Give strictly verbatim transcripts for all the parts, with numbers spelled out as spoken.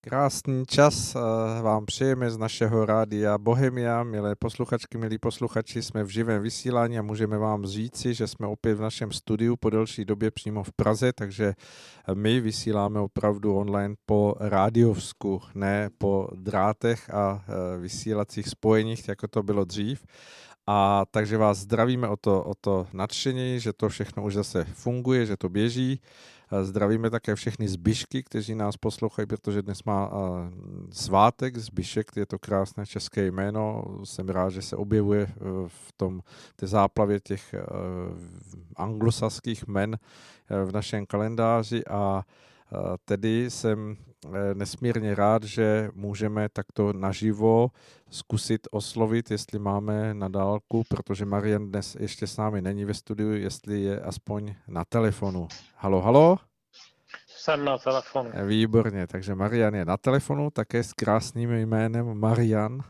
Krásný čas vám přejeme z našeho rádia Bohemia. Milé posluchačky, milí posluchači, jsme v živém vysílání a můžeme vám říci, že jsme opět v našem studiu po delší době přímo v Praze, takže my vysíláme opravdu online po rádiovsku, ne po drátech a vysílacích spojeních, jako to bylo dřív. A takže vás zdravíme o to, o to nadšení, že to všechno už zase funguje, že to běží. Zdravíme také všechny Zbyšky, kteří nás poslouchají, protože dnes má uh, svátek. Zbyšek, je to krásné české jméno. Jsem rád, že se objevuje uh, v tom té záplavě těch uh, anglosaských jmen uh, v našem kalendáři a uh, tedy jsem uh, nesmírně rád, že můžeme takto naživo zkusit oslovit, jestli máme na dálku, protože Marian dnes ještě s námi není ve studiu, jestli je aspoň na telefonu. Halo, halo? Jsem na telefonu. Výborně, takže Marian je na telefonu, také s krásným jménem Marian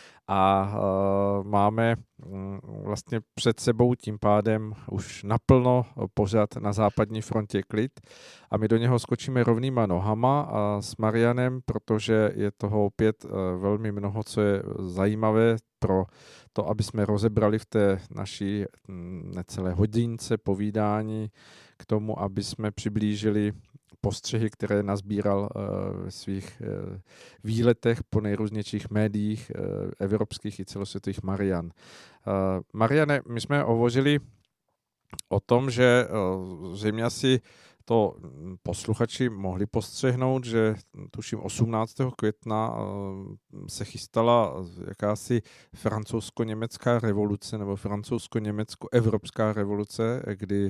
a uh, máme um, vlastně před sebou tím pádem už naplno pořad Na západní frontě klid a my do něho skočíme rovnýma nohama a s Marianem, protože je toho opět uh, velmi mnoho, co je zajímavé pro to, aby jsme rozebrali v té naší um, necelé hodince povídání k tomu, aby jsme přiblížili postřehy, které nazbíral uh, ve svých uh, výletech po nejrůznějších médiích uh, evropských i celosvětových Marian. Uh, Mariane, my jsme hovořili o tom, že uh, zřejmě asi to posluchači mohli postřehnout, že tuším osmnáctého května se chystala jakási francouzsko-německá revoluce nebo francouzsko-německo-evropská revoluce, kdy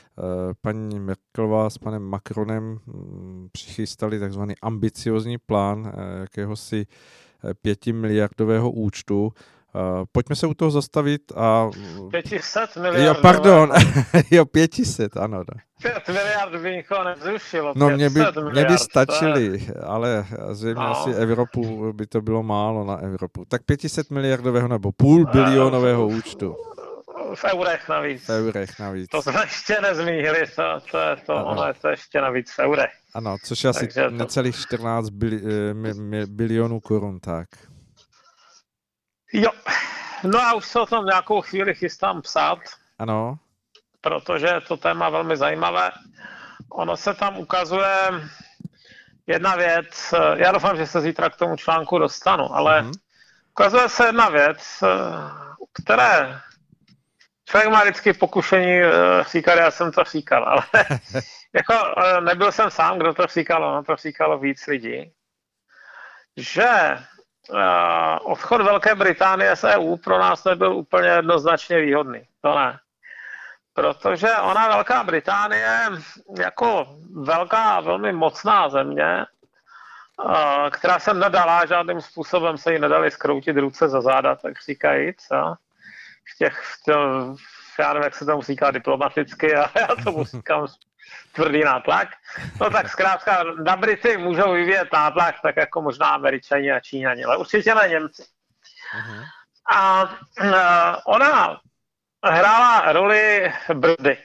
paní Merkelová s panem Macronem přichystali takzvaný ambiciozní plán jakéhosi pětimiliardového účtu. Uh, pojďme se u toho zastavit a... pět set miliard. Jo, pardon, jo, pět set, ano. pět miliard by nikoho nevzrušilo. No, mě by, mě by stačili, je... ale zřejmě no. asi Evropu by to bylo málo na Evropu. Tak pět set miliardového nebo půl bilionového účtu. V eurech navíc. V eurech navíc. To jsme ještě nezmínili, to, to je to, ano. Ono je to ještě navíc v eurech. Ano, což je asi to... necelých čtrnáct bili, mi, mi, bilionů korun, tak. Jo, no a už se o tom nějakou chvíli chystám psát. Ano. Protože je to téma velmi zajímavé. Ono se tam ukazuje jedna věc, já doufám, že se zítra k tomu článku dostanu, ale mm-hmm. ukazuje se jedna věc, které člověk má vždycky pokušení říkat, já jsem to říkal, ale jako nebyl jsem sám, kdo to říkal, ono to říkalo víc lidí, že odchod Velké Británie z E U pro nás nebyl úplně jednoznačně výhodný. To ne. Protože ona, Velká Británie, jako velká, velmi mocná země, která se nedala, žádným způsobem se jí nedali zkroutit ruce za záda, tak říkajíc. V těch, v tom, já nevím, jak se tomu říká diplomaticky, a já tomu říkám tvrdý nátlak. No tak zkrátka na Brity můžou vyvíjet nátlak, tak jako možná Američani a Číňani, ale určitě ne Němci. Uh-huh. A uh, ona hrála roli brzdy.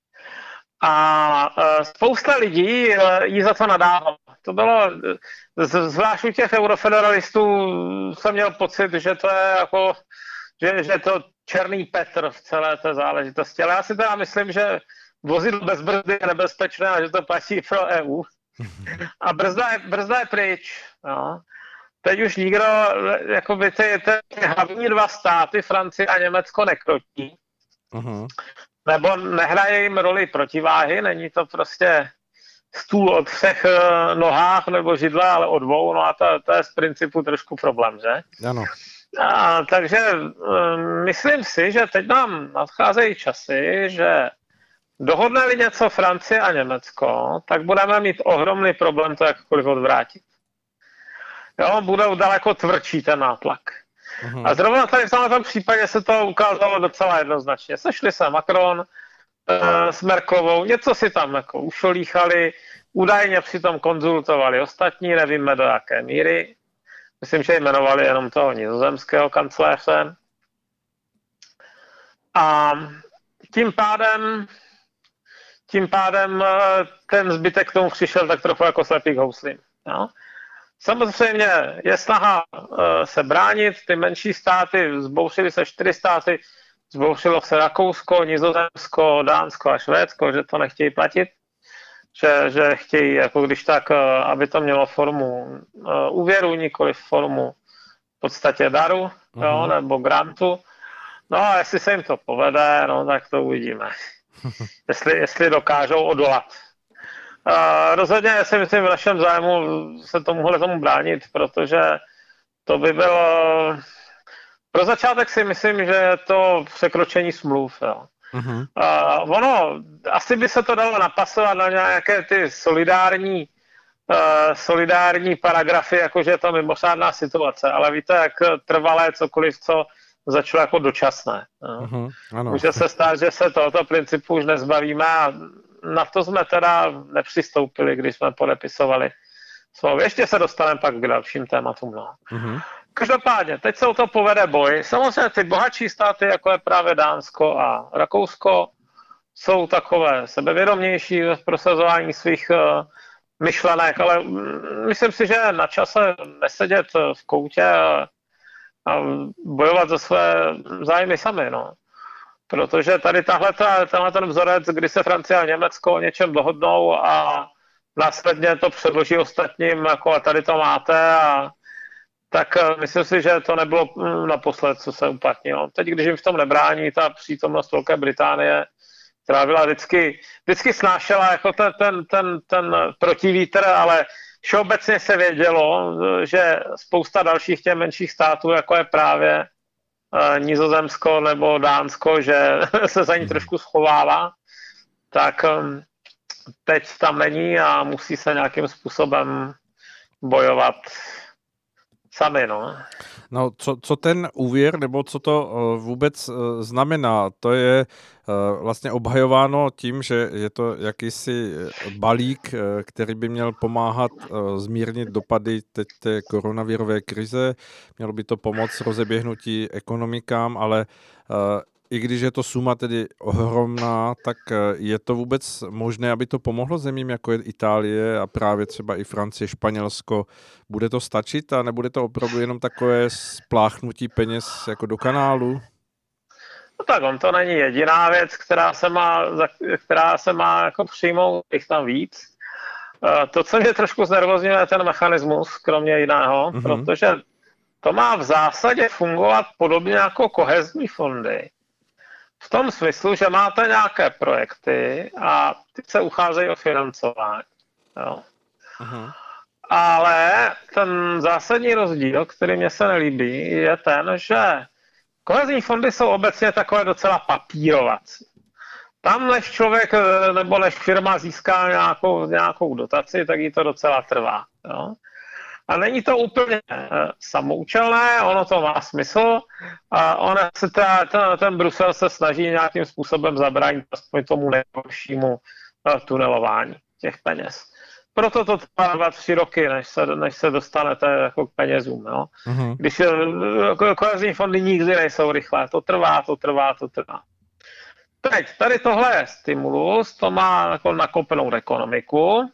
A uh, spousta lidí uh, jí za to nadávala. To bylo, z, zvlášť u těch eurofederalistů jsem měl pocit, že to je jako, že, že to černý Petr v celé té záležitosti. Ale já si teda myslím, že vozidlo bez brzdy je nebezpečné a že to platí pro E U. A brzda je, brzda je pryč. No. Teď už nikdo, jakoby ty, ty hlavní dva státy, Francie a Německo, nekrotí. Uh-huh. Nebo nehraje jim roli protiváhy, není to prostě stůl o třech nohách nebo židle, ale o dvou, no a to, to je z principu trošku problém, že? Ano. A, takže um, myslím si, že teď nám nadcházejí časy, že dohodne-li něco Francie a Německo, tak budeme mít ohromný problém to jakkoliv odvrátit. Jo, budou daleko tvrdší ten nátlak. Uhum. A zrovna tady v tomto případě se to ukázalo docela jednoznačně. Sešli se Macron e, s Merkelovou, něco si tam jako ušolíchali, údajně přitom konzultovali ostatní, nevíme do jaké míry. Myslím, že jmenovali jenom toho nizozemského kancléře. A tím pádem Tím pádem ten zbytek k tomu přišel tak trochu jako slepý k houslím. No? Samozřejmě je snaha uh, se bránit, ty menší státy, zbouřily se čtyři státy, zbouřilo se Rakousko, Nizozemsko, Dánsko a Švédsko, že to nechtějí platit, že, že chtějí, jako když tak, uh, aby to mělo formu uh, úvěru, nikoli formu v podstatě daru, uh-huh. jo, nebo grantu. No a jestli se jim to povede, no tak to uvidíme. jestli, jestli dokážou odolat. Uh, rozhodně si myslím v našem zájmu se tomuhle tomu bránit, protože to by bylo... Pro začátek si myslím, že je to překročení smluv. Jo. Uh-huh. Uh, ono, asi by se to dalo napasovat na nějaké ty solidární, uh, solidární paragrafy, jakože je to mimořádná situace, ale víte, jak trvalé cokoliv, co začalo jako dočasné. Uh-huh. Ano. Může se stát, že se tohoto principu už nezbavíme a na to jsme teda nepřistoupili, když jsme podepisovali smlouvu. Ještě se dostaneme pak k dalším tématům. No. Uh-huh. Každopádně, teď se o to povede boj. Samozřejmě ty bohatší státy, jako je právě Dánsko a Rakousko, jsou takové sebevědomější v prosazování svých uh, myšlenek, ale myslím si, že na čase nesedět v koutě a, a bojovat za své zájmy sami. No. Protože tady tahleta, tenhle ten vzorec, kdy se Francie a Německo o něčem dohodnou a následně to předloží ostatním, jako a tady to máte, a tak myslím si, že to nebylo naposled, co se uplatnilo. Teď, když jim v tom nebrání ta přítomnost Velké Británie, která byla vždycky, vždycky snášela jako ten, ten, ten, ten protivítr, ale všeobecně se vědělo, že spousta dalších těch menších států, jako je právě Nizozemsko nebo Dánsko, že se za ní trošku schovává, tak teď tam není a musí se nějakým způsobem bojovat sami, no. No, co, co ten úvěr, nebo co to vůbec znamená? To je vlastně obhajováno tím, že je to jakýsi balík, který by měl pomáhat zmírnit dopady teď té koronavirové krize. Mělo by to pomoct rozeběhnutí ekonomikám, ale i když je to suma tedy ohromná, tak je to vůbec možné, aby to pomohlo zemím, jako je Itálie a právě třeba i Francie, Španělsko? Bude to stačit a nebude to opravdu jenom takové spláchnutí peněz jako do kanálu? No tak on to není jediná věc, která se má, která se má jako přijmout, jich tam víc. To, co mě trošku znervozňuje, je ten mechanismus, kromě jiného, mm-hmm. protože to má v zásadě fungovat podobně jako kohezní fondy. V tom smyslu, že máte nějaké projekty a ty se ucházejí o financování. Jo. Uh-huh. Ale ten zásadní rozdíl, který mě se nelíbí, je ten, že kohezní fondy jsou obecně takové docela papírovací. Tam, než člověk nebo než firma získá nějakou, nějakou dotaci, tak jí to docela trvá. Jo. A není to úplně samoučelné, ono to má smysl a on se ta, ten, ten Brusel se snaží nějakým způsobem zabránit aspoň tomu nejhoršímu tunelování těch peněz. Proto to trvá dva, tři roky, než se, než se dostanete jako k penězům. Jo? Uh-huh. Když kohezní fondy nikdy nejsou rychlé, to trvá, to trvá, to trvá. Teď, tady tohle je stimulus, to má jako nakopnout ekonomiku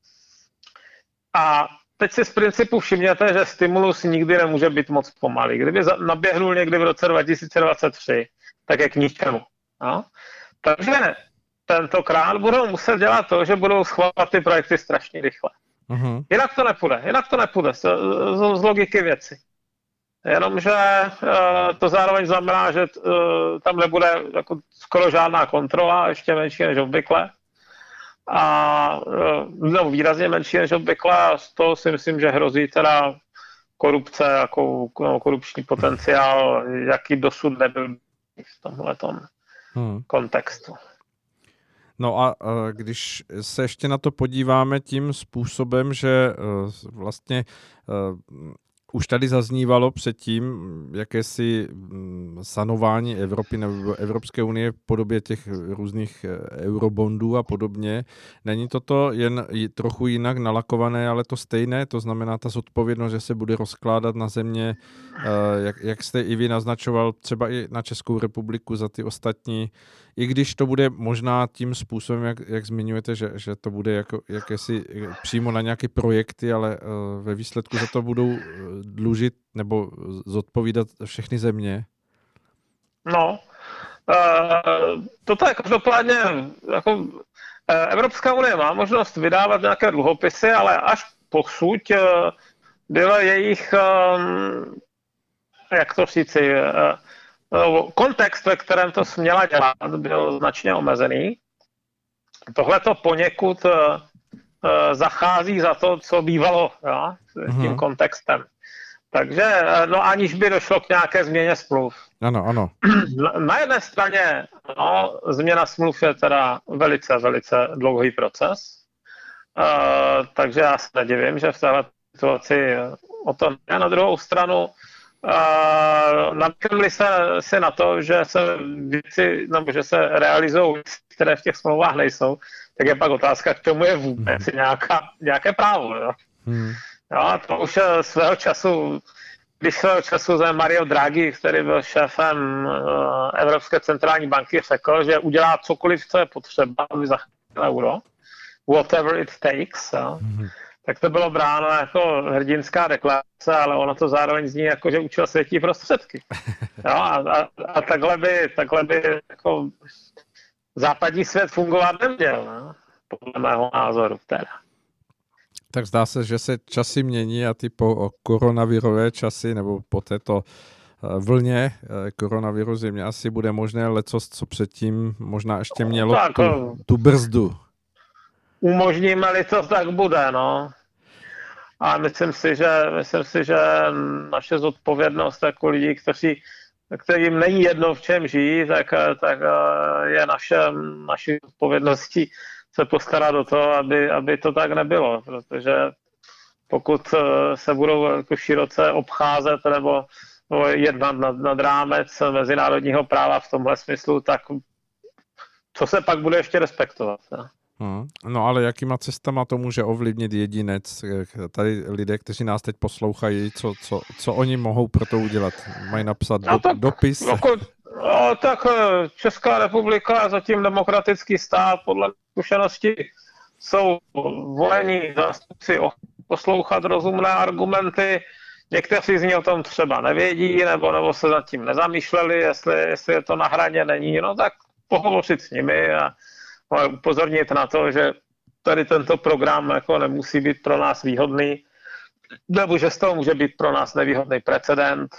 a teď si z principu všimněte, že stimulus nikdy nemůže být moc pomalý. Kdyby naběhnul někdy v roce dva tisíce dvacet tři, tak je k ničemu. No? Takže tentokrát budou muset dělat to, že budou schvalovat ty projekty strašně rychle. Uh-huh. Jinak to nepůjde. Jinak to nepůjde z, z, z logiky věci. Jenomže uh, to zároveň znamená, že uh, tam nebude jako skoro žádná kontrola, ještě menší než obvykle. A no, výrazně menší než obvykle a z toho si myslím, že hrozí teda korupce, jako no, korupční potenciál, jaký dosud nebyl v tomhletom hmm. kontextu. No a když se ještě na to podíváme tím způsobem, že vlastně Už tady zaznívalo předtím jakési sanování Evropy nebo Evropské unie v podobě těch různých eurobondů a podobně. Není toto jen trochu jinak nalakované, ale to stejné? To znamená ta zodpovědnost, že se bude rozkládat na země, jak, jak jste i vy naznačoval, třeba i na Českou republiku za ty ostatní, i když to bude možná tím způsobem, jak, jak zmiňujete, že, že to bude jako, jakési přímo na nějaké projekty, ale ve výsledku za to budou dlužit nebo zodpovídat všechny země? No, uh, toto je každopádně, jako, uh, Evropská unie má možnost vydávat nějaké dluhopisy, ale až posud uh, byl jejich, um, jak to říci, uh, kontext, ve kterém to směla dělat, byl značně omezený. Tohle to poněkud uh, zachází za to, co bývalo, jo, s tím hmm. kontextem. Takže, no aniž by došlo k nějaké změně smluv. Ano, ano. Na jedné straně, no, změna smluv je teda velice, velice dlouhý proces, uh, takže já se nedivím, že v této situaci o to ne. Na druhou stranu, uh, nabídli se si na to, že se věci, nebo že se realizují věci, které v těch smlouvách nejsou, tak je pak otázka, k tomu je vůbec hmm. nějaká, nějaké právo. Jo? Hmm. Jo, to už svého času, když svého času za Mario Draghi, který byl šéfem uh, Evropské centrální banky, řekl, že udělá cokoliv, co je potřeba, aby zachránil euro, whatever it takes, jo. Mm-hmm. Tak to bylo bráno jako hrdinská deklarace, ale ono to zároveň zní jako, že učil světí prostředky. Jo, a, a, a takhle by, takhle by jako západní svět fungovat neměl, no, podle mého názoru teda. Tak zdá se, že se časy mění a ty po koronavirové časy nebo po této vlně koronaviru země asi bude možné lecos, co předtím možná ještě mělo tak, tu, tu brzdu. Umožníme-li to, tak bude, no. A myslím si, že, myslím si, že naše zodpovědnost jako lidí, kteří, kterým není jedno, v čem žijí, tak, tak je naše, naší zodpovědností se postarat o to, aby, aby to tak nebylo, protože pokud se budou jako široce obcházet nebo, nebo jednat nad, nad rámec mezinárodního práva v tomhle smyslu, tak co se pak bude ještě respektovat? Ne? Hmm. No ale jakýma cestama to může ovlivnit jedinec? Tady lidé, kteří nás teď poslouchají, co, co, co oni mohou pro to udělat? Mají napsat do, no tak, dopis? Jako, no, tak Česká republika je zatím demokratický stát, podle zkušenosti jsou volení zástupci poslouchat rozumné argumenty. Někteří z nich o tom třeba nevědí, nebo, nebo se nad tím nezamýšleli, jestli, jestli je to na hraně, není, no tak pohovořit s nimi a upozornit na to, že tady tento program jako nemusí být pro nás výhodný, nebo že z toho může být pro nás nevýhodný precedent.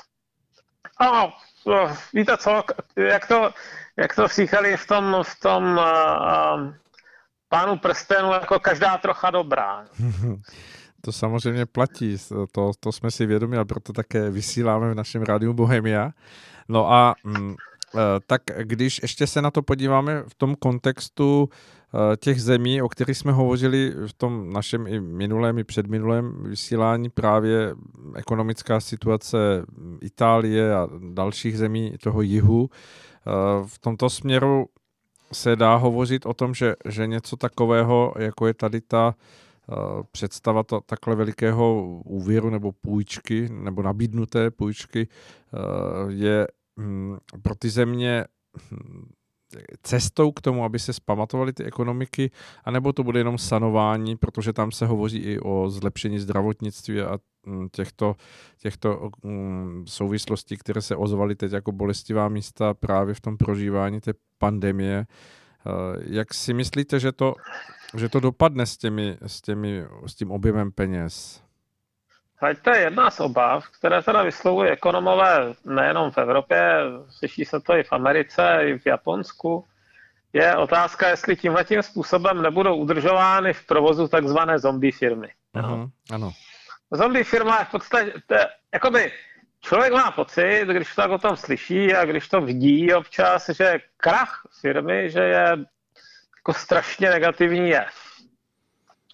A víte co, jak to, jak to říkali v tom, v tom uh, Pánu prstenů, jako každá trocha dobrá. To samozřejmě platí, to, to jsme si vědomi a proto také vysíláme v našem rádiu Bohemia. No a mm, tak když ještě se na to podíváme v tom kontextu těch zemí, o kterých jsme hovořili v tom našem i minulém, i předminulém vysílání, právě ekonomická situace Itálie a dalších zemí toho jihu, v tomto směru se dá hovořit o tom, že, že něco takového, jako je tady ta uh, představa to, takhle velikého úvěru nebo půjčky, nebo nabídnuté půjčky, uh, je um, pro ty země um, cestou k tomu, aby se zpamatovaly ty ekonomiky, anebo to bude jenom sanování, protože tam se hovoří i o zlepšení zdravotnictví a um, těchto, těchto um, souvislostí, které se ozvaly teď jako bolestivá místa právě v tom prožívání té pandemie. Jak si myslíte, že to, že to dopadne s, těmi, s, těmi, s tím objemem peněz? To je jedna z obav, které teda vyslovují ekonomové nejenom v Evropě, slyší se to i v Americe, i v Japonsku. Je otázka, jestli tímhletím způsobem nebudou udržovány v provozu takzvané zombie firmy. Uh-huh, ano. Zombie firma je v podstatě, to je, jakoby, člověk má pocit, když tak o tom slyší a když to vidí občas, že krach firmy, že je jako strašně negativní jev.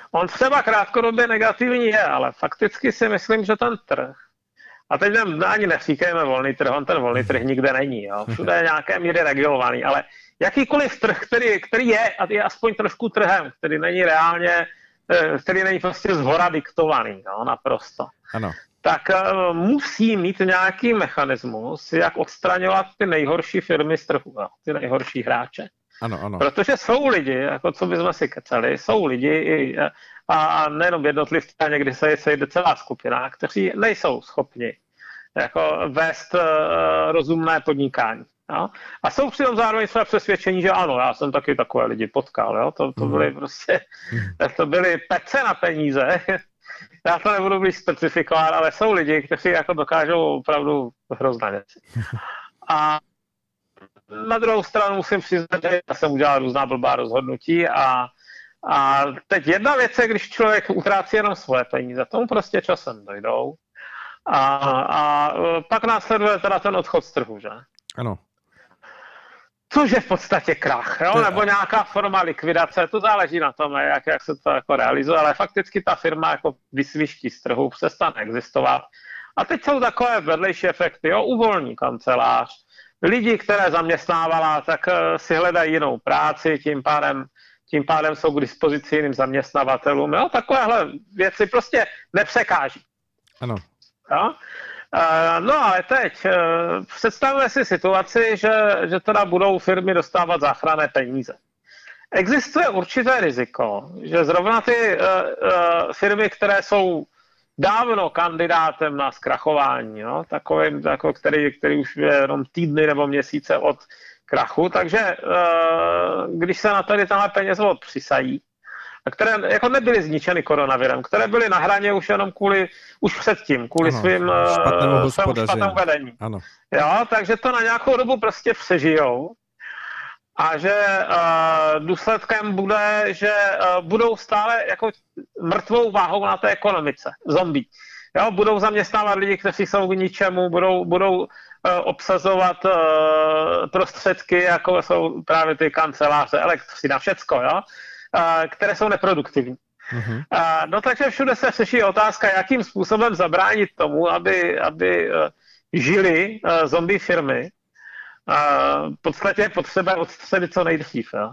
On třeba krátkodobě negativní je, ale fakticky si myslím, že ten trh, a teď ani neříkejme volný trh, on ten volný trh nikde není, jo. Všude je nějaké míry regulovaný, ale jakýkoliv trh, který, který je, a je aspoň trošku trhem, který není reálně, který není prostě zhora diktovaný, jo, naprosto. Ano. Tak uh, musí mít nějaký mechanismus, jak odstraňovat ty nejhorší firmy z trhu, jo, ty nejhorší hráče. Ano, ano. Protože jsou lidi, jako co bychom si kecali, jsou lidi a, a nejenom jednotlivci, a někdy se sejde celá skupina, kteří nejsou schopni jako vést uh, rozumné podnikání. Jo? A jsou přitom zároveň své přesvědčení, že ano, já jsem taky takové lidi potkal, jo? To, to byly prostě, to byly pece na peníze. Já to nebudu blíž specifikovat, ale jsou lidi, kteří jako dokážou opravdu hrozné věci. A na druhou stranu musím přiznat, že já jsem udělal různá blbá rozhodnutí a, a teď jedna věc je, když člověk utrácí jenom svoje peníze, tomu prostě časem dojdou a, a pak následuje teda ten odchod z trhu, že? Ano. Což je v podstatě krach, jo? Nebo nějaká forma likvidace, to záleží na tom, jak, jak se to jako realizuje, ale fakticky ta firma jako vysviští z trhu, přestane existovat. A teď jsou takové vedlejší efekty, jo? Uvolní kancelář, lidi, které zaměstnávala, tak si hledají jinou práci, tím pádem, tím pádem jsou k dispozici jiným zaměstnavatelům. Jo? Takovéhle věci prostě nepřekáží. Ano. Jo? No ale teď představíme si situaci, že, že teda budou firmy dostávat záchranné peníze. Existuje určité riziko, že zrovna ty uh, uh, firmy, které jsou dávno kandidátem na zkrachování, jo, takovým, jako který, který už je jenom týdny nebo měsíce od krachu, takže uh, když se na tady tenhle peněze odpřisají, a které jako nebyly zničeny koronavirem, které byly na hraně už jenom kvůli, už předtím, kvůli ano, svým špatnému vedení. Ano. Jo, takže to na nějakou dobu prostě přežijou a že uh, důsledkem bude, že uh, budou stále jako mrtvou váhou na té ekonomice, zombie. Jo, budou zaměstnávat lidi, kteří jsou k ničemu, budou, budou uh, obsazovat uh, prostředky, jako jsou právě ty kanceláře, elektřina, všecko, jo, uh, které jsou neproduktivní. Uh-huh. Uh, no takže všude se řeší otázka, jakým způsobem zabránit tomu, aby, aby uh, žili uh, zombie firmy. Uh, v podstatě je potřeba odstřelit co nejdřív. Jo?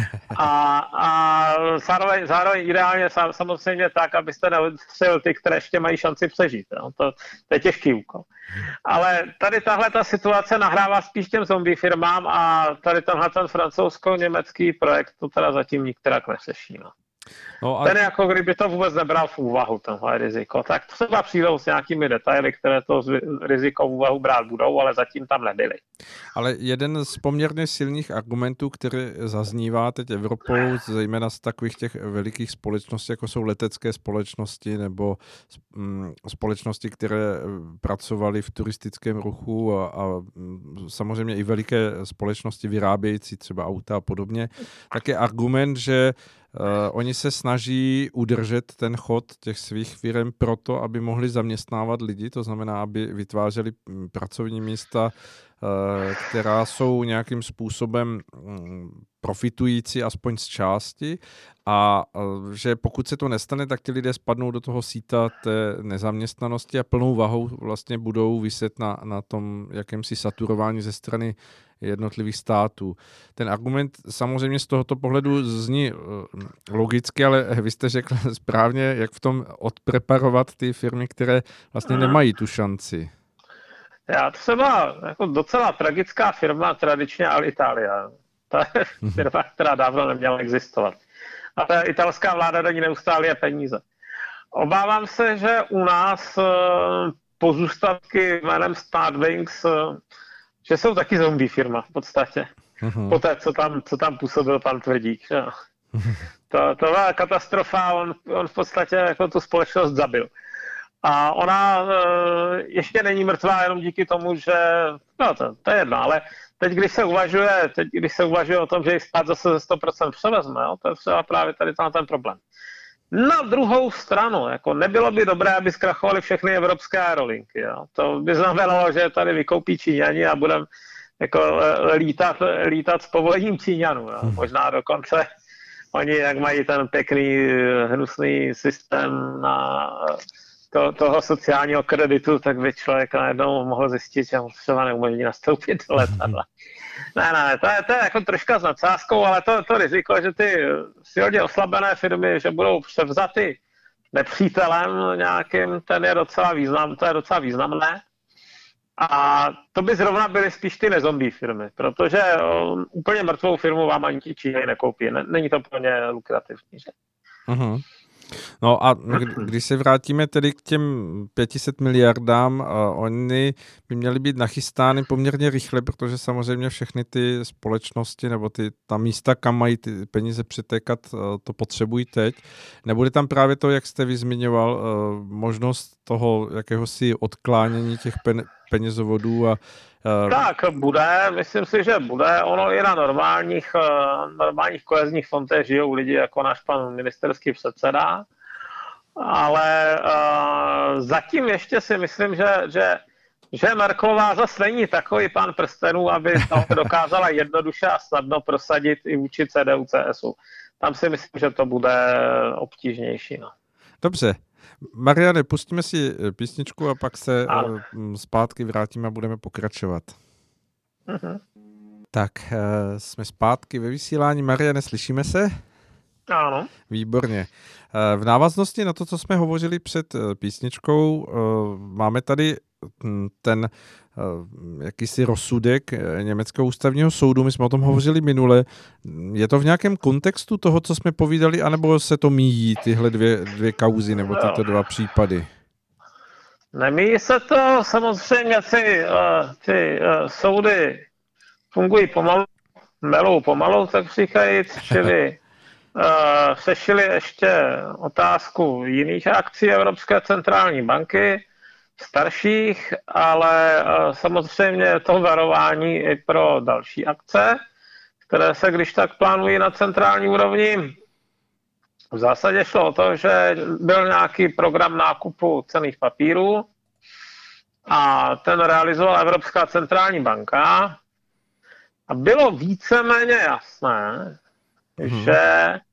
A, a zároveň, zároveň ideálně samozřejmě tak, abyste neodstřelil ty, které ještě mají šanci přežít. Jo? To, to je těžký úkol. Ale tady tahle ta situace nahrává spíš těm zombie firmám a tady tenhle ten francouzsko-německý projekt to teda zatím nikterak neřeší. No. No a... Ten jako kdyby to vůbec nebral v úvahu, tenhle riziko. Tak třeba přijdou s nějakými detaily, které to riziko v úvahu brát budou, ale zatím tam nebyly. Ale jeden z poměrně silných argumentů, který zaznívá teď Evropou, zejména z takových těch velikých společností, jako jsou letecké společnosti nebo společnosti, které pracovaly v turistickém ruchu a, a samozřejmě i veliké společnosti vyrábějící třeba auta a podobně, tak je argument, že Uh, oni se snaží udržet ten chod těch svých firm proto, aby mohli zaměstnávat lidi, to znamená, aby vytvářeli pracovní místa, uh, která jsou nějakým způsobem um, profitující aspoň z části a uh, že pokud se to nestane, tak ti lidé spadnou do toho síta té nezaměstnanosti a plnou vahou vlastně budou viset na, na tom jakémsi saturování ze strany jednotlivých států. Ten argument samozřejmě z tohoto pohledu zní logicky, ale vy jste řekl správně, jak v tom odpreparovat ty firmy, které vlastně nemají tu šanci. Já třeba jako docela tragická firma tradičně Alitalia. To je firma, která dávno neměla existovat. A ta italská vláda do ní neustále peníze. Obávám se, že u nás pozůstatky jménem Starwings, že jsou taky zombie firma v podstatě. Uh-huh. Poté, co tam, co tam působil pan Tvrdík. Uh-huh. To, to byla katastrofa, on, on v podstatě jako tu společnost zabil. A ona uh, ještě není mrtvá jenom díky tomu, že, no to, to je jedno, ale teď, když se uvažuje, teď, když se uvažuje o tom, že ji stát zase ze sto procent převezme, jo, to je třeba právě tady ten problém. Na druhou stranu, jako nebylo by dobré, aby zkrachovaly všechny evropské aerolinky. Jo. To by znamenalo, že tady vykoupí Číňani a budeme jako lítat, lítat s povolením Číňanů. Jo. Možná dokonce, oni jak mají ten pěkný, hnusný systém na to, toho sociálního kreditu, tak by člověk najednou mohl zjistit, že mu třeba neumožní nastoupit do letadla. Ne, ne, to je, to je jako troška s nadsázkou, ale to, to riziko, že ty silně oslabené firmy, že budou převzaty nepřítelem nějakým, ten je docela význam, to je docela významné. A to by zrovna byly spíš ty nezombie firmy, protože um, úplně mrtvou firmu vám ani ti Číňané nekoupí. Není to pro ně lukrativní, že? Uh-huh. No a když se vrátíme tedy k těm pět set miliardám, uh, oni by měly být nachystány poměrně rychle, protože samozřejmě všechny ty společnosti nebo ty ta místa, kam mají ty peníze přitékat, uh, to potřebují teď. Nebude tam právě to, jak jste vy zmiňoval, uh, možnost toho jakéhosi odklánění těch pen, penězovodů a Uh, tak bude, myslím si, že bude. Ono i na normálních, uh, normálních kohezních fondech žijou lidi jako náš pan ministerský předseda, ale uh, zatím ještě si myslím, že, že, že Merkelová zase není takový pán prstenů, aby to dokázala jednoduše a snadno prosadit i vůči C D U, C S U. Tam si myslím, že to bude obtížnější. No. Dobře. Mariane, pustíme si písničku a pak se ano. zpátky vrátíme a budeme pokračovat. Uh-huh. Tak, jsme zpátky ve vysílání. Mariane, slyšíme se? Ano. Výborně. V návaznosti na to, co jsme hovořili před písničkou, máme tady ten jakýsi rozsudek německého ústavního soudu. My jsme o tom hovořili minule. Je to v nějakém kontextu toho, co jsme povídali, anebo se to míjí tyhle dvě, dvě kauzy nebo tyto dva případy? Nemíjí se to. Samozřejmě ty, ty soudy fungují pomalu, melou pomalu, tak říkajíc, čili řešili ještě otázku jiných akcí Evropské centrální banky, starších, ale samozřejmě je to varování i pro další akce, které se když tak plánují na centrální úrovni. V zásadě šlo o to, že byl nějaký program nákupu cenných papírů a ten realizovala Evropská centrální banka a bylo víceméně jasné, hmm. že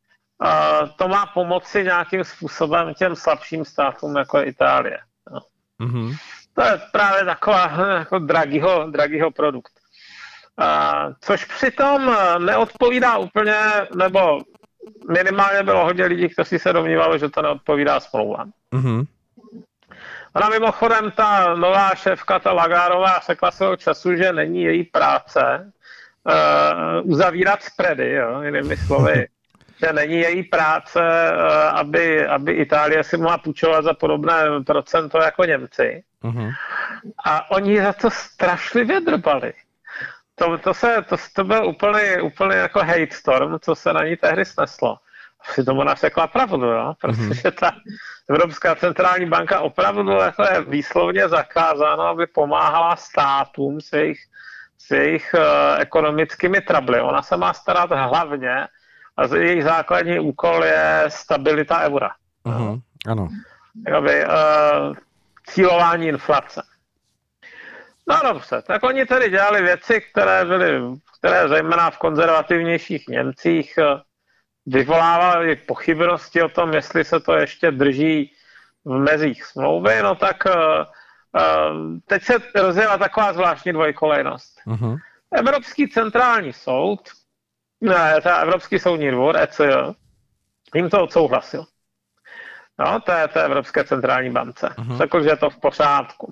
to má pomoci nějakým způsobem těm slabším státům, jako je Itálie. Mm-hmm. To je právě taková jako Draghiho, Draghiho produkt. A, což přitom neodpovídá úplně, nebo minimálně bylo hodně lidí, kteří se domnívali, že to neodpovídá smlouvám. Mm-hmm. Ona mimochodem, ta nová šéfka, ta Lagardeová, řekla svého času, že není její práce uh, uzavírat spready, jo, jinými slovy. Že není její práce, aby, aby Itálie si mohla půjčovat za podobné procento jako Němci. Uh-huh. A oni za to strašlivě drbali. To, to, se, to, to byl úplně, úplně jako hate storm, co se na ní tehdy sneslo. Přitom ona řekla pravdu, jo? Protože ta Evropská centrální banka opravdu jako je výslovně zakázána, aby pomáhala státům s jejich, s jejich uh, ekonomickými trably. Ona se má starat hlavně a jejich základní úkol je stabilita eura. Uh-huh, ano. Jakoby, uh, cílování inflace. No dobře, tak oni tady dělali věci, které byly, které zejména v konzervativnějších Němcích vyvolávaly pochybnosti o tom, jestli se to ještě drží v mezích smlouvy, no tak uh, uh, teď se rozjela taková zvláštní dvojkolejnost. Uh-huh. Evropský centrální soud Ne, to je Evropský soudní dvůr, E C J, jim to odsouhlasil. No, to je, to je Evropské centrální bance. Uh-huh. Řekl, že je to v pořádku.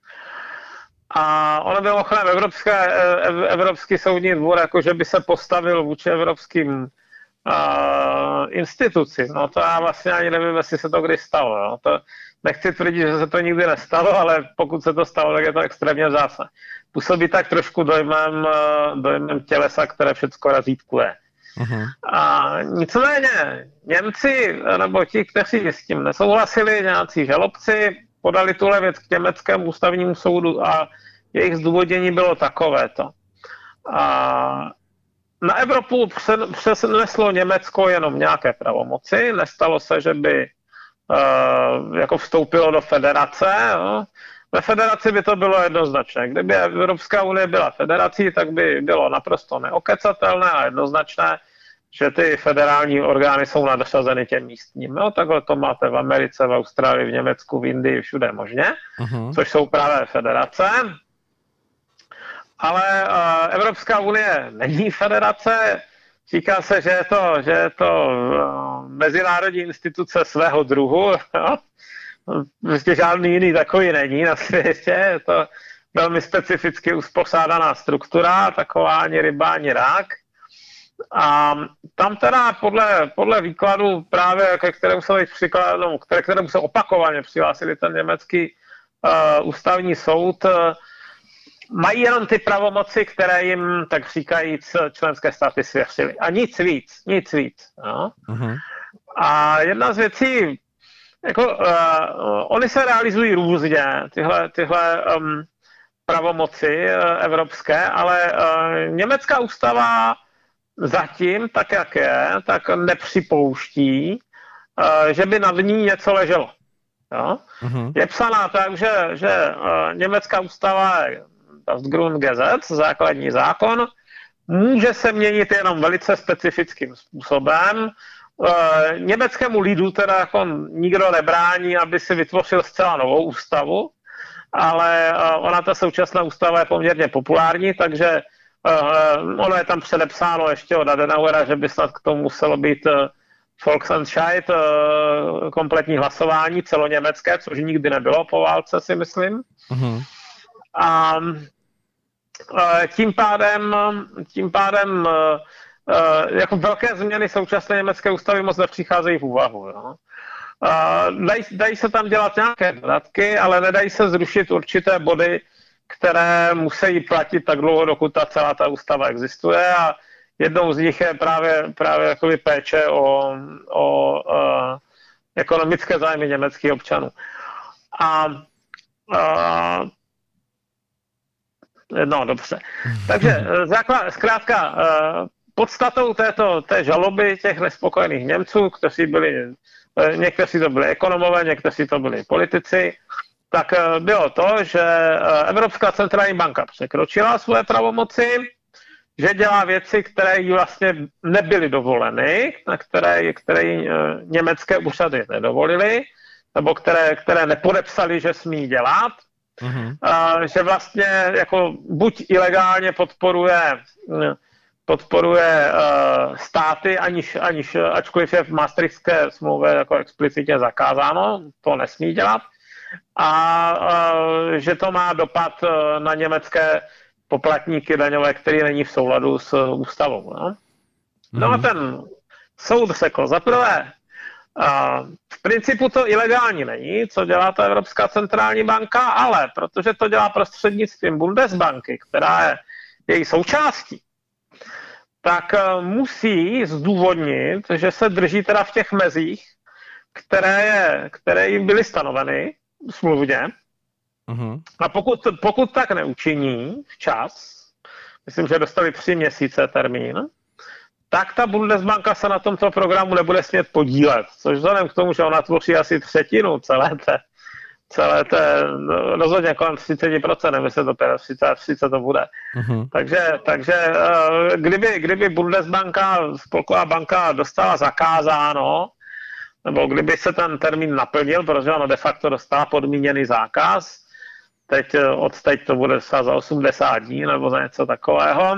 A ono bylo ochrém Evropské, Evropský soudní dvůr, jakože by se postavil vůči evropským uh, institucím. No to já vlastně ani nevím, jestli se to kdy stalo. No. To nechci tvrdit, že se to nikdy nestalo, ale pokud se to stalo, tak je to extrémně vzácné. Působí tak trošku dojmem, dojmem tělesa, které všecko razítkuje. Uh-huh. A nicméně Němci, nebo ti, kteří s tím nesouhlasili, nějací žalobci, podali tuhle věc k německému ústavnímu soudu a jejich zdůvodnění bylo takovéto. A na Evropu přeneslo Německo jenom nějaké pravomoci, nestalo se, že by uh, jako vstoupilo do federace. Jo. Ve federaci by to bylo jednoznačné. Kdyby Evropská unie byla federací, tak by bylo naprosto neokecatelné a jednoznačné, že ty federální orgány jsou nadřazeny těm místním. No, takhle to máte v Americe, v Austrálii, v Německu, v Indii, všude možně, uh-huh. což jsou právě federace. Ale uh, Evropská unie není federace. Říká se, že je to, že je to uh, mezinárodní instituce svého druhu. Prostě žádný jiný takový není na světě. Je to velmi specificky uspořádaná struktura, taková ani ryba, ani rák. A tam teda podle, podle výkladu právě, ke kterému se, no, které, kterému se opakovaně přihlásili ten německý uh, ústavní soud, uh, mají jenom ty pravomoci, které jim, tak říkajíc, členské státy svěřily. A nic víc, nic víc. No. Uh-huh. A jedna z věcí, jako, uh, oni se realizují různě, tyhle, tyhle um, pravomoci uh, evropské, ale uh, německá ústava zatím, tak jak je, tak nepřipouští, uh, že by nad ní něco leželo. Jo? Uh-huh. Je psaná tak, že, že uh, německá ústava je das Grundgesetz, základní zákon, může se měnit jenom velice specifickým způsobem. E, německému lidu teda jako nikdo nebrání, aby si vytvořil zcela novou ústavu, ale e, ona ta současná ústava je poměrně populární, takže e, ono je tam předepsáno ještě od Adenauera, že by snad k tomu muselo být e, Volksentscheid, e, kompletní hlasování celoněmecké, což nikdy nebylo po válce, si myslím. Mm-hmm. A tím pádem, tím pádem jako velké změny současné německé ústavy moc nepřicházejí v úvahu. Jo. Dají, dají se tam dělat nějaké dodatky, ale nedají se zrušit určité body, které musí platit tak dlouho, dokud ta celá ta ústava existuje, a jednou z nich je právě, právě jakoby péče o, o uh, ekonomické zájmy německých občanů. A uh, No, dobře. Takže základ, zkrátka podstatou této té žaloby těch nespokojených Němců, kteří byli, někteří to byli ekonomové, někteří to byli politici, tak bylo to, že Evropská centrální banka překročila své pravomoci, že dělá věci, které jí vlastně nebyly dovoleny, na které, které německé úřady nedovolily, nebo které, které nepodepsali, že smí dělat. Uh-huh. Uh, že vlastně jako buď ilegálně podporuje, podporuje uh, státy, aniž, aniž, ačkoliv je v Maastrichtské smlouvě jako explicitně zakázáno, to nesmí dělat, a uh, že to má dopad uh, na německé poplatníky daňové, který není v souladu s ústavou. No, uh-huh. no a ten soud řekl za prvé, Uh, v principu to ilegální není, co dělá ta Evropská centrální banka, ale protože to dělá prostřednictvím Bundesbanky, která je její součástí, tak uh, musí zdůvodnit, že se drží teda v těch mezích, které, je, které jim byly stanoveny smluvně. Uh-huh. A pokud, pokud tak neučiní včas, myslím, že dostali tři měsíce termín, tak ta Bundesbanka se na tomto programu nebude smět podílet, což vzhledem k tomu, že ona tvoří asi třetinu celé té, celé té rozhodně kolem třicet procent, nevím, jestli to třicet, třicet to bude. Uh-huh. Takže, takže kdyby, kdyby Bundesbanka, spolková banka, dostala zakázáno, nebo kdyby se ten termín naplnil, protože ona de facto dostala podmíněný zákaz, teď od teď to bude za osmdesát dní nebo za něco takového,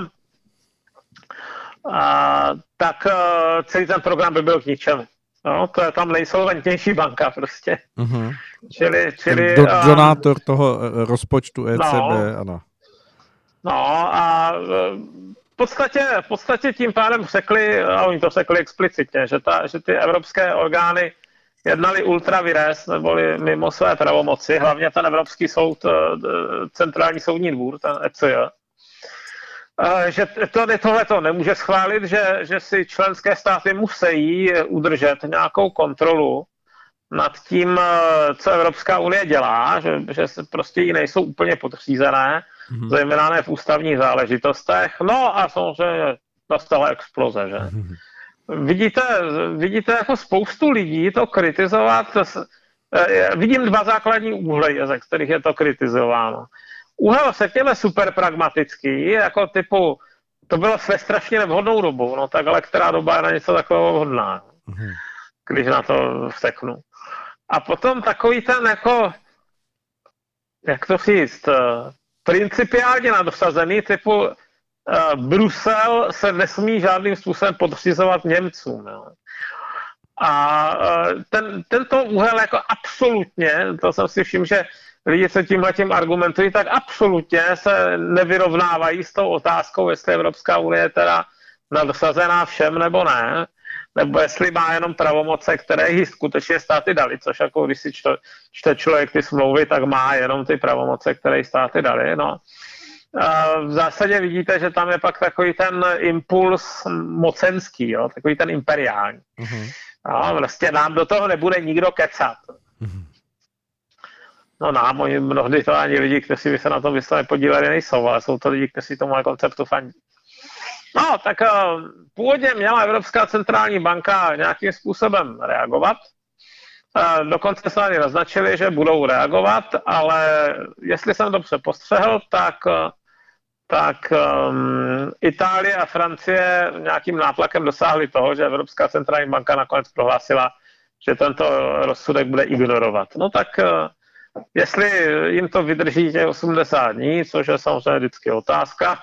a, tak uh, celý ten program by byl k ničemu. No, to je tam nejsolventnější banka prostě. Uh-huh. Čili, čili, Do, donátor uh, toho rozpočtu E C B, no, ano. No a v podstatě, v podstatě tím pádem řekli, a oni to řekli explicitně, že, ta, že ty evropské orgány jednali ultra vires, neboli mimo své pravomoci, hlavně ten Evropský soud, centrální soudní dvůr, ten E C J, že to, tohle to nemůže schválit, že, že si členské státy musí udržet nějakou kontrolu nad tím, co Evropská unie dělá, že, že se prostě jí nejsou úplně podřízené, mm-hmm. zejména ne v ústavních záležitostech. No a samozřejmě nastala exploze, že? Mm-hmm. Vidíte, vidíte jako spoustu lidí to kritizovat. Vidím dva základní úhly, ze kterých je to kritizováno. Úhel, řekněme, super pragmatický, jako typu to bylo ve strašně nevhodnou dobu, no tak ale která doba je na něco takového vhodná, mm-hmm. když na to vsteknu. A potom takový ten jako, jak to říct, principiálně nadsazený typu uh, Brusel se nesmí žádným způsobem podřizovat Němcům. Jo. A uh, ten, tento úhel jako absolutně, to jsem si všiml, že lidi se tímhletím argumentují, tak absolutně se nevyrovnávají s tou otázkou, jestli Evropská unie je teda nadsazená všem nebo ne, nebo jestli má jenom pravomoce, které jí skutečně státy dali, což jako když si čte, čte člověk ty smlouvy, tak má jenom ty pravomoce, které jí státy dali. No. A v zásadě vidíte, že tam je pak takový ten impuls mocenský, jo, takový ten imperiální. Mm-hmm. No, vlastně nám do toho nebude nikdo kecat. Mm-hmm. No nám, oni mnohdy to ani lidi, kteří by se na tom vyslovně podíleli, nejsou, ale jsou to lidi, kteří tomu konceptu fandí. No, tak uh, původně měla Evropská centrální banka nějakým způsobem reagovat. Uh, dokonce se ani naznačili, že budou reagovat, ale jestli jsem dobře postřehl, tak, uh, tak um, Itálie a Francie nějakým nátlakem dosáhly toho, že Evropská centrální banka nakonec prohlásila, že tento rozsudek bude ignorovat. No tak uh, jestli jim to vydrží těch osmdesát dní, což je samozřejmě vždycky otázka,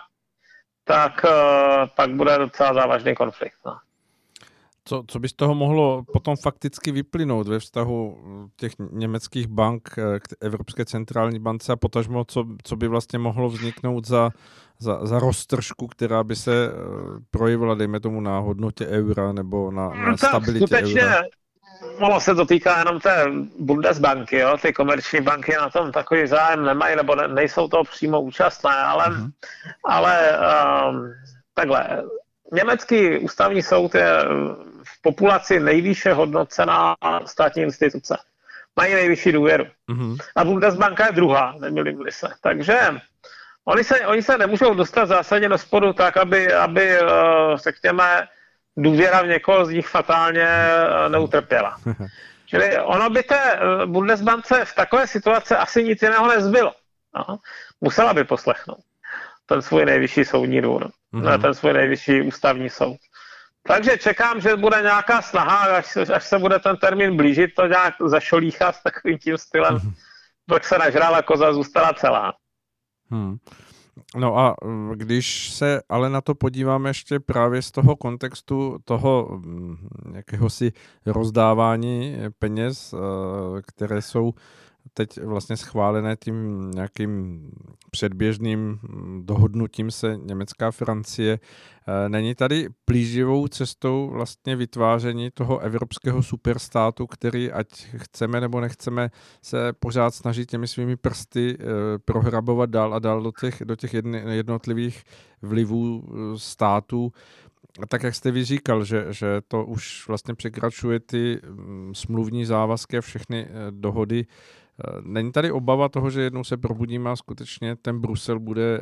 tak uh, pak bude docela závažný konflikt. No. Co, co by z toho mohlo potom fakticky vyplynout ve vztahu těch německých bank k Evropské centrální bance a potažmo, co, co by vlastně mohlo vzniknout za, za, za roztržku, která by se projevila, dejme tomu, na hodnotě eura nebo na, na stabilitě skutečně, eura? Ono se to týká jenom té Bundesbanky, jo? Ty komerční banky na tom takový zájem nemají, nebo ne, nejsou toho přímo účastné, ale, uh-huh. ale um, takhle, německý ústavní soud je v populaci nejvýše hodnocená státní instituce. Mají nejvyšší důvěru. Uh-huh. A Bundesbanka je druhá, nemýlím-li se. Takže oni se, oni se nemůžou dostat zásadně do sporu tak, aby, aby uh, řekněme, důvěra v někoho z nich fatálně neutrpěla. Čili ono by té Bundesbance v takové situaci asi nic jiného nezbylo. No. Musela by poslechnout ten svůj nejvyšší soudní dvůr, mm-hmm. ten svůj nejvyšší ústavní soud. Takže čekám, že bude nějaká snaha, až, až se bude ten termín blížit, to nějak zašolíchat s takovým tím stylem, mm-hmm. pak se nažrala koza, zůstala celá. Hmm. No a když se ale na to podíváme ještě právě z toho kontextu toho jakéhosi rozdávání peněz, které jsou teď vlastně schválené tím nějakým předběžným dohodnutím se Německá Francie, není tady plíživou cestou vlastně vytváření toho evropského superstátu, který, ať chceme nebo nechceme, se pořád snaží těmi svými prsty prohrabovat dál a dál do těch, do těch jednotlivých vlivů států. Tak jak jste vy říkal, že, že to už vlastně překračuje ty smluvní závazky a všechny dohody. Není tady obava toho, že jednou se probudíme a skutečně ten Brusel bude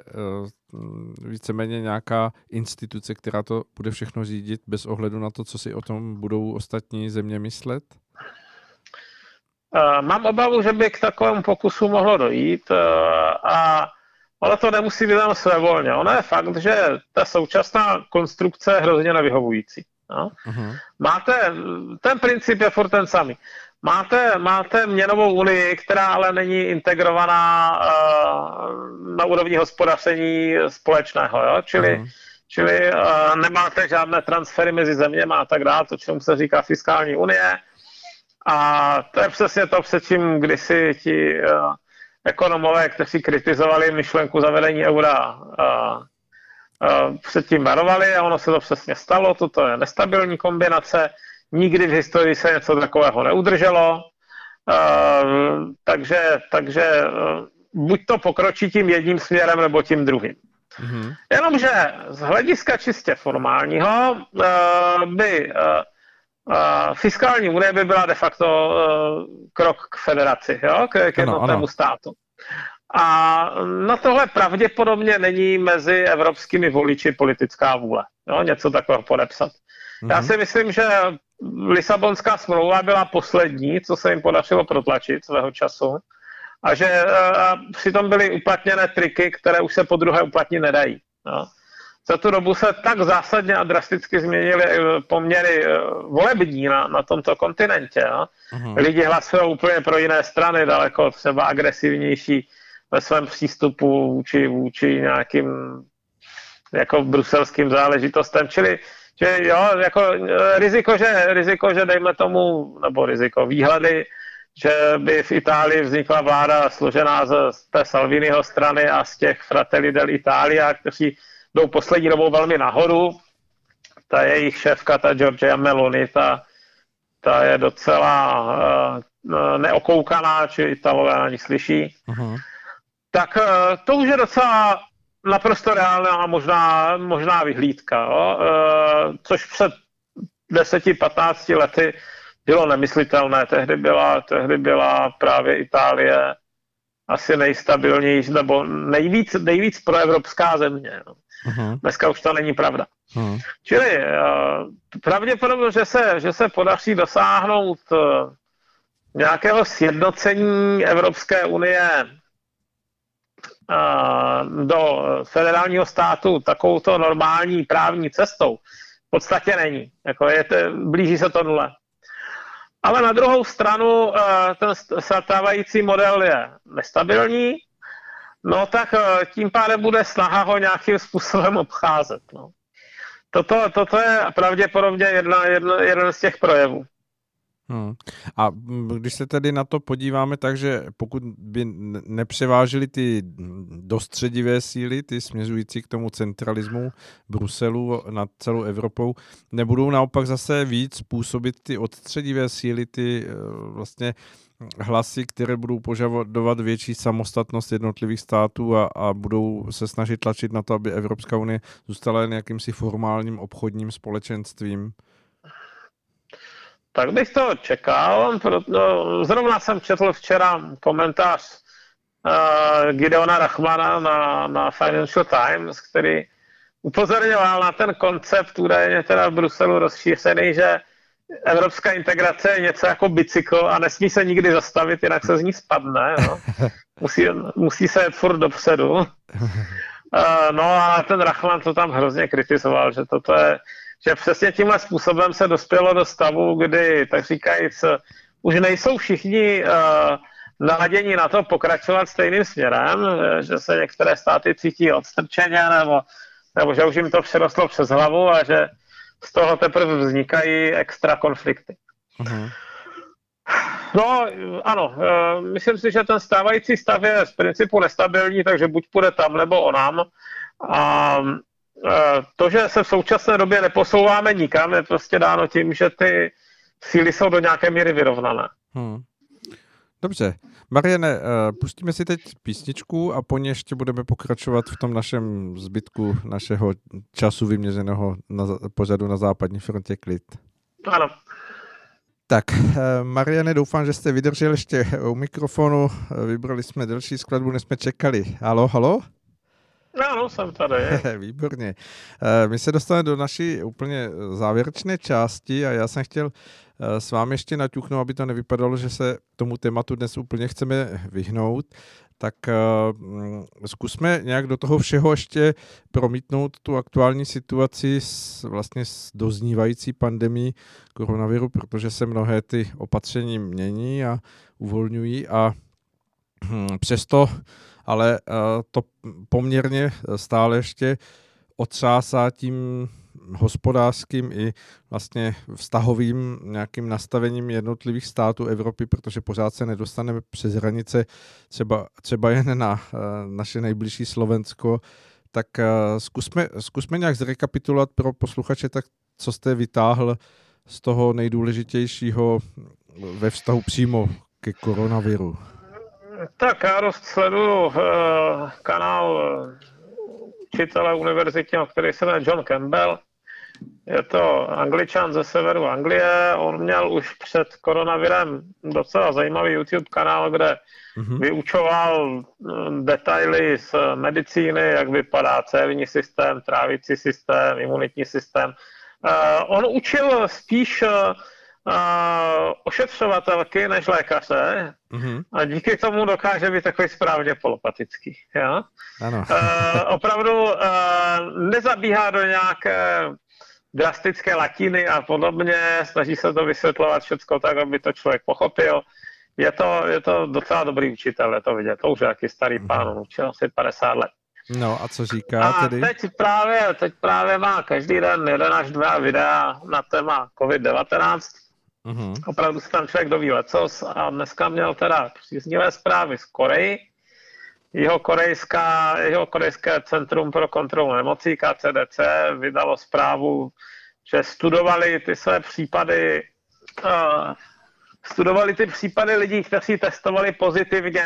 víceméně nějaká instituce, která to bude všechno řídit bez ohledu na to, co si o tom budou ostatní země myslet? Mám obavu, že by k takovému pokusu mohlo dojít a ono to nemusí být jenom svévolně. Ono je fakt, že ta současná konstrukce je hrozně nevyhovující. No? Uh-huh. Máte, ten princip je furt ten samý. Máte, máte měnovou unii, která ale není integrovaná uh, na úrovni hospodaření společného, jo? Čili, uh-huh. čili uh, nemáte žádné transfery mezi zeměmi a tak dále, to čemu se říká fiskální unie. A to je přesně to, před čím kdysi ti uh, ekonomové, kteří kritizovali myšlenku zavedení eura, uh, uh, předtím varovali a ono se to přesně stalo. Toto je nestabilní kombinace. Nikdy v historii se něco takového neudrželo, uh, takže, takže uh, buď to pokročí tím jedním směrem, nebo tím druhým. Mm-hmm. Jenomže z hlediska čistě formálního uh, by uh, uh, fiskální unie by byla de facto uh, krok k federaci, jo? K, k jednotnému státu. A na tohle pravděpodobně není mezi evropskými voliči politická vůle, jo? Něco takového podepsat. Mm-hmm. Já si myslím, že Lisabonská smlouva byla poslední, co se jim podařilo protlačit svého času a že a přitom byly uplatněné triky, které už se po druhé uplatnit nedají. No. za tu dobu se tak zásadně a drasticky změnily poměry volební na, na tomto kontinentě. No? Uh-huh. Lidi hlasují úplně pro jiné strany, daleko třeba agresivnější ve svém přístupu vůči, vůči nějakým jako bruselským záležitostem. Čili, čili jo, jako riziko, že, riziko, že dejme tomu, nebo riziko, výhledy, že by v Itálii vznikla vláda složená z, z té Salviniho strany a z těch Fratelli dell'Italia, kteří jdou poslední dobou velmi nahoru. Ta jejich šéfka, ta Giorgia Meloni, ta, ta je docela uh, neokoukaná, či Italové na ní slyší. Uh-huh. Tak uh, to už je docela naprosto reálná a možná, možná vyhlídka. Jo? Uh, což před deseti patnácti lety bylo nemyslitelné. Tehdy byla, tehdy byla právě Itálie asi nejstabilnější, nebo nejvíc, nejvíc proevropská země. No. Uh-huh. Dneska už to není pravda. Uh-huh. Čili uh, pravděpodobně, že se, že se podaří dosáhnout uh, nějakého sjednocení Evropské unie uh, do federálního státu takovouto normální právní cestou, v podstatě není. Jako je to, blíží se to nule. Ale na druhou stranu ten stávající model je nestabilní, no tak tím pádem bude snaha ho nějakým způsobem obcházet. No. Toto, toto je pravděpodobně jedna, jedna, jeden z těch projevů. Hmm. A když se tedy na to podíváme, takže pokud by nepřevážily ty dostředivé síly, ty směřující k tomu centralismu Bruselu nad celou Evropou, nebudou naopak zase víc působit ty odstředivé síly, ty vlastně hlasy, které budou požadovat větší samostatnost jednotlivých států a, a budou se snažit tlačit na to, aby Evropská unie zůstala jen jakýmsi formálním obchodním společenstvím? Tak bych to čekal. No, zrovna jsem četl včera komentář uh, Gideona Rachmana na, na Financial Times, který upozorňoval na ten koncept údajně teda v Bruselu rozšířený, že evropská integrace je něco jako bicykl a nesmí se nikdy zastavit, jinak se z ní spadne. No. Musí, musí se jet furt dopředu. Uh, no a ten Rachman to tam hrozně kritizoval, že toto je že přesně tímhle způsobem se dospělo do stavu, kdy, tak říkajíc, už nejsou všichni uh, naladěni na to pokračovat stejným směrem, že se některé státy cítí odstrčeně, nebo, nebo že už jim to přerostlo přes hlavu a že z toho teprve vznikají extra konflikty. Uh-huh. No, ano, uh, myslím si, že ten stávající stav je z principu nestabilní, takže buď půjde tam, nebo onam. A to, že se v současné době neposouváme nikam, je prostě dáno tím, že ty síly jsou do nějaké míry vyrovnané. Hmm. Dobře. Mariane, pustíme si teď písničku a po ní ještě budeme pokračovat v tom našem zbytku našeho času vyměřeného na pořadu Na západní frontě klid. Ano. Tak, Mariane, doufám, že jste vydrželi ještě u mikrofonu. Vybrali jsme delší skladbu, než jsme čekali. Halo, halo? Ano, jsem tady. Výborně. My se dostaneme do naší úplně závěrečné části a já jsem chtěl s vámi ještě naťuknout, aby to nevypadalo, že se tomu tématu dnes úplně chceme vyhnout, tak zkusme nějak do toho všeho ještě promítnout tu aktuální situaci s vlastně s doznívající pandemií koronaviru, protože se mnohé ty opatření mění a uvolňují a přesto ale to poměrně stále ještě otřásá tím hospodářským i vlastně vztahovým nějakým nastavením jednotlivých států Evropy, protože pořád se nedostaneme přes hranice třeba, třeba jen na naše nejbližší Slovensko. Tak zkusme, zkusme nějak zrekapitulovat pro posluchače, tak co jste vytáhl z toho nejdůležitějšího ve vztahu přímo ke koronaviru. Tak já dost sleduju uh, kanál učitele univerzitního, který se jmenuje John Campbell. Je to Angličan ze severu Anglie. On měl už před koronavirem docela zajímavý YouTube kanál, kde mm-hmm. vyučoval detaily z medicíny, jak vypadá cévní systém, trávicí systém, imunitní systém. Uh, on učil spíš uh, ošetřovatelky než lékaře mm-hmm. a díky tomu dokáže být takový správně polopatický. Jo? Ano. uh, opravdu uh, nezabíhá do nějaké drastické latiny a podobně, snaží se to vysvětlovat všechno tak, aby to člověk pochopil. Je to, je to docela dobrý učitel, je to vidět. To už je jaký starý mm-hmm. pán, učil asi padesát let. No a co říká a tedy? Teď právě, teď právě má každý den jeden až dva videa na téma covid devatenáct. Mm-hmm. Opravdu se tam člověk doví lecos a dneska měl teda příznivé zprávy z Koreji. Jeho, korejská, jeho korejské centrum pro kontrolu nemocí K C D C vydalo zprávu, že studovali ty své případy, uh, studovali ty případy lidí, kteří testovali pozitivně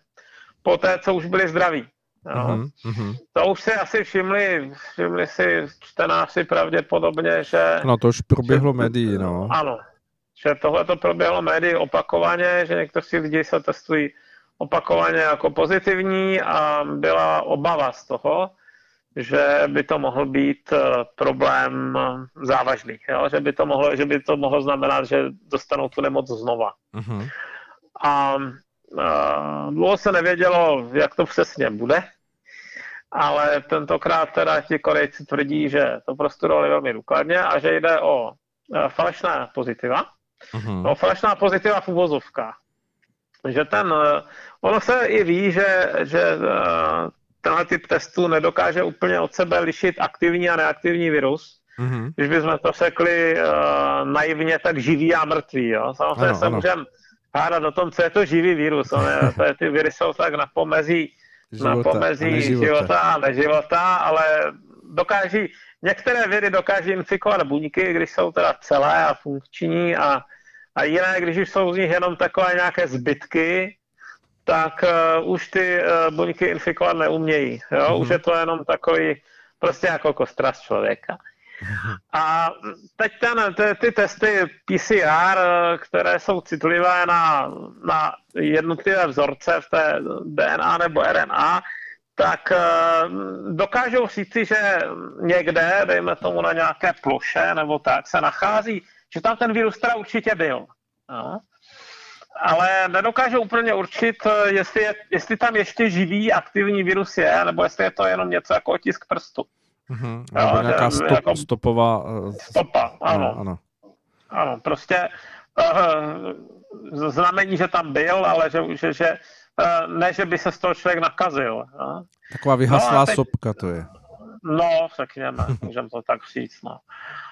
po té, co už byli zdraví. No. Mm-hmm. To už si asi všimli, všimli si čtenáři pravděpodobně, že... No to už proběhlo médií, no. Ano, že tohle to proběhlo médií opakovaně, že někteří lidi se testují opakovaně jako pozitivní a byla obava z toho, že by to mohl být problém závažný, jo? Že by to mohlo, že by to mohlo znamenat, že dostanou tu nemoc znova. Mm-hmm. A a dlouho se nevědělo, jak to přesně bude, ale tentokrát teda ti Korejci tvrdí, že to prostudovali velmi důkladně a že jde o falešná pozitiva. Mm-hmm. O falešná pozitiva v uvozovkách. Že ten, ono se i ví, že, že tenhle typ testů nedokáže úplně od sebe lišit aktivní a neaktivní virus. Mm-hmm. Když bychom to řekli uh, naivně, tak živý a mrtvý. Jo? Samozřejmě ano, se ano. můžeme hádat o tom, co je to živý virus. Ne? To je, ty viry jsou tak na pomezí, života, na pomezí a života a neživota, ale dokáží, některé viry dokáží infikovat buňky, když jsou teda celé a funkční a, a jiné, když už jsou z nich jenom takové nějaké zbytky, tak uh, už ty uh, buňky infikovat neumějí. Jo? Mm-hmm. Už je to jenom takový, prostě jako kostra z člověka. A teď ten, ty, ty testy P C R, které jsou citlivé na, na jednotlivé vzorce v té D N A nebo R N A, tak dokážou říci, že někde, dejme tomu na nějaké ploše nebo tak, se nachází, že tam ten virus teda určitě byl. No. Ale nedokážou úplně určit, jestli, je, jestli tam ještě živý aktivní virus je, nebo jestli je to jenom něco jako otisk prstu. Mm-hmm. Nebo jo, nějaká stop, jako stopová... Uh, stopa, ano. ano. ano. Ano, prostě uh, znamení, že tam byl, ale že, že, že uh, ne, že by se z toho člověk nakazil. No. Taková vyhaslá no teď, sopka to je. No, řekněme, můžeme to tak říct. No.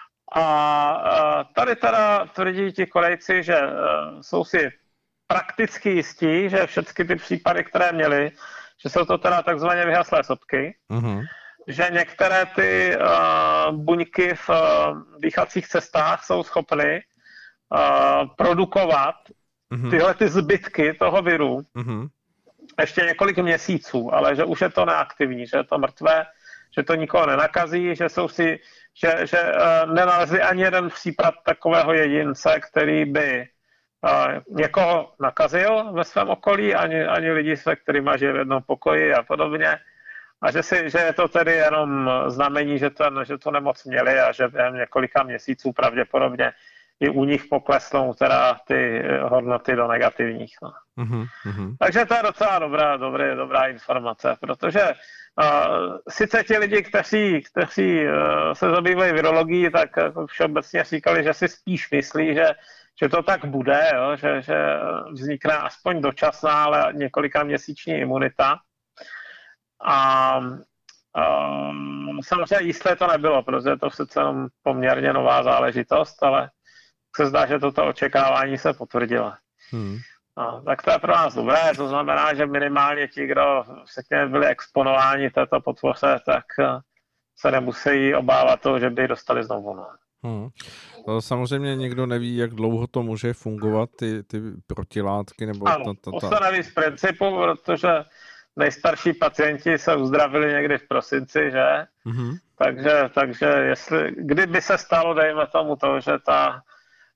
A uh, tady teda tvrdí ti Korejci, že uh, jsou si prakticky jistí, že všechny ty případy, které měli, že jsou to teda takzvaně vyhaslé sopky, mm-hmm. že některé ty uh, buňky v uh, dýchacích cestách jsou schopny uh, produkovat mm-hmm. tyhle ty zbytky toho viru mm-hmm. ještě několik měsíců, ale že už je to neaktivní, že je to mrtvé, že to nikoho nenakazí, že jsou si, že, že uh, nenalezli ani jeden případ takového jedince, který by uh, někoho nakazil ve svém okolí, ani, ani lidi, se kterými žije v jednom pokoji a podobně. A že, si, že je to tedy jenom znamení, že to, že to nemoc měli a že během několika měsíců pravděpodobně i u nich poklesnou teda ty hodnoty do negativních. No. Mm-hmm. Takže to je docela dobrá, dobrá, dobrá informace, protože uh, sice ti lidi, kteří, kteří uh, se zabývají virologií, tak uh, všeobecně říkali, že si spíš myslí, že, že to tak bude, jo? Že, že vznikne aspoň dočasná, ale několika měsíční imunita. A um, samozřejmě jisté to nebylo, protože to přece jenom poměrně nová záležitost, ale se zdá, že toto očekávání se potvrdilo. Hmm. No, tak to je pro nás dobré, to znamená, že minimálně ti, kdo se k něm byli exponováni této potvoře, tak se nemusí obávat toho, že by ji dostali znovu. No. Hmm. To samozřejmě někdo neví, jak dlouho to může fungovat, ty, ty protilátky. Nebo ano, ta, ta, ta... to se neví z principu, protože nejstarší pacienti se uzdravili někdy v prosinci, že? Mm-hmm. Takže, takže jestli, kdyby se stalo, dejme tomu to, že ta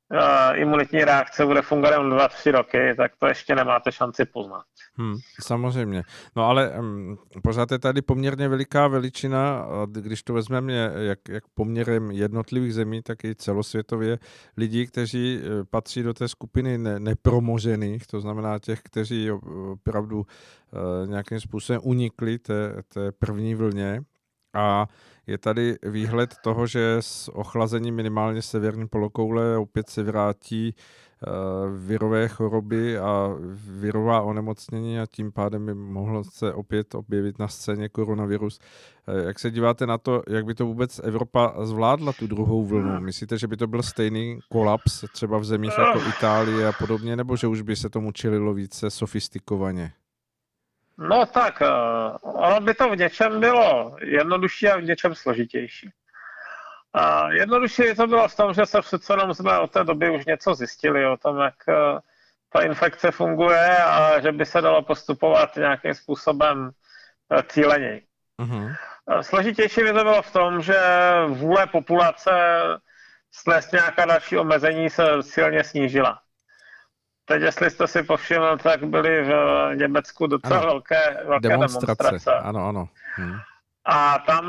uh, imunitní reakce bude fungovat jen dva tři roky, tak to ještě nemáte šanci poznat. Hmm, samozřejmě. No ale um, pořád je tady poměrně veliká veličina, když to vezmeme jak, jak poměrem jednotlivých zemí, tak i celosvětově lidí, kteří patří do té skupiny ne, nepromožených, to znamená těch, kteří opravdu uh, nějakým způsobem unikli té, té první vlně. A je tady výhled toho, že s ochlazením minimálně severní polokoule opět se vrátí virové choroby a virová onemocnění a tím pádem by mohlo se opět objevit na scéně koronavirus. Jak se díváte na to, jak by to vůbec Evropa zvládla tu druhou vlnu? Myslíte, že by to byl stejný kolaps třeba v zemích jako Itálie a podobně, nebo že už by se tomu čelilo více sofistikovaně? No tak, ono by to v něčem bylo jednodušší a v něčem složitější. A jednodušší to bylo v tom, že se přece jenom jsme od té doby už něco zjistili o tom, jak ta infekce funguje a že by se dalo postupovat nějakým způsobem cíleněji. Uh-huh. Složitější by to bylo v tom, že vůle populace snést nějaká další omezení se silně snížila. Teď, jestli jste si povšiml, tak byly v Německu docela ano. velké, velké demonstrace. demonstrace. Ano, ano. Hmm. A tam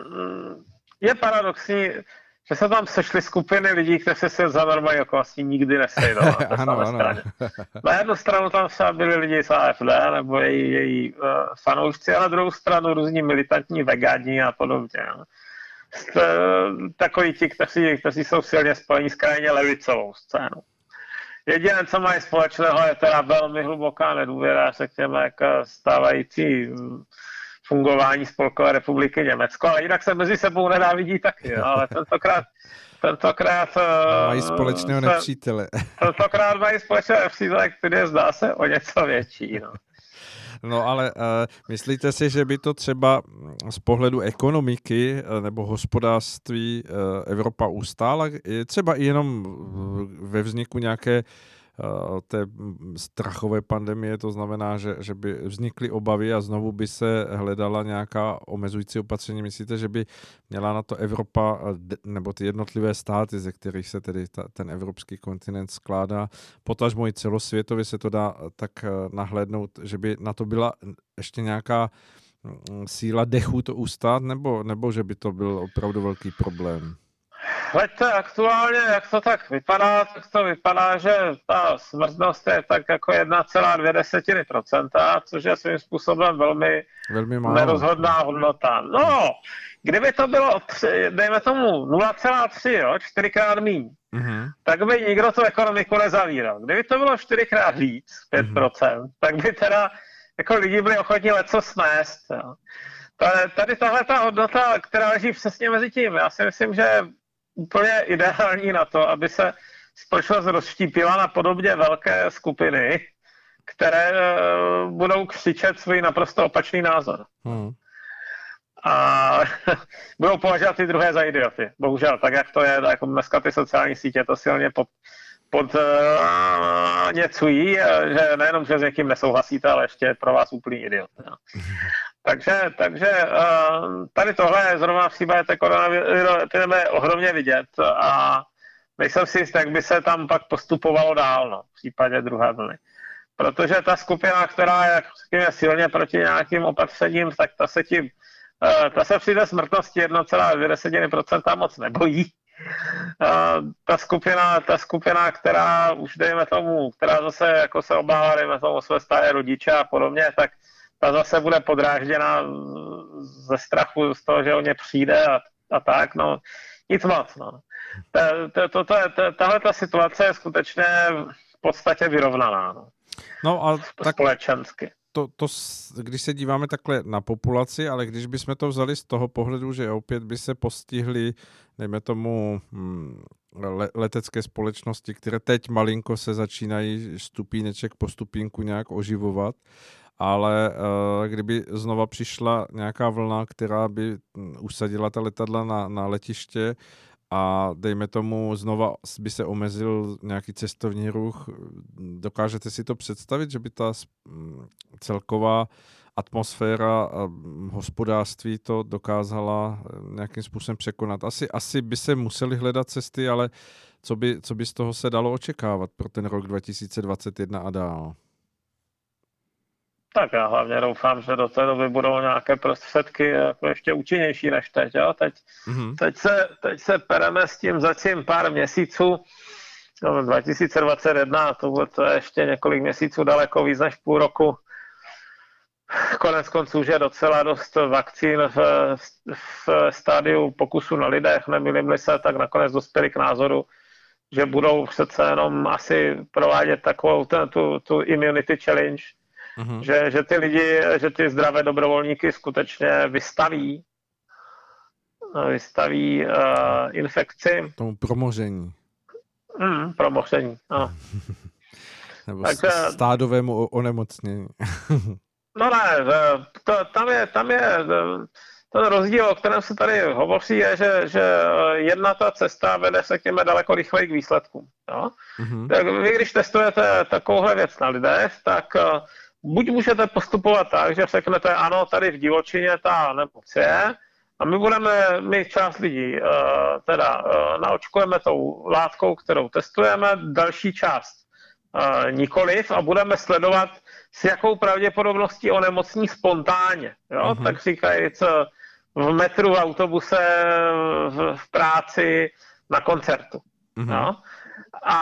je paradoxní, že se tam sešly skupiny lidí, kteří se za normální okolností nikdy nesejdou. ano, ano. Na jednu stranu tam třeba byli lidi z A F D nebo její, její uh, fanoušci, a na druhou stranu různí militantní vegáni a podobně. No. Takoví ti, kteří, kteří jsou silně spojení s krajně levicovou scénou. Jediné, co mají společného, je teda velmi hluboká nedůvěra, řekněme, k stávající fungování Spolkové republiky Německo, ale jinak se mezi sebou nenávidí taky, no, ale tentokrát tentokrát mají společného se, nepřítele. Tentokrát mají společného nepřítele, který je, zdá se, o něco větší, no. No ale uh, myslíte si, že by to třeba z pohledu ekonomiky uh, nebo hospodářství uh, Evropa ustála? Je třeba i jenom ve vzniku nějaké uh, té strachové pandemie, to znamená, že, že by vznikly obavy a znovu by se hledala nějaká omezující opatření. Myslíte, že by měla na to Evropa nebo ty jednotlivé státy, ze kterých se tedy ta, ten evropský kontinent skládá, potažmo i celosvětově se to dá tak nahlédnout, že by na to byla ještě nějaká síla dechu to ustát, nebo, nebo že by to byl opravdu velký problém? Hleďte, aktuálně, jak to tak vypadá, tak to vypadá, že ta smrtnost je tak jako jedna celá dvě procenta, což je svým způsobem velmi, velmi nerozhodná hodnota. No, kdyby to bylo, tři, dejme tomu nula celá tři, jo, čtyřikrát míň, mm-hmm. tak by nikdo tu ekonomiku nezavíral. Kdyby to bylo čtyřikrát víc, pět procent, mm-hmm. tak by teda jako lidi byli ochotní leco snést. Jo. Tady tahle ta hodnota, která leží přesně mezi tím, já si myslím, že úplně ideální na to, aby se společnost rozštípila na podobně velké skupiny, které uh, budou křičet svůj naprosto opačný názor. Hmm. A budou považovat ty druhé za idioty. Bohužel, tak jak to je, jako dneska ty sociální sítě to silně pod, pod uh, něcují, že nejenom, že s někým nesouhlasíte, ale ještě je pro vás úplný idiot. No. Takže, takže uh, tady tohle je zrovna v případě té koronavirové ohromně vidět a nejsem si jist, jak by se tam pak postupovalo dál, no, v případě druhé vlny. Protože ta skupina, která je řekněme, silně proti nějakým opatřením, tak ta se tím, uh, ta se při té smrtnosti jedna celá dvě procenta moc nebojí. Uh, ta skupina, ta skupina, která už dejme tomu, která zase jako se obává, dejme tomu své staré rodiče a podobně, tak ta zase bude podrážděna ze strachu z toho, že o ně přijde a, a tak, no nic moc, no. Tahle ta situace je skutečně v podstatě vyrovnaná, no. No a tak společensky. To, to, když se díváme takhle na populaci, ale když bychom to vzali z toho pohledu, že opět by se postihly, dejme tomu, hm, letecké společnosti, které teď malinko se začínají stupíneček po stupínku nějak oživovat, ale uh, kdyby znova přišla nějaká vlna, která by usadila ta letadla na, na letiště a dejme tomu znova by se omezil nějaký cestovní ruch, dokážete si to představit, že by ta celková atmosféra a hospodářství to dokázala nějakým způsobem překonat? Asi, asi by se museli hledat cesty, ale co by, co by z toho se dalo očekávat pro ten rok dva tisíce dvacet jedna a dál? Tak já hlavně doufám, že do té doby budou nějaké prostředky jako ještě účinnější než teď. Jo? Teď, mm-hmm. teď, se, teď se pereme s tím zatím pár měsíců. No, dva tisíce dvacet jedna, to bude to ještě několik měsíců daleko víc než půl roku. Konec konců už je docela dost vakcín v, v stádiu pokusu na lidech, nemýlím-li se, tak nakonec dospěli k názoru, že budou přece jenom asi provádět takovou ten, tu, tu immunity challenge, mm-hmm. že, že ty lidi, že ty zdravé dobrovolníky skutečně vystaví vystaví uh, infekci. Tomu promoření. Mm, promoření, ano. Nebo Takže, stádovému onemocnění. No ne, to, tam je, tam je ten rozdíl, o kterém se tady hovoří, je, že, že jedna ta cesta vede se k těm daleko rychleji k výsledkům. Jo? Mm-hmm. Tak vy, když testujete takovouhle věc na lidech, tak buď můžete postupovat tak, že řeknete, ano, tady v divočině ta nemoc je, a my budeme, my část lidí teda naočkujeme tou látkou, kterou testujeme, další část nikoliv a budeme sledovat, s jakou pravděpodobností onemocní spontánně. Jo? Uh-huh. Tak říkají, co v metru, v autobuse, v, v práci, na koncertu. Uh-huh. Jo? A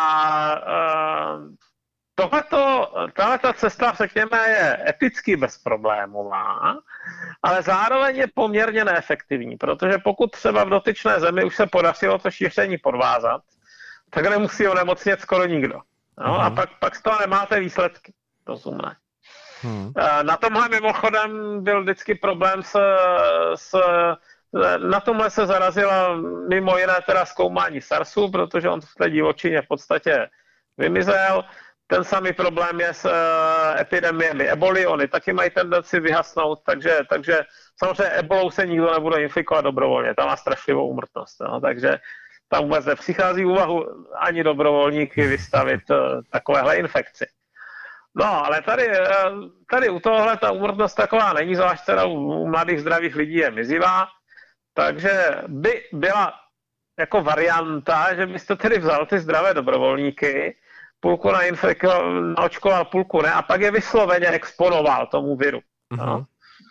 uh, tohleto, tahleta cesta, řekněme, je eticky bezproblémová, ale zároveň je poměrně neefektivní, protože pokud třeba v dotyčné zemi už se podařilo to šíření podvázat, tak nemusí onemocnět skoro nikdo. No, uh-huh. A pak, pak z toho nemáte výsledky. Rozumné. Hmm. Na tomhle mimochodem byl vždycky problém s, s na tomhle se zarazila mimo jiné teda zkoumání SARSu, protože on v té divočině v podstatě vymizel. Ten samý problém je s epidemiemi eboli, oni taky mají tendenci vyhasnout, takže, takže samozřejmě ebolou se nikdo nebude infikovat dobrovolně, tam má strašlivou úmrtnost, no, takže tam vůbec nepřichází v úvahu ani dobrovolníky vystavit takovéhle infekci. No, ale tady, tady u tohohle ta úmrtnost taková není, zvlášť teda u mladých zdravých lidí je mizivá, takže by byla jako varianta, že byste tedy vzal ty zdravé dobrovolníky, půlku naočkoval, půlku ne, a pak je vysloveně exponoval tomu viru. Uh-huh. No.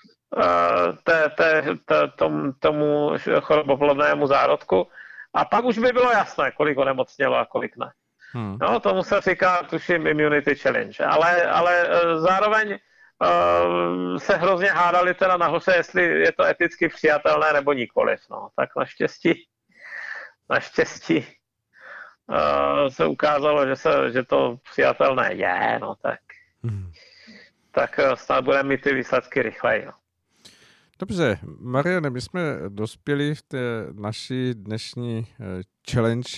Té, té, té, tom, tomu choroboplodnému zárodku. A pak už by bylo jasné, kolik onemocnělo a kolik ne. Hmm. No, tomu se říká, tuším, immunity challenge. Ale, ale zároveň uh, se hrozně hádali teda nahoře, jestli je to eticky přijatelné nebo nikoliv. No, tak naštěstí, naštěstí uh, se ukázalo, že, se, že to přijatelné je, no tak, hmm. tak snad budeme mít ty výsledky rychleji. No. Dobře, Mariane, my jsme dospěli v té naší dnešní challenge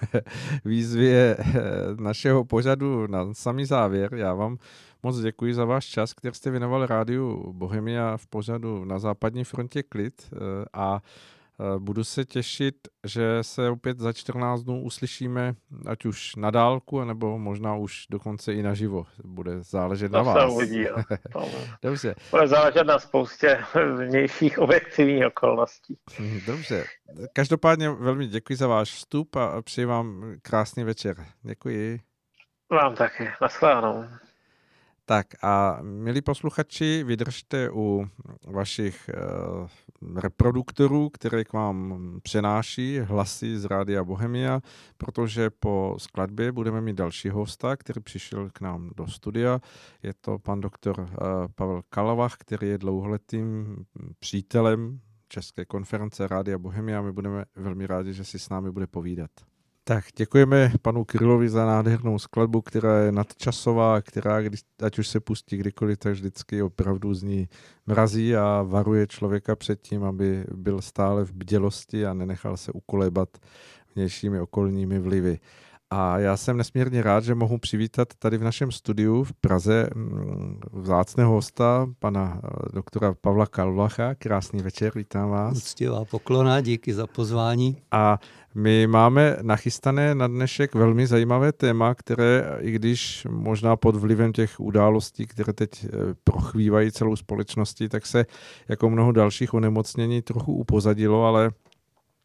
výzvě našeho pořadu na samý závěr. Já vám moc děkuji za váš čas, který jste věnoval rádiu Bohemia v pořadu Na západní frontě klid a budu se těšit, že se opět za čtrnáct dnů uslyšíme, ať už na dálku, nebo možná už dokonce i naživo. Bude záležet to na vás. Uvidí, Dobře. Bude záležet na spoustě vnějších objektivních okolností. Dobře. Každopádně velmi děkuji za váš vstup a přeji vám krásný večer. Děkuji. Vám taky. Naschledanou. Tak a milí posluchači, vydržte u vašich uh, reproduktorů, které k vám přenáší hlasy z Rádia Bohemia, protože po skladbě budeme mít další hosta, který přišel k nám do studia. Je to pan doktor uh, Pavel Kalavach, který je dlouholetým přítelem České konference Rádia Bohemia. My budeme velmi rádi, že si s námi bude povídat. Tak děkujeme panu Krylovi za nádhernou skladbu, která je nadčasová, která, když, ať už se pustí kdykoliv, tak vždycky opravdu z ní mrazí a varuje člověka před tím, aby byl stále v bdělosti a nenechal se ukolébat vnějšími okolními vlivy. A já jsem nesmírně rád, že mohu přivítat tady v našem studiu v Praze vzácného hosta, pana doktora Pavla Kalvacha. Krásný večer, vítám vás. Úctivá poklona, díky za pozvání. A my máme nachystané na dnešek velmi zajímavé téma, které, i když možná pod vlivem těch událostí, které teď prochvívají celou společností, tak se jako mnoho dalších onemocnění trochu upozadilo, ale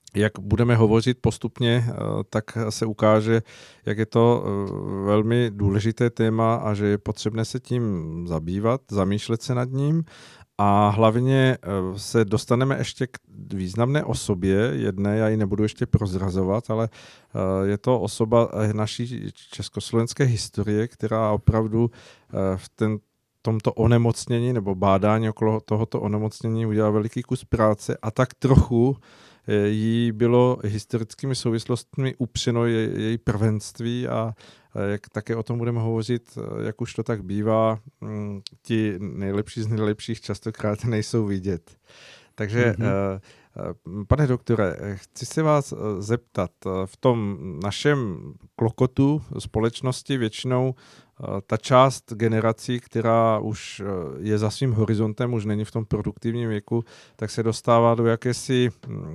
jak budeme hovořit postupně, tak se ukáže, jak je to velmi důležité téma a že je potřebné se tím zabývat, zamýšlet se nad ním. A hlavně se dostaneme ještě k významné osobě jedné, já ji nebudu ještě prozrazovat, ale je to osoba naší československé historie, která opravdu v ten, tomto onemocnění nebo bádání okolo tohoto onemocnění udělala veliký kus práce a tak trochu jí bylo historickými souvislostmi upřeno je, její prvenství a jak také o tom budeme hovořit, jak už to tak bývá, ti nejlepší z nejlepších častokrát nejsou vidět. Takže, mm-hmm. pane doktore, chci se vás zeptat, v tom našem klokotu společnosti většinou ta část generací, která už je za svým horizontem, už není v tom produktivním věku, tak se dostává do jakési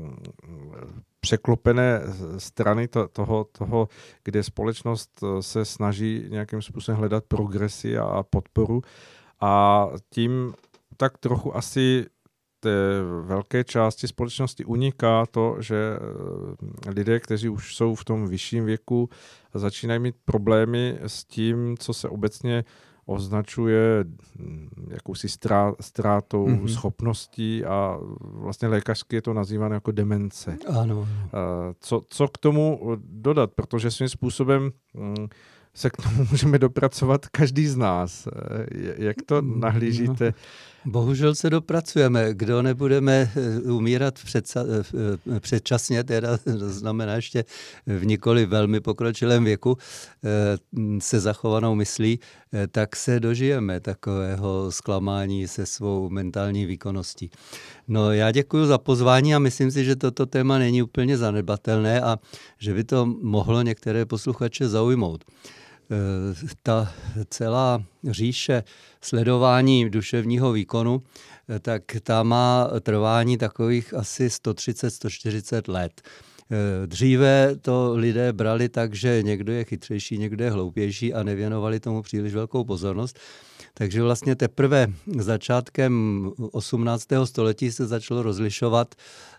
překlopené strany toho, toho, kde společnost se snaží nějakým způsobem hledat progresi a podporu. A tím tak trochu asi té velké části společnosti uniká to, že lidé, kteří už jsou v tom vyšším věku, začínají mít problémy s tím, co se obecně označuje jakousi ztrátou mm-hmm. schopností a vlastně lékařsky je to nazýváno jako demence. Ano. Co, co k tomu dodat? Protože svým způsobem se k tomu můžeme dopracovat každý z nás. Jak to nahlížíte? Bohužel se dopracujeme. Kdo nebudeme umírat předsa, předčasně, teda to znamená ještě v nikoli velmi pokročilém věku, se zachovanou myslí, tak se dožijeme takového zklamání se svou mentální výkonností. No, já děkuji za pozvání a myslím si, že toto téma není úplně zanedbatelné a že by to mohlo některé posluchače zaujmout. Ta celá říše sledování duševního výkonu, tak ta má trvání takových asi sto třicet až sto čtyřicet let. Dříve to lidé brali tak, že někdo je chytřejší, někdo je hloupější a nevěnovali tomu příliš velkou pozornost. Takže vlastně teprve začátkem osmnáctého století se začalo rozlišovat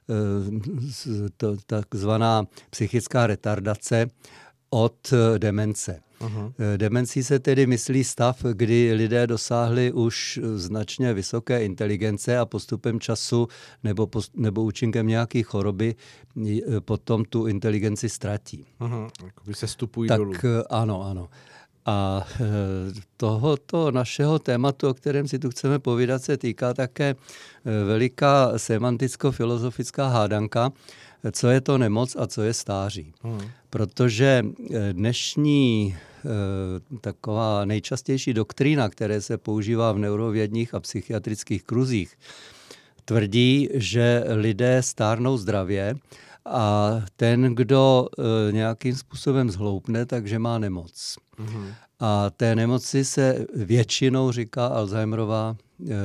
takzvaná psychická retardace od demence. Aha. Demencí se tedy myslí stav, kdy lidé dosáhli už značně vysoké inteligence a postupem času nebo, post, nebo účinkem nějaké choroby potom tu inteligenci ztratí. Aha, jakoby se stupují tak, dolů. Ano, ano. A tohoto našeho tématu, o kterém si tu chceme povídat, se týká také veliká semanticko-filozofická hádanka, co je to nemoc a co je stáří. Hmm. Protože dnešní taková nejčastější doktrína, které se používá v neurovědních a psychiatrických kruzích, tvrdí, že lidé stárnou zdravě a ten, kdo nějakým způsobem zhloupne, takže má nemoc. Hmm. A té nemoci se většinou říká Alzheimerova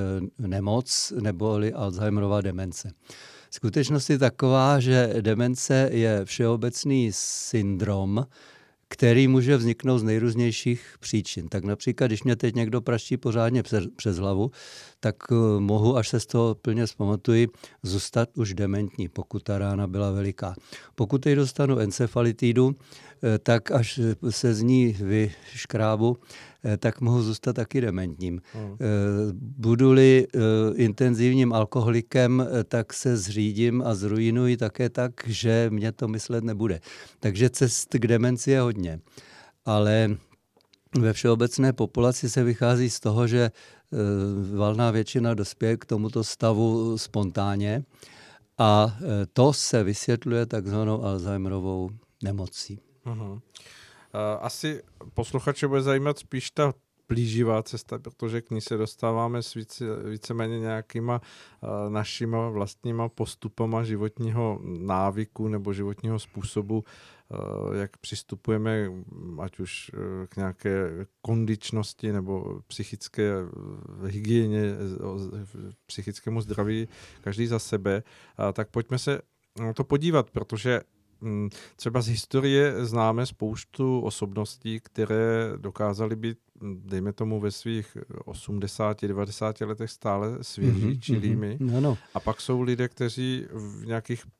nemoc neboli Alzheimerova demence. Skutečnost je taková, že demence je všeobecný syndrom, který může vzniknout z nejrůznějších příčin. Tak například, když mě teď někdo praští pořádně přes, přes hlavu, tak mohu, až se z toho plně vzpamatuji, zůstat už dementní, pokud ta rána byla veliká. Pokud teď dostanu encefalitidu, tak až se z ní vyškrábu, tak mohu zůstat taky dementním. Hmm. Budu-li intenzivním alkoholikem, tak se zřídím a zruinuji také tak, že mě to myslet nebude. Takže cest k demenci je hodně. Ale ve všeobecné populaci se vychází z toho, že valná většina dospěje k tomuto stavu spontánně a to se vysvětluje takzvanou Alzheimerovou nemocí. Uhum. Asi posluchače bude zajímat spíš ta plíživá cesta, protože k ní se dostáváme s více, víceméně nějakýma uh, našima vlastníma postupama životního návyku nebo životního způsobu, uh, jak přistupujeme ať už uh, k nějaké kondičnosti nebo psychické hygieně, psychickému zdraví, každý za sebe. Uh, tak pojďme se na to podívat, protože třeba z historie známe spoustu osobností, které dokázaly být, dejme tomu, ve svých osmdesáti devadesáti letech stále svěží, mm-hmm, čilými. Mm-hmm, no. A pak jsou lidé, kteří v nějakých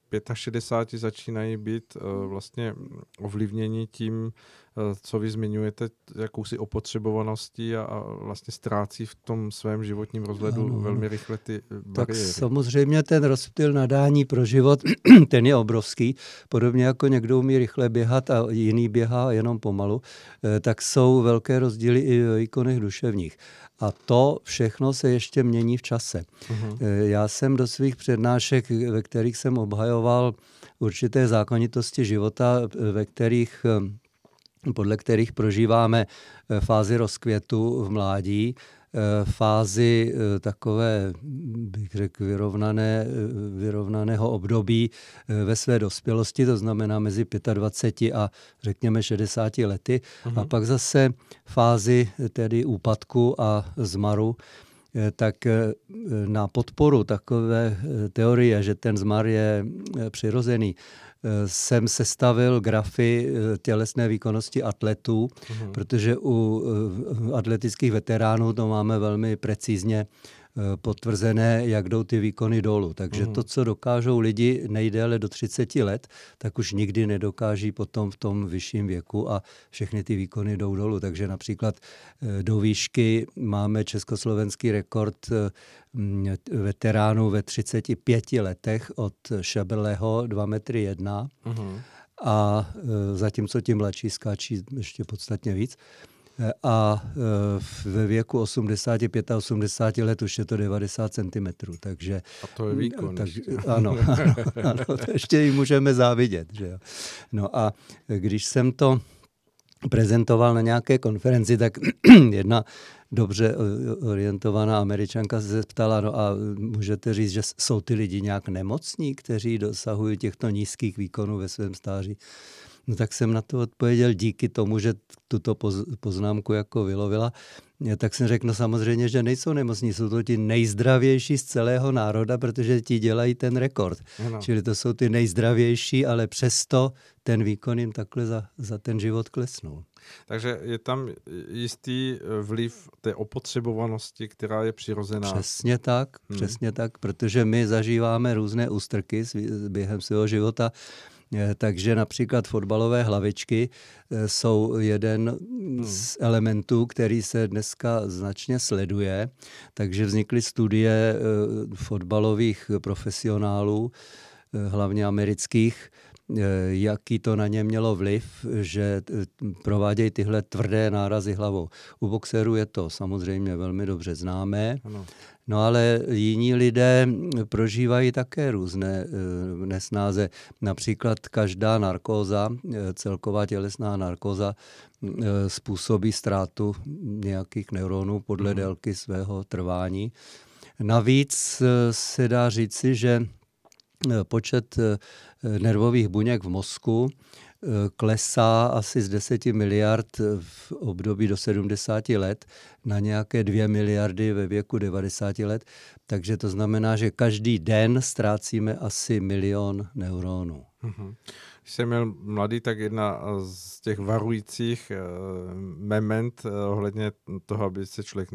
šedesáti pěti začínají být vlastně ovlivněni tím, co vy zmiňujete, jakousi opotřebovaností a, a vlastně ztrácí v tom svém životním rozhledu ano, velmi rychle ty bariéry. Tak samozřejmě ten rozptyl nadání pro život, ten je obrovský. Podobně jako někdo umí rychle běhat a jiný běhá jenom pomalu, tak jsou velké rozdíly i ve výkonech duševních. A to všechno se ještě mění v čase. Uh-huh. Já jsem do svých přednášek, ve kterých jsem obhajoval určité zákonitosti života, ve kterých, podle kterých prožíváme fázi rozkvětu v mládí, fázi takové, bych řekl, vyrovnané, vyrovnaného období ve své dospělosti, to znamená mezi dvaceti pěti a řekněme šedesáti lety, uh-huh. a pak zase fázi tedy úpadku a zmaru, tak na podporu takové teorie, že ten zmar je přirozený, jsem sestavil grafy tělesné výkonnosti atletů, uhum. protože u atletických veteránů to máme velmi precizně potvrzené, jak jdou ty výkony dolů. Takže uhum. to, co dokážou lidi nejdéle do třiceti let, tak už nikdy nedokáží potom v tom vyšším věku a všechny ty výkony jdou dolů. Takže například do výšky máme československý rekord veteránů ve třiceti pěti letech od Šeberleho dva metry jedna uhum. a zatímco ti mladší skáčí ještě podstatně víc. A ve věku osmdesáti pěti osmdesáti let už je to devadesát centimetrů, takže... A to je výkon. Tak, ano, ano, ano, to ještě ji můžeme závidět. Že jo. No a když jsem to prezentoval na nějaké konferenci, tak jedna dobře orientovaná Američanka se ptala, no a můžete říct, že jsou ty lidi nějak nemocní, kteří dosahují těchto nízkých výkonů ve svém stáří? No tak jsem na to odpověděl díky tomu, že tuto poznámku jako vylovila. Tak jsem řekl, no samozřejmě, že nejsou nemocní, jsou to ti nejzdravější z celého národa, protože ti dělají ten rekord. Ano. Čili to jsou ty nejzdravější, ale přesto ten výkon jim takhle za, za ten život klesnul. Takže je tam jistý vliv té opotřebovanosti, která je přirozená. Přesně tak, hmm. přesně tak, protože my zažíváme různé ústrky během svého života. Takže například fotbalové hlavičky jsou jeden z elementů, který se dneska značně sleduje. Takže vznikly studie fotbalových profesionálů, hlavně amerických, jaký to na ně mělo vliv, že provádějí tyhle tvrdé nárazy hlavou. U boxerů je to samozřejmě velmi dobře známé. Ano. No ale jiní lidé prožívají také různé nesnáze. Například každá narkóza, celková tělesná narkóza, způsobí ztrátu nějakých neuronů podle délky svého trvání. Navíc se dá říci, že počet nervových buněk v mozku klesá asi z deseti miliard v období do sedmdesáti let na nějaké dvě miliardy ve věku devadesáti let. Takže to znamená, že každý den ztrácíme asi milion neuronů. Mm-hmm. Když jsem měl mladý, tak jedna z těch varujících moment ohledně toho, aby se člověk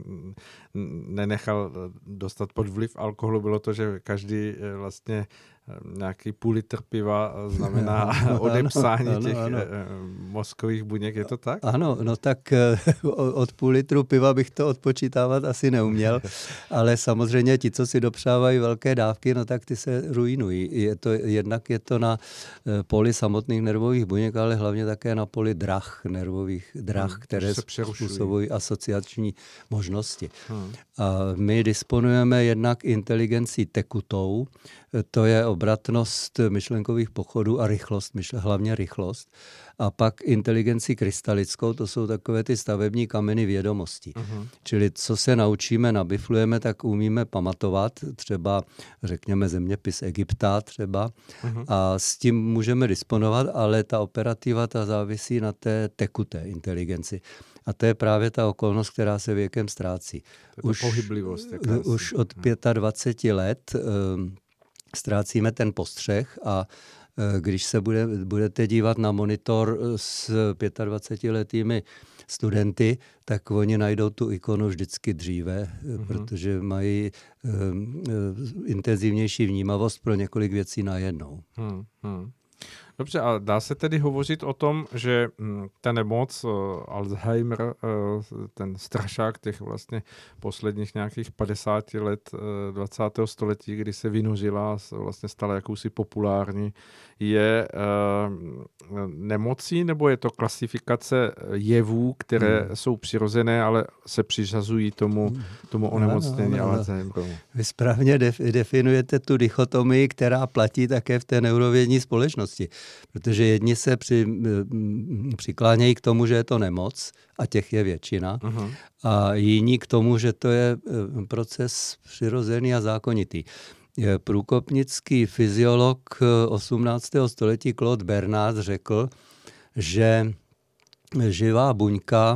nenechal dostat pod vliv alkoholu, bylo to, že každý vlastně nějaký půl litr piva znamená odepsání ano, těch ano. mozkových buněk, je to tak? Ano, no tak od půl litru piva bych to odpočítávat asi neuměl, ale samozřejmě ti, co si dopřávají velké dávky, no tak ty se ruinují. Je to, jednak je to na poli samotných nervových buněk, ale hlavně také na poli drah, nervových drah, hmm, které způsobují asociační možnosti. Hmm. A my disponujeme jednak inteligencí tekutou, to je obratnost myšlenkových pochodů a rychlost, myšle, hlavně rychlost. A pak inteligenci krystalickou, to jsou takové ty stavební kameny vědomosti. Uh-huh. Čili co se naučíme, nabiflujeme, tak umíme pamatovat, třeba řekněme zeměpis Egypta třeba, uh-huh. a s tím můžeme disponovat, ale ta operativa ta závisí na té tekuté inteligenci. A to je právě ta okolnost, která se věkem ztrácí. Už, pohyblivost. Už od dvaceti pěti let um, ztrácíme ten postřeh a když se bude, budete dívat na monitor s dvacetiletými studenty, tak oni najdou tu ikonu vždycky dříve, mm-hmm. protože mají um, intenzivnější vnímavost pro několik věcí najednou. Hmm, hmm. Dobře, a dá se tedy hovořit o tom, že ta nemoc, Alzheimer, ten strašák těch vlastně posledních nějakých padesáti let dvacátého století, kdy se vynořila, vlastně stala jakousi populární, je nemocí, nebo je to klasifikace jevů, které hmm. jsou přirozené, ale se přiřazují tomu, tomu onemocnění no, no, no. Alzheimeru? Vy správně def- definujete tu dichotomii, která platí také v té neurovědní společnosti. Protože jedni se při, přiklánějí k tomu, že je to nemoc, a těch je většina, uh-huh. a jiní k tomu, že to je proces přirozený a zákonitý. Průkopnický fyziolog osmnáctého století Claude Bernard řekl, že živá buňka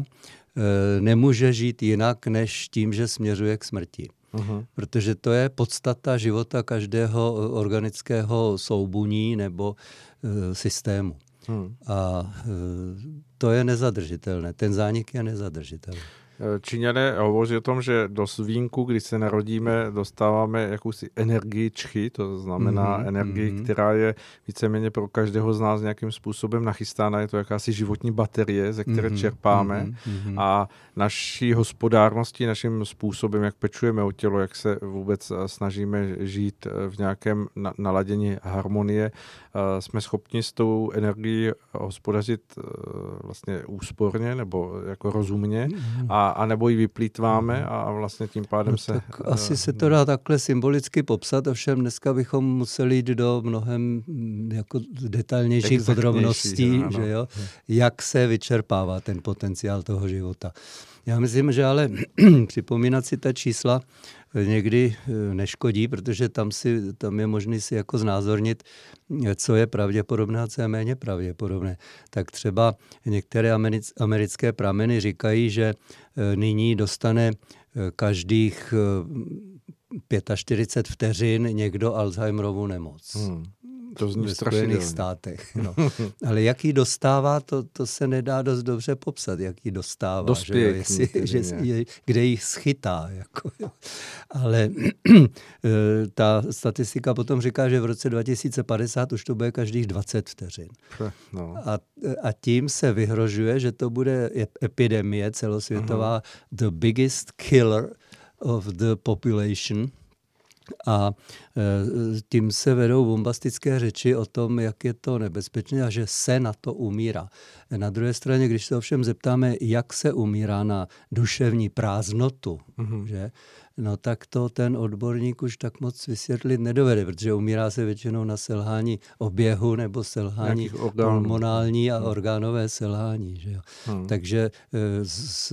nemůže žít jinak, než tím, že směřuje k smrti. Uhum. Protože to je podstata života každého organického soubuní nebo e, systému. Hmm. A e, to je nezadržitelné. Ten zánik je nezadržitelný. Číňané hovoří o tom, že do svínku, když se narodíme, dostáváme jakousi energii čchy, to znamená mm-hmm. energii, mm-hmm. která je víceméně pro každého z nás nějakým způsobem nachystána. Je to jakási životní baterie, ze které mm-hmm. čerpáme. Mm-hmm. A naší hospodárností, naším způsobem, jak pečujeme o tělo, jak se vůbec snažíme žít v nějakém naladění harmonie, jsme schopni s tou energií hospodařit vlastně úsporně nebo jako rozumně mm-hmm. a a nebo ji vyplýtváme a vlastně tím pádem no, se... Tak uh, asi se to dá takhle symbolicky popsat, ovšem dneska bychom museli jít do mnohem jako detailnějších podrobností, no, že jo, jak se vyčerpává ten potenciál toho života. Já myslím, že ale připomínat si ta čísla někdy neškodí, protože tam, si, tam je možné si jako znázornit, co je pravděpodobné a co je méně pravděpodobné. Tak třeba některé americké prameny říkají, že nyní dostane každých čtyřicet pět vteřin někdo Alzheimerovu nemoc. Hmm. To zní ve Spojených státech. No. Ale jak ji dostává, to, to se nedá dost dobře popsat, jak ji dostává. Dospěje, že jo, jestli, že, je, kde ji schytá. Jako, jo. Ale ta statistika potom říká, že v roce dva tisíce padesát už to bude každých dvacet vteřin. No. A, a tím se vyhrožuje, že to bude epidemie celosvětová, uh-huh. the biggest killer of the population. A tím se vedou bombastické řeči o tom, jak je to nebezpečné a že se na to umírá. Na druhé straně, když se ovšem zeptáme, jak se umírá na duševní prázdnotu, mm-hmm. že? No tak to ten odborník už tak moc vysvětlit nedovede, protože umírá se většinou na selhání oběhu nebo selhání hormonální a orgánové selhání. Že jo? Hmm. Takže z,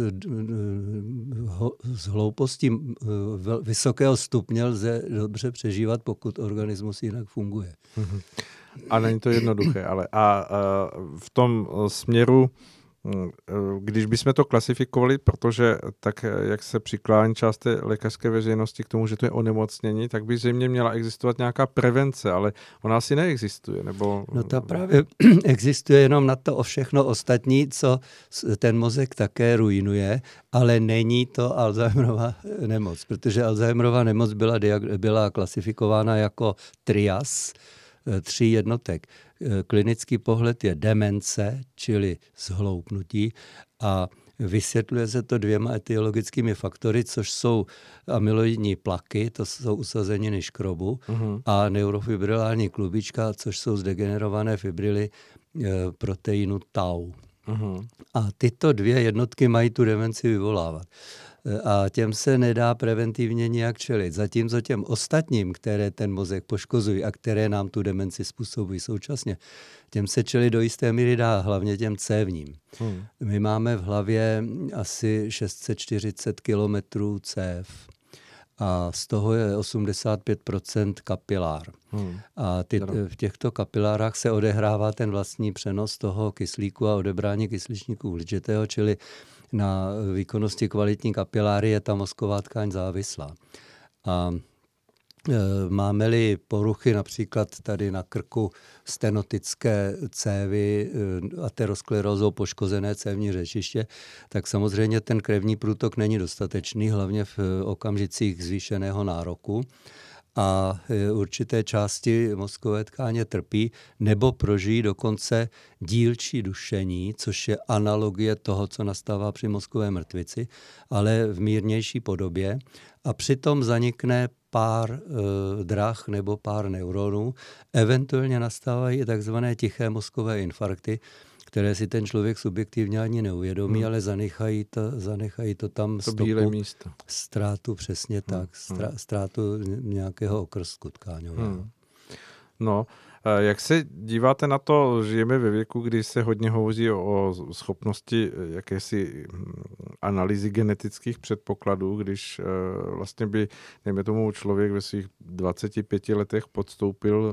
z hloupostí vysokého stupně lze dobře přežívat, pokud organismus jinak funguje. Hmm. A není to jednoduché, ale a, a v tom směru, když bychom to klasifikovali, protože tak, jak se přiklání část té lékařské veřejnosti k tomu, že to je onemocnění, tak by zřejmě měla existovat nějaká prevence, ale ona asi neexistuje. Nebo... No ta právě existuje jenom na to o všechno ostatní, co ten mozek také ruinuje, ale není to Alzheimerova nemoc, protože Alzheimerova nemoc byla, diag- byla klasifikována jako trias, tří jednotek. Klinický pohled je demence, čili zhloupnutí, a vysvětluje se to dvěma etiologickými faktory, což jsou amyloidní plaky, to jsou usazeniny škrobu, uh-huh. a neurofibrilární klubička, což jsou zdegenerované fibrily e, proteinu tau. Uh-huh. A tyto dvě jednotky mají tu demenci vyvolávat. A těm se nedá preventivně nijak čelit. Zatímco těm ostatním, které ten mozek poškozují a které nám tu demenci způsobují současně, těm se čelit do jisté míry dá, hlavně těm cévním. Hmm. My máme v hlavě asi šest set čtyřicet kilometrů cév a z toho je osmdesát pět procent kapilár. Hmm. A ty, v těchto kapilárách se odehrává ten vlastní přenos toho kyslíku a odebrání kysličníku uhličitého, čili na výkonnosti kvalitní kapiláry je ta mozková tkáň závislá. A Máme-li poruchy například tady na krku stenotické cévy, aterosklerózou poškozené cévní řečiště, tak samozřejmě ten krevní průtok není dostatečný, hlavně v okamžicích zvýšeného nároku. A určité části mozkové tkáně trpí nebo prožijí dokonce dílčí dušení, což je analogie toho, co nastává při mozkové mrtvici, ale v mírnější podobě. A přitom zanikne pár e, drah nebo pár neuronů. Eventuálně nastávají i takzvané tiché mozkové infarkty, které si ten člověk subjektivně ani neuvědomí, hmm. ale zanechají to, zanechají to tam to bílé místo. Ztrátu, přesně hmm. tak, strá, ztrátu nějakého okrsku tkáňového. Hmm. No, jak se díváte na to, žijeme ve věku, kdy se hodně hovoří o schopnosti jakési analýzy genetických předpokladů, když vlastně by, dejme tomu, člověk ve svých dvaceti pěti letech podstoupil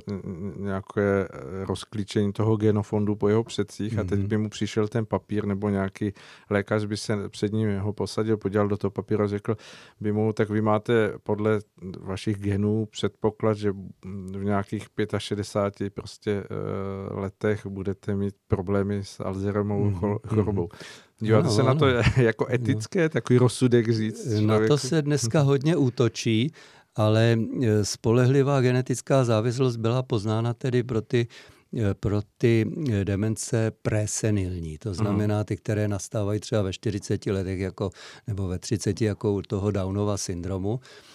nějaké rozklíčení toho genofondu po jeho předcích mm-hmm. a teď by mu přišel ten papír nebo nějaký lékař by se před ním ho posadil, podíval do toho papíru a řekl by mu, tak vy máte podle vašich genů předpoklad, že v nějakých šedesáti pěti prostě uh, letech budete mít problémy s Alzheimerovou mm-hmm. chorobou. Díváte no, se no, na to jako etické, no. takový rozsudek říct? Člověku? Na to se dneska hodně útočí, ale spolehlivá genetická závislost byla poznána tedy pro ty, pro ty demence presenilní. To znamená ty, které nastávají třeba ve čtyřiceti letech jako, nebo ve třiceti jako u toho Downova syndromu.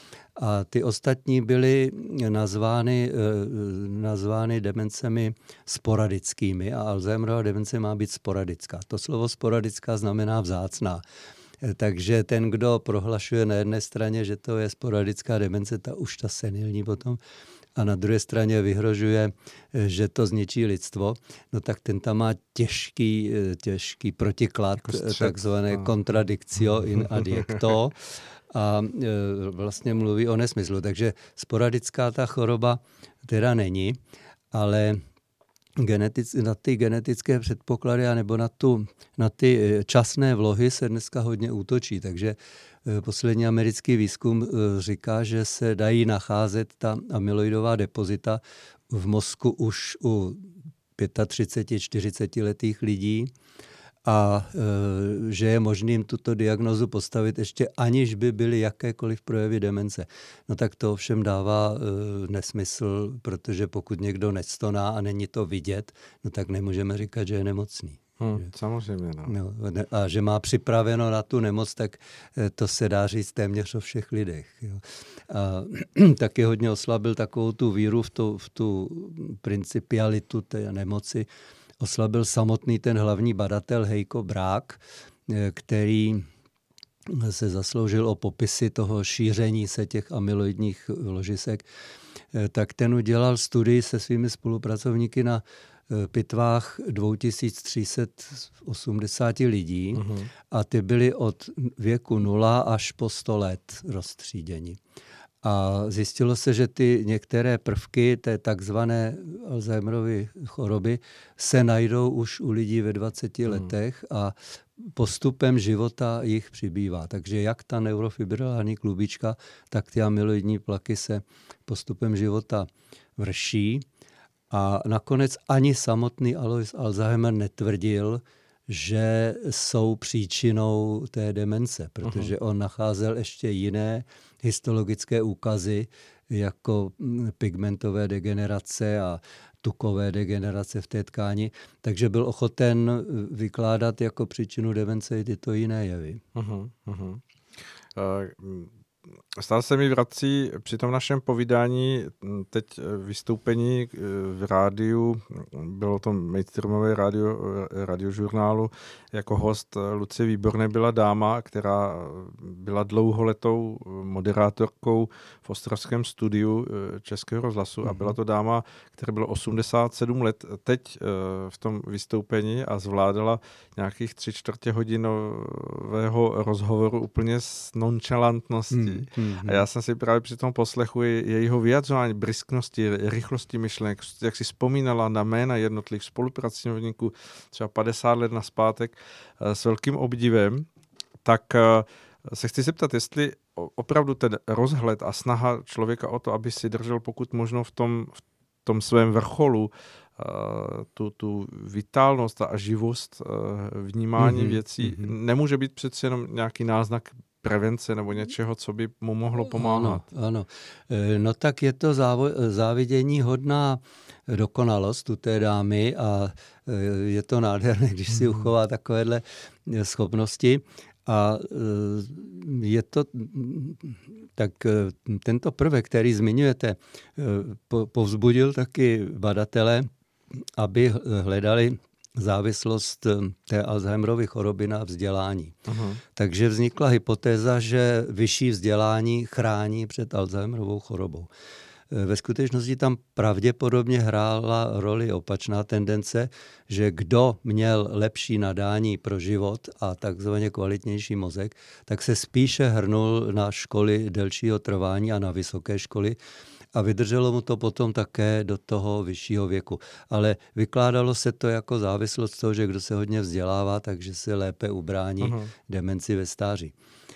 A ty ostatní byly nazvány, nazvány demencemi sporadickými a Alzheimerova demence má být sporadická. To slovo sporadická znamená vzácná. Takže ten, kdo prohlašuje na jedné straně, že to je sporadická demence, ta už ta senilní potom, a na druhé straně vyhrožuje, že to zničí lidstvo, no tak ten tam má těžký, těžký protiklad, jako takzvané contradictio in adjecto, a e, vlastně mluví o nesmyslu. Takže sporadická ta choroba teda není, ale genetic, na ty genetické předpoklady nebo na, tu, na ty časné vlohy se dneska hodně útočí. Takže e, poslední americký výzkum e, říká, že se dají nacházet ta amyloidová depozita v mozku už u třiceti pěti, čtyřicetiletých lidí, a e, že je možným tuto diagnózu postavit ještě aniž by byly jakékoliv projevy demence. No tak to ovšem dává e, nesmysl, protože pokud někdo nestoná a není to vidět, no tak nemůžeme říkat, že je nemocný. Hmm, samozřejmě. No. No, a že má připraveno na tu nemoc, tak to se dá říct téměř o všech lidech. Jo. A taky hodně oslabil takovou tu víru v tu, v tu principialitu té nemoci, oslabil samotný ten hlavní badatel Heiko Braak, který se zasloužil o popisy toho šíření se těch amyloidních ložisek, tak ten udělal studii se svými spolupracovníky na pitvách dva tisíce tři sta osmdesát lidí uh-huh. a ty byly od věku nula až po sto let rozstříděni. A zjistilo se, že ty některé prvky té takzvané Alzheimerovy choroby se najdou už u lidí ve dvaceti hmm. letech a postupem života jich přibývá. Takže jak ta neurofibrilární klubička, tak ty amyloidní plaky se postupem života vrší. A nakonec ani samotný Alois Alzheimer netvrdil, že jsou příčinou té demence, protože on nacházel ještě jiné histologické úkazy, jako pigmentové degenerace a tukové degenerace v té tkáni, takže byl ochoten vykládat jako příčinu demence i tyto jiné jevy. Uh-huh, uh-huh. Uh, Stále se mi vrací při tom našem povídání teď vystoupení v rádiu, bylo to mainstreamové rádio, radiožurnálu, jako host Lucie Výborné byla dáma, která byla dlouholetou moderátorkou v ostravském studiu Českého rozhlasu mm-hmm. a byla to dáma, která byla osmdesát sedm let teď v tom vystoupení a zvládala nějakých tři čtvrtě hodinového rozhovoru úplně s nonchalantností. Mm. Mm-hmm. A já jsem si právě při tom poslechu jejího vyjadřování, brisknosti, rychlosti myšlenek, jak si vzpomínala na jména jednotlivých spolupracovníků třeba padesát let nazpátek s velkým obdivem, tak se chci zeptat, jestli opravdu ten rozhled a snaha člověka o to, aby si držel pokud možno v tom, v tom svém vrcholu tu, tu vitálnost a živost vnímání mm-hmm. věcí, mm-hmm. nemůže být přece jenom nějaký náznak prevence nebo něčeho, co by mu mohlo pomáhat. Ano, ano. No tak je to závo- závidění hodná dokonalost u té dámy a je to nádherné, když si uchová takovéhle schopnosti. A je to, tak tento prvek, který zmiňujete, povzbudil taky badatele, aby hledali závislost té Alzheimerovy choroby na vzdělání. Uh-huh. Takže vznikla hypotéza, že vyšší vzdělání chrání před Alzheimerovou chorobou. Ve skutečnosti tam pravděpodobně hrála roli opačná tendence, že kdo měl lepší nadání pro život a takzvaně kvalitnější mozek, tak se spíše hrnul na školy delšího trvání a na vysoké školy a vydrželo mu to potom také do toho vyššího věku. Ale vykládalo se to jako závislost toho, že kdo se hodně vzdělává, takže se lépe ubrání uh-huh. demenci ve stáří.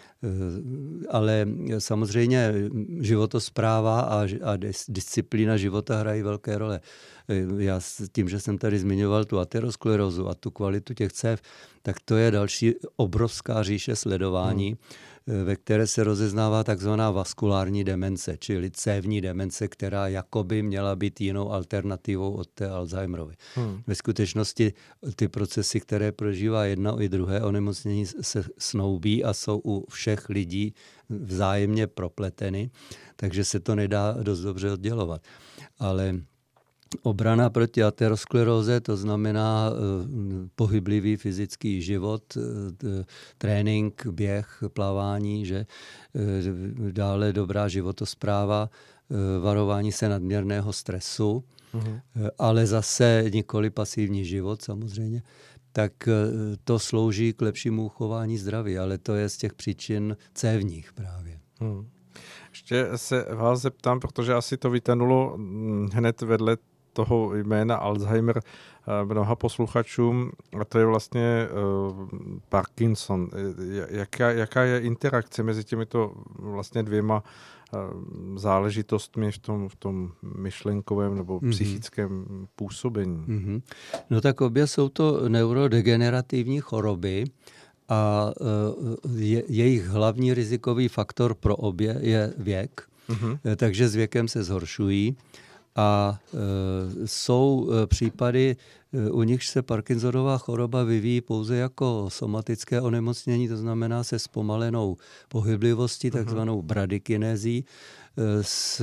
Ale samozřejmě životospráva a, a disciplína života hrají velké role. Já s tím, že jsem tady zmiňoval tu aterosklerózu a tu kvalitu těch cév, tak to je další obrovská říše sledování, hmm. ve které se rozeznává takzvaná vaskulární demence, čili cévní demence, která jakoby měla být jinou alternativou od té Alzheimerovy. Hmm. Ve skutečnosti ty procesy, které prožívá jedno i druhé onemocnění, se snoubí a jsou u všech lidí vzájemně propleteny, takže se to nedá dost dobře oddělovat. Ale obrana proti ateroskleróze, to znamená uh, pohyblivý fyzický život, uh, trénink, běh, plavání, že? Uh, dále dobrá životospráva, uh, varování se nadměrného stresu, uh-huh. uh, ale zase nikoli pasivní život samozřejmě, tak uh, to slouží k lepšímu uchování zdraví, ale to je z těch příčin cévních právě. Hmm. Ještě se vás zeptám, protože asi to vytanulo hned vedle toho jména Alzheimer mnoha posluchačům, a to je vlastně uh, Parkinson. Jaká, jaká je interakce mezi těmito vlastně dvěma uh, záležitostmi v tom, v tom myšlenkovém nebo mm-hmm. psychickém působení? Mm-hmm. No tak obě jsou to neurodegenerativní choroby a uh, je, jejich hlavní rizikový faktor pro obě je věk, mm-hmm. takže s věkem se zhoršují. A e, jsou e, případy, e, u nichž se Parkinsonová choroba vyvíjí pouze jako somatické onemocnění, to znamená se zpomalenou pohyblivostí, takzvanou bradykinézí, e, s e,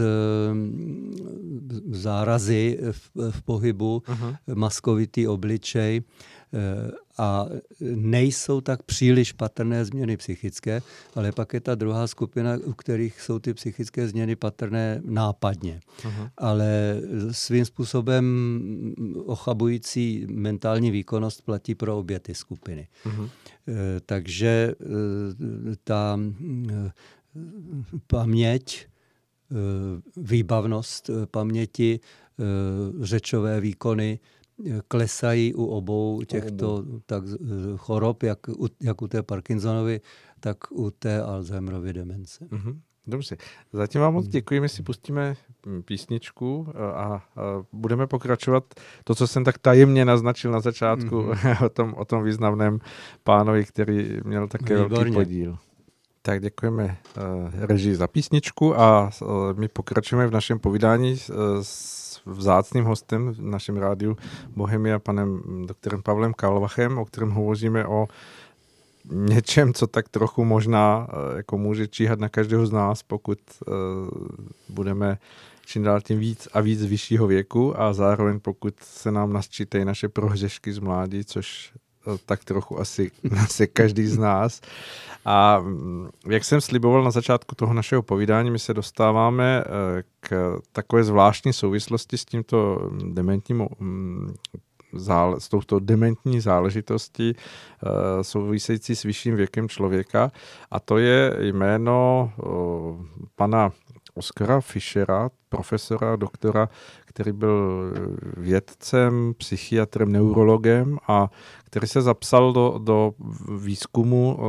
zárazy v, v pohybu, uh-huh. maskovitý obličej, a nejsou tak příliš patrné změny psychické, ale pak je ta druhá skupina, u kterých jsou ty psychické změny patrné nápadně. Uh-huh. Ale svým způsobem ochabující mentální výkonnost platí pro obě ty skupiny. Uh-huh. Takže ta paměť, výbavnost paměti, řečové výkony klesají u obou těchto tak, chorob, jak u, jak u té Parkinsonovy, tak u té Alzheimerovy demence. Mm-hmm. Dobře. Zatím vám moc děkuji, my si pustíme písničku a, a budeme pokračovat to, co jsem tak tajemně naznačil na začátku, mm-hmm. o, tom, o tom významném pánovi, který měl také Výborně. velký podíl. Tak děkujeme uh, režii za písničku a uh, my pokračujeme v našem povídání uh, s vzácným hostem v našem rádiu Bohemia, panem doktorem Pavlem Kalvachem, o kterém hovoříme o něčem, co tak trochu možná jako může číhat na každého z nás, pokud uh, budeme čím dál tím víc a víc vyššího věku a zároveň pokud se nám nasčítají naše prohřešky z mládí, což tak trochu asi, asi každý z nás. A jak jsem sliboval na začátku toho našeho povídání, my se dostáváme k takové zvláštní souvislosti s tímto dementním s touto dementní záležitostí související s vyšším věkem člověka. A to je jméno pana Oskara Fischera, profesora, doktora, který byl vědcem, psychiatrem, neurologem a který se zapsal do, do výzkumu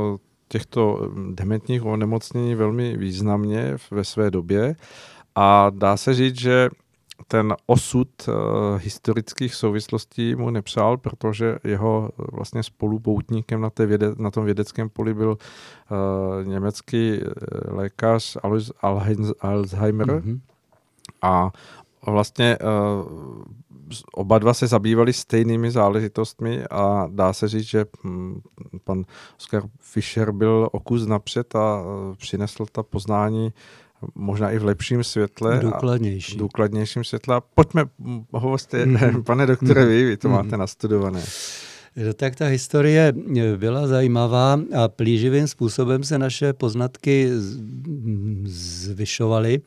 těchto dementních onemocnění velmi významně ve své době a dá se říct, že ten osud uh, historických souvislostí mu nepřál, protože jeho vlastně spolupoutníkem na, té věde, na tom vědeckém poli byl uh, německý lékař Alois Alzheimer mm-hmm. a vlastně uh, oba dva se zabývali stejnými záležitostmi a dá se říct, že hm, pan Oskar Fischer byl o kus napřed a uh, přinesl ta poznání možná i v lepším světle. Důkladnější. A důkladnějším světle. Pojďme, hovořte, mm. pane doktore, vy, vy to mm. máte nastudované. Tak ta historie byla zajímavá a plíživým způsobem se naše poznatky zvyšovaly.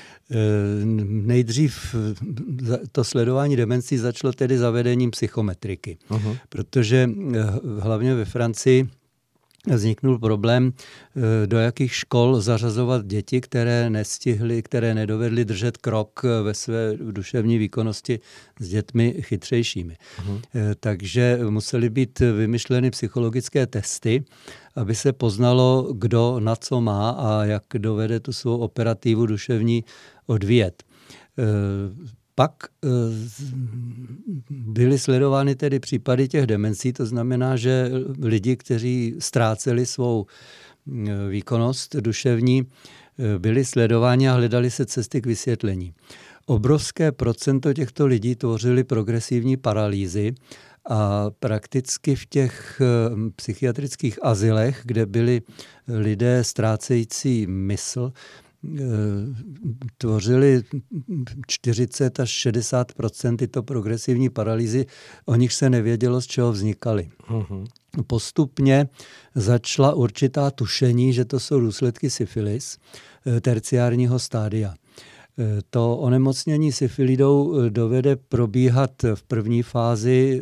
Nejdřív to sledování demencí začalo tedy zavedením psychometriky, uh-huh. protože hlavně ve Francii vzniknul problém, do jakých škol zařazovat děti, které nestihly, které nedovedly držet krok ve své duševní výkonnosti s dětmi chytřejšími. Uh-huh. Takže musely být vymyšleny psychologické testy, aby se poznalo, kdo na co má a jak dovede tu svou operativu duševní odvíjet. Pak byly sledovány tedy případy těch demencí, to znamená, že lidi, kteří ztráceli svou výkonnost duševní, byli sledováni a hledali se cesty k vysvětlení. Obrovské procento těchto lidí tvořili progresivní paralýzy a prakticky v těch psychiatrických azylech, kde byli lidé ztrácející mysl, tvořili čtyřicet až šedesát procent tyto progresivní paralýzy, o nich se nevědělo, z čeho vznikaly. Uh-huh. Postupně začala určitá tušení, že to jsou důsledky syfilis terciárního stádia. To onemocnění syfilidou dovede probíhat v první fázi,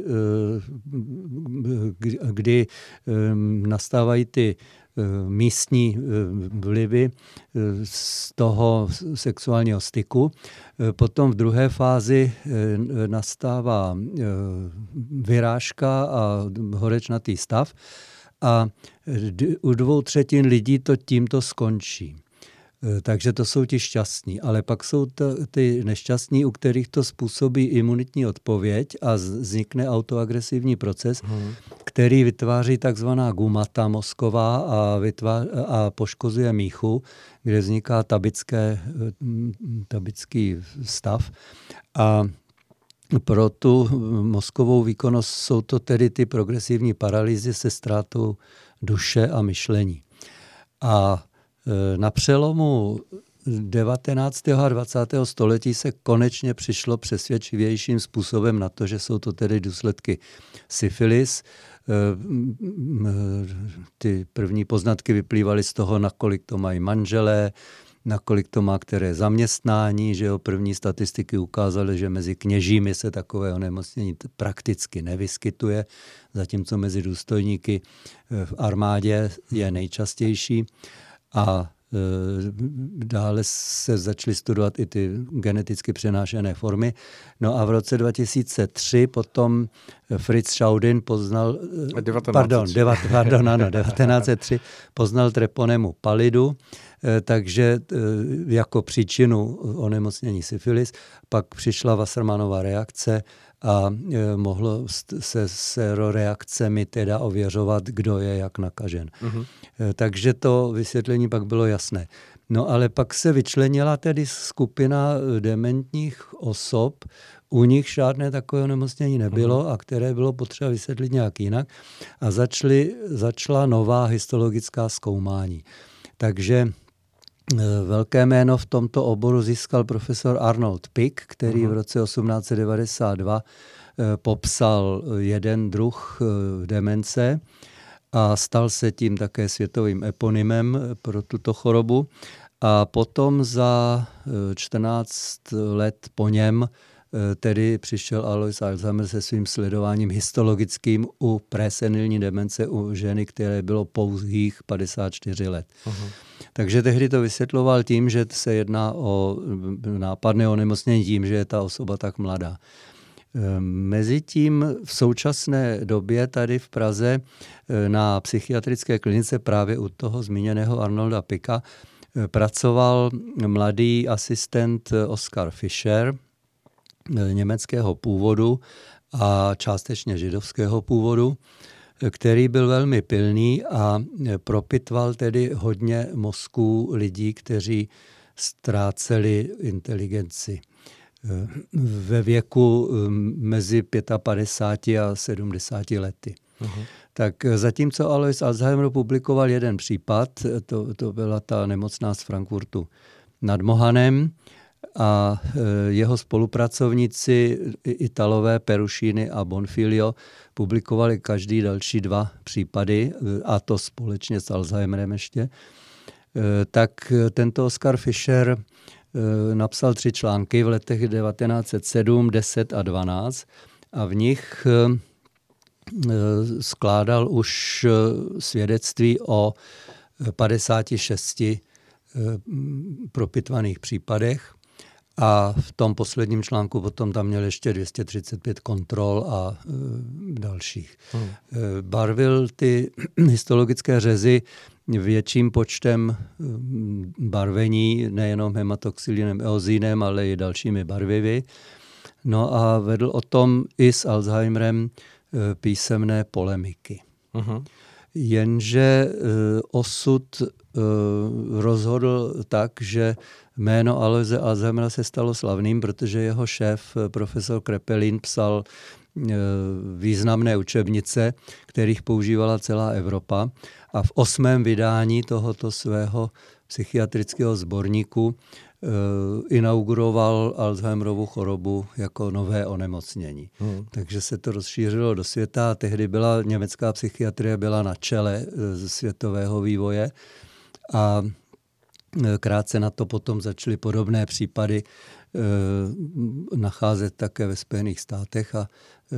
kdy nastávají ty místní vlivy z toho sexuálního styku. Potom v druhé fázi nastává vyrážka a horečnatý stav a u dvou třetin lidí to tímto skončí. Takže to jsou ti šťastní, ale pak jsou to, ty nešťastní, u kterých to způsobí imunitní odpověď a vznikne autoagresivní proces, hmm. který vytváří takzvaná gumata mozková a, vytváří, a poškozuje míchu, kde vzniká tabické, tabický stav. A pro tu mozkovou výkonnost jsou to tedy ty progresivní paralýzy se ztrátou duše a myšlení. A na přelomu devatenáctého a dvacátého století se konečně přišlo přesvědčivějším způsobem na to, že jsou to tedy důsledky syfilis. Ty první poznatky vyplývaly z toho, nakolik to mají manželé, nakolik to má které zaměstnání, že jo, první statistiky ukázaly, že mezi kněžími se takové onemocnění prakticky nevyskytuje, zatímco mezi důstojníky v armádě je nejčastější. A e, dále se začaly studovat i ty geneticky přenášené formy. No a v roce dva tisíce tři potom Fritz Schaudin poznal, pardon, deva, pardon, ano, devatenáct set tři poznal treponemu palidu, e, takže e, jako příčinu onemocnění syfilis, pak přišla Wassermannova reakce a e, mohlo se seroreakcemi teda ověřovat, kdo je jak nakažen. Uh-huh. E, takže to vysvětlení pak bylo jasné. No ale pak se vyčlenila tedy skupina dementních osob, u nich žádné takové onemocnění nebylo uh-huh. a které bylo potřeba vysvětlit nějak jinak a začaly, začala nová histologická zkoumání. Takže velké jméno v tomto oboru získal profesor Arnold Pick, který uh-huh. v roce osmnáct set devadesát dva popsal jeden druh demence a stal se tím také světovým eponymem pro tuto chorobu. A potom za čtrnáct let po něm tedy přišel Alois Alzheimer se svým sledováním histologickým u presenilní demence u ženy, které bylo pouhých padesát čtyři let. Uh-huh. Takže tehdy to vysvětloval tím, že se jedná o nápadné onemocnění tím, že je ta osoba tak mladá. Mezitím v současné době tady v Praze na psychiatrické klinice právě u toho zmíněného Arnolda Picka pracoval mladý asistent Oskar Fischer, německého původu a částečně židovského původu, který byl velmi pilný a propitval tedy hodně mozků lidí, kteří ztráceli inteligenci ve věku mezi padesát a sedmdesáti lety. Uh-huh. Tak zatímco Alois Alzheimer publikoval jeden případ, to, to byla ta nemocná z Frankfurtu nad Mohanem, a jeho spolupracovníci Italové Perušíny a Bonfilio publikovali každý další dva případy, a to společně s Alzheimerem ještě. Tak tento Oskar Fischer napsal tři články v letech devatenáct set sedm, deset a dvanáct a v nich skládal už svědectví o padesáti šesti propitvaných případech. A v tom posledním článku potom tam měl ještě dvě stě třicet pět kontrol a e, dalších. Hmm. E, barvil ty histologické řezy větším počtem barvení, nejenom hematoxylinem, eozinem, ale i dalšími barvivy. No a vedl o tom i s Alzheimerem e, písemné polemiky. Hmm. Jenže e, osud e, rozhodl tak, že jméno Aloise Alzheimera se stalo slavným, protože jeho šéf, profesor Krepelin, psal významné učebnice, kterých používala celá Evropa. A v osmém vydání tohoto svého psychiatrického sborníku inauguroval Alzheimerovu chorobu jako nové onemocnění. Hmm. Takže se to rozšířilo do světa a tehdy byla německá psychiatrie byla na čele světového vývoje a krátce na to potom začaly podobné případy e, nacházet také ve Spojených státech a e,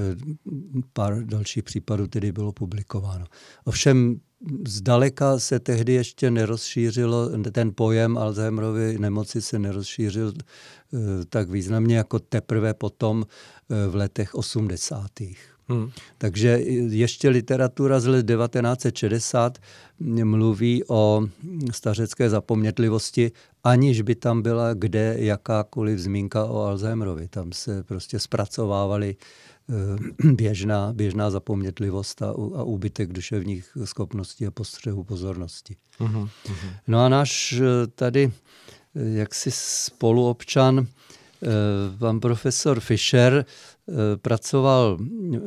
pár dalších případů tedy bylo publikováno. Ovšem zdaleka se tehdy ještě nerozšířilo, ten pojem Alzheimerovy nemoci se nerozšířil e, tak významně jako teprve potom e, v letech osmdesátých. Hmm. Takže ještě literatura z let devatenáct set šedesát mluví o stařecké zapomnětlivosti, aniž by tam byla kde jakákoliv zmínka o Alzheimerovi. Tam se prostě zpracovávaly běžná, běžná zapomnětlivost a, a úbytek duševních schopností a postřehu pozornosti. Hmm. No a náš tady jaksi spoluobčan, pan profesor Fischer, pracoval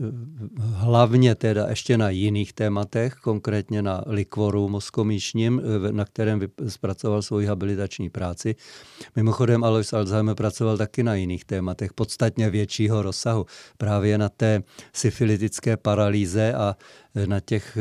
hlavně teda ještě na jiných tématech, konkrétně na likvoru mozkomíšním, na kterém zpracoval svoji habilitační práci. Mimochodem Alois Alzheimer pracoval taky na jiných tématech, podstatně většího rozsahu. Právě na té syfilitické paralýze a na těch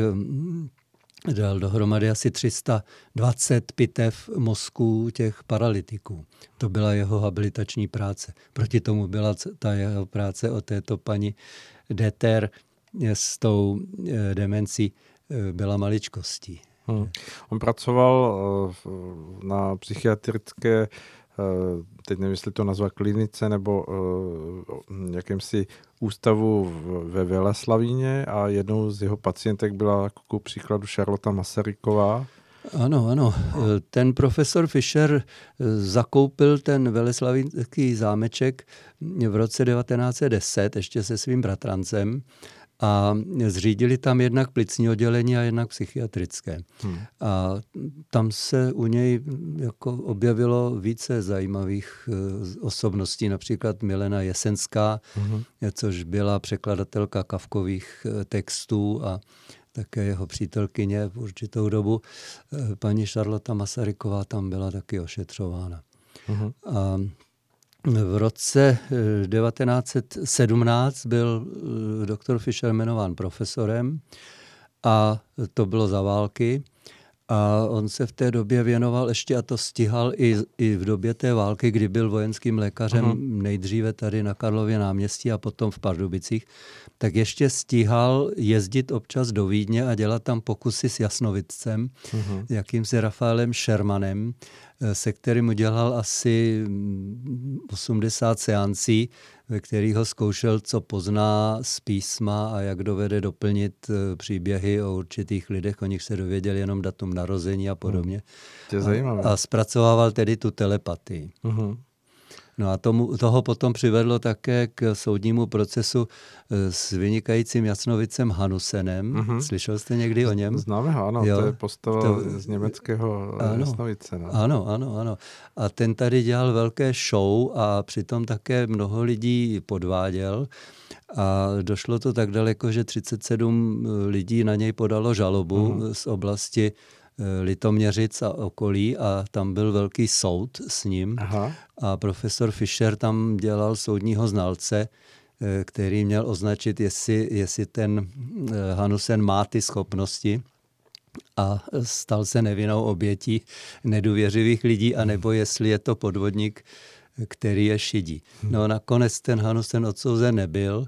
dal dohromady asi tři sta dvacet pitev mozků těch paralytiků. To byla jeho habilitační práce. Proti tomu byla ta jeho práce o této paní Deter s tou demencí byla maličkostí. Hmm. On pracoval na psychiatrické, teď nevím, jestli to nazvat klinice, nebo jakýmsi ústavu ve Veleslavíně a jednou z jeho pacientek byla jako příkladu Charlotta Masaryková. Ano, ano. Ten profesor Fischer zakoupil ten veleslavínský zámeček v roce devatenáct set deset ještě se svým bratrancem a zřídili tam jednak plicní oddělení a jednak psychiatrické. Hmm. A tam se u něj jako objevilo více zajímavých osobností, například Milena Jesenská, hmm. což byla překladatelka Kafkových textů a také jeho přítelkyně v určitou dobu. Paní Charlotta Masaryková tam byla taky ošetřována. Hmm. A v roce devatenáct set sedmnáct byl doktor Fischer jmenován profesorem a to bylo za války. A on se v té době věnoval ještě, a to stihal i, i v době té války, kdy byl vojenským lékařem uh-huh. nejdříve tady na Karlově náměstí a potom v Pardubicích, tak ještě stíhal jezdit občas do Vídně a dělat tam pokusy s jasnovidcem, uh-huh. jakýmsi Rafaelem Shermanem, se kterým udělal asi osmdesát seancí, ve kterých ho zkoušel, co pozná z písma a jak dovede doplnit příběhy o určitých lidech, o nich se dověděl jenom datum narození a podobně. Hmm. A, a zpracovával tedy tu telepatii. Uh-huh. No a tomu, toho potom přivedlo také k soudnímu procesu s vynikajícím jasnovicem Hanusenem. Uh-huh. Slyšel jste někdy o něm? Známe ho, ano, jo, to je postava to, z německého ano, jasnovice. No. Ano, ano, ano. A ten tady dělal velké show a přitom také mnoho lidí podváděl. A došlo to tak daleko, že třicet sedm lidí na něj podalo žalobu uh-huh. z oblasti Litoměřic a okolí a tam byl velký soud s ním. Aha. A profesor Fischer tam dělal soudního znalce, který měl označit, jestli, jestli ten Hanusen má ty schopnosti a stal se nevinnou obětí nedůvěřivých lidí, anebo jestli je to podvodník, který je šidí. No nakonec ten Hanusen odsouzen nebyl,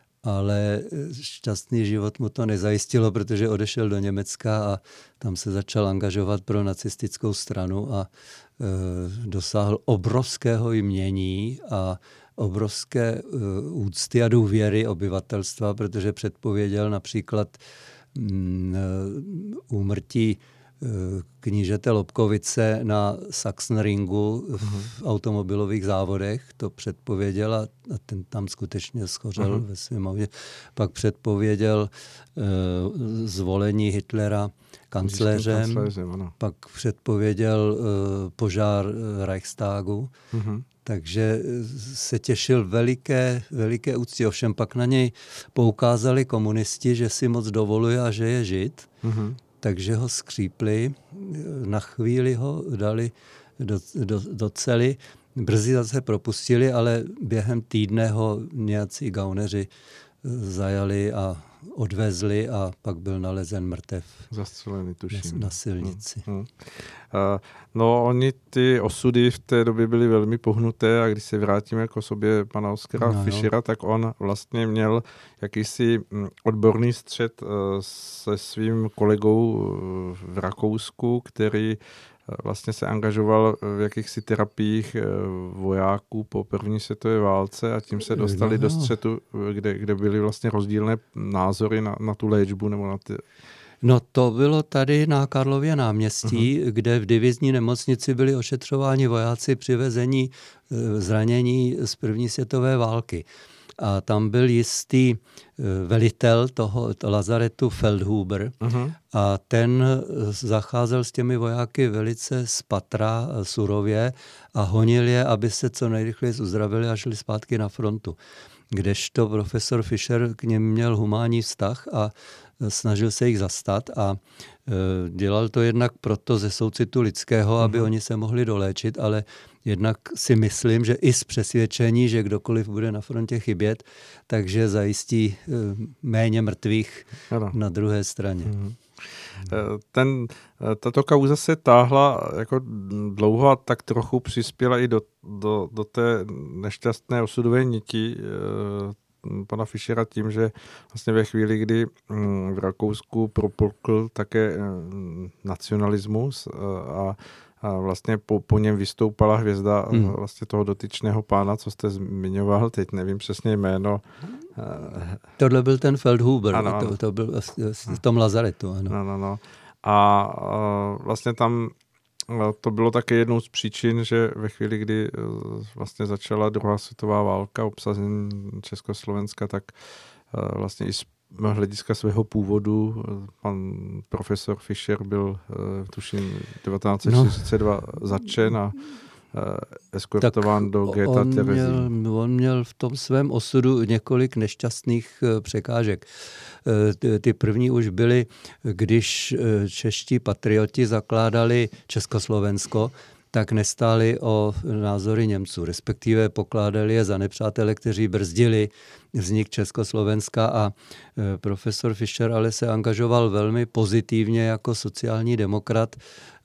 ale šťastný život mu to nezajistilo, protože odešel do Německa a tam se začal angažovat pro nacistickou stranu a e, dosáhl obrovského jmění a obrovské e, úcty a důvěry obyvatelstva, protože předpověděl například mm, úmrtí knížete Lobkovice na Sachsenringu v automobilových závodech. To předpověděl a ten tam skutečně schořel uh-huh. ve svém autě. Pak předpověděl uh, zvolení Hitlera kancléřem. Pak předpověděl uh, požár Reichstagu. Uh-huh. Takže se těšil veliké, veliké úctě. Ovšem pak na něj poukázali komunisti, že si moc dovoluje a že je žid. Uh-huh. Takže ho skřípli, na chvíli ho dali do, do, do cely, brzy zase propustili, ale během týdne ho nějací gauneři zajali a odvezli a pak byl nalezen mrtev. Zastřelený, tuším. Na silnici. Hmm. Hmm. Uh, no, oni ty osudy v té době byly velmi pohnuté a když se vrátíme k osobě pana Oskara no, Fischera, jo. tak on vlastně měl jakýsi odborný střet uh, se svým kolegou v Rakousku, který vlastně se angažoval v jakýchsi terapiích vojáků po první světové válce a tím se dostali do střetu, kde, kde byly vlastně rozdílné názory na, na tu léčbu nebo na ty... No to bylo tady na Karlově náměstí, uh-huh. kde v divizní nemocnici byli ošetřováni vojáci při vezení zranění z první světové války. A tam byl jistý velitel toho lazaretu Feldhuber uh-huh. a ten zacházel s těmi vojáky velice spatra, surově a honil je, aby se co nejrychleji uzdravili a šli zpátky na frontu. Kdežto profesor Fischer k něm měl humánní vztah a snažil se jich zastat a dělal to jednak proto ze soucitu lidského, aby uh-huh. oni se mohli doléčit, ale jednak si myslím, že i z přesvědčení, že kdokoliv bude na frontě chybět, takže zajistí méně mrtvých ano. na druhé straně. Uh-huh. Ten, tato kauza se táhla jako dlouho a tak trochu přispěla i do, do, do té nešťastné osudové niti pana Fischera tím, že vlastně ve chvíli, kdy v Rakousku propukl také nacionalismus a, a vlastně po, po něm vystoupala hvězda hmm. vlastně toho dotyčného pána, co jste zmiňoval, teď nevím přesně jméno. Tohle byl ten Feldhuber, ano, ano. To, to byl v tom lazaretu. Ano. Ano, ano. A, a vlastně tam to bylo také jednou z příčin, že ve chvíli, kdy vlastně začala druhá světová válka, obsazení Československa, tak vlastně i z hlediska svého původu pan profesor Fischer byl, tuším, devatenáct set čtyřicet dva no. zatčen a eskortován do Géta Terezí. On měl v tom svém osudu několik nešťastných překážek. Ty první už byly, když čeští patrioti zakládali Československo, tak nestáli o názory Němců, respektive pokládali je za nepřátele, kteří brzdili vznik Československa a profesor Fischer ale se angažoval velmi pozitivně jako sociální demokrat,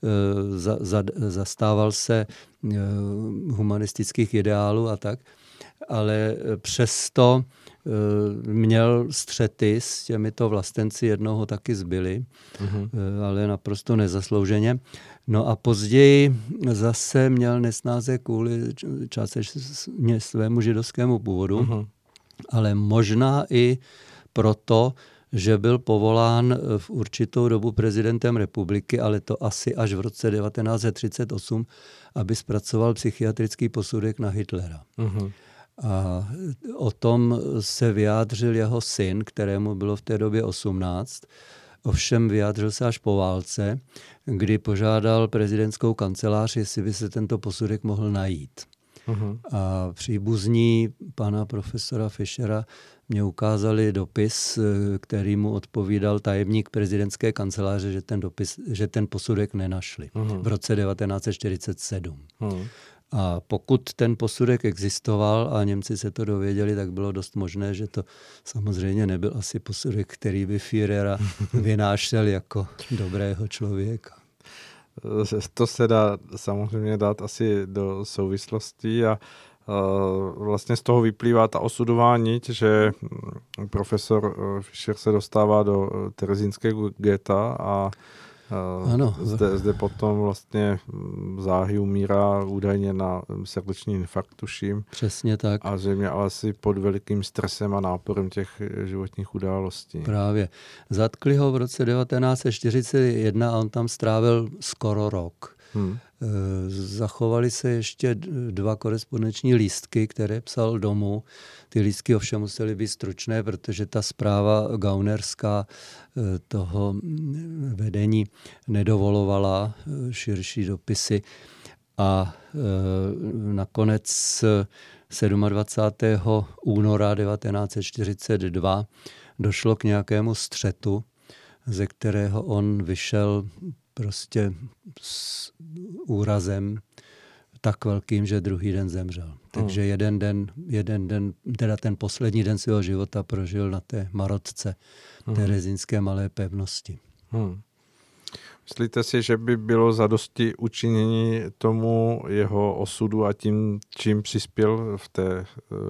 za, za, zastával se humanistických ideálů a tak. ale přesto měl střety s těmito vlastenci, jednoho taky zbyli, mm-hmm. ale naprosto nezaslouženě. No a později zase měl nesnáze kvůli částečně svému židovskému původu, mm-hmm. ale možná i proto, že byl povolán v určitou dobu prezidentem republiky, ale to asi až v roce devatenáct set třicet osm, aby zpracoval psychiatrický posudek na Hitlera. Mm-hmm. A o tom se vyjádřil jeho syn, kterému bylo v té době osmnáct. Ovšem vyjádřil se až po válce, kdy požádal prezidentskou kancelář, jestli by se tento posudek mohl najít. Uh-huh. A příbuzní pana profesora Fischera mě ukázali dopis, který mu odpovídal tajemník prezidentské kanceláře, že ten, dopis, že ten posudek nenašli uh-huh. v roce devatenáct set čtyřicet sedm. Uh-huh. A pokud ten posudek existoval a Němci se to dověděli, tak bylo dost možné, že to samozřejmě nebyl asi posudek, který by Führera vynášel jako dobrého člověka. To se dá samozřejmě dát asi do souvislostí a uh, vlastně z toho vyplývá ta osudová niť, že profesor Fischer se dostává do terezínského geta a uh, ano. Zde, zde potom vlastně záhy umírá údajně na srdeční infarkt, tuším. Přesně tak. A zřejmě asi pod velikým stresem a náporem těch životních událostí. Právě. Zatkli ho v roce devatenáct set čtyřicet jedna a on tam strávil skoro rok. Hmm. Zachovaly se ještě dva korespondenční lístky, které psal domů. Ty lístky ovšem musely být stručné, protože ta zpráva gaunerská toho vedení nedovolovala širší dopisy. A nakonec dvacátého sedmého února devatenáct set čtyřicet dva došlo k nějakému střetu, ze kterého on vyšel prostě s úrazem tak velkým, že druhý den zemřel. Takže hmm. jeden den, jeden den, teda ten poslední den svého života prožil na té marotce hmm. terezínské malé pevnosti. Hmm. Myslíte si, že by bylo zadosti učinění tomu jeho osudu a tím, čím přispěl v té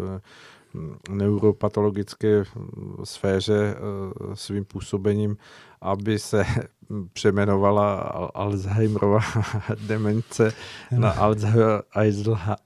uh, neuropatologické sféře uh, svým působením, aby se přejmenovala Alzheimerova demence na Alzheimer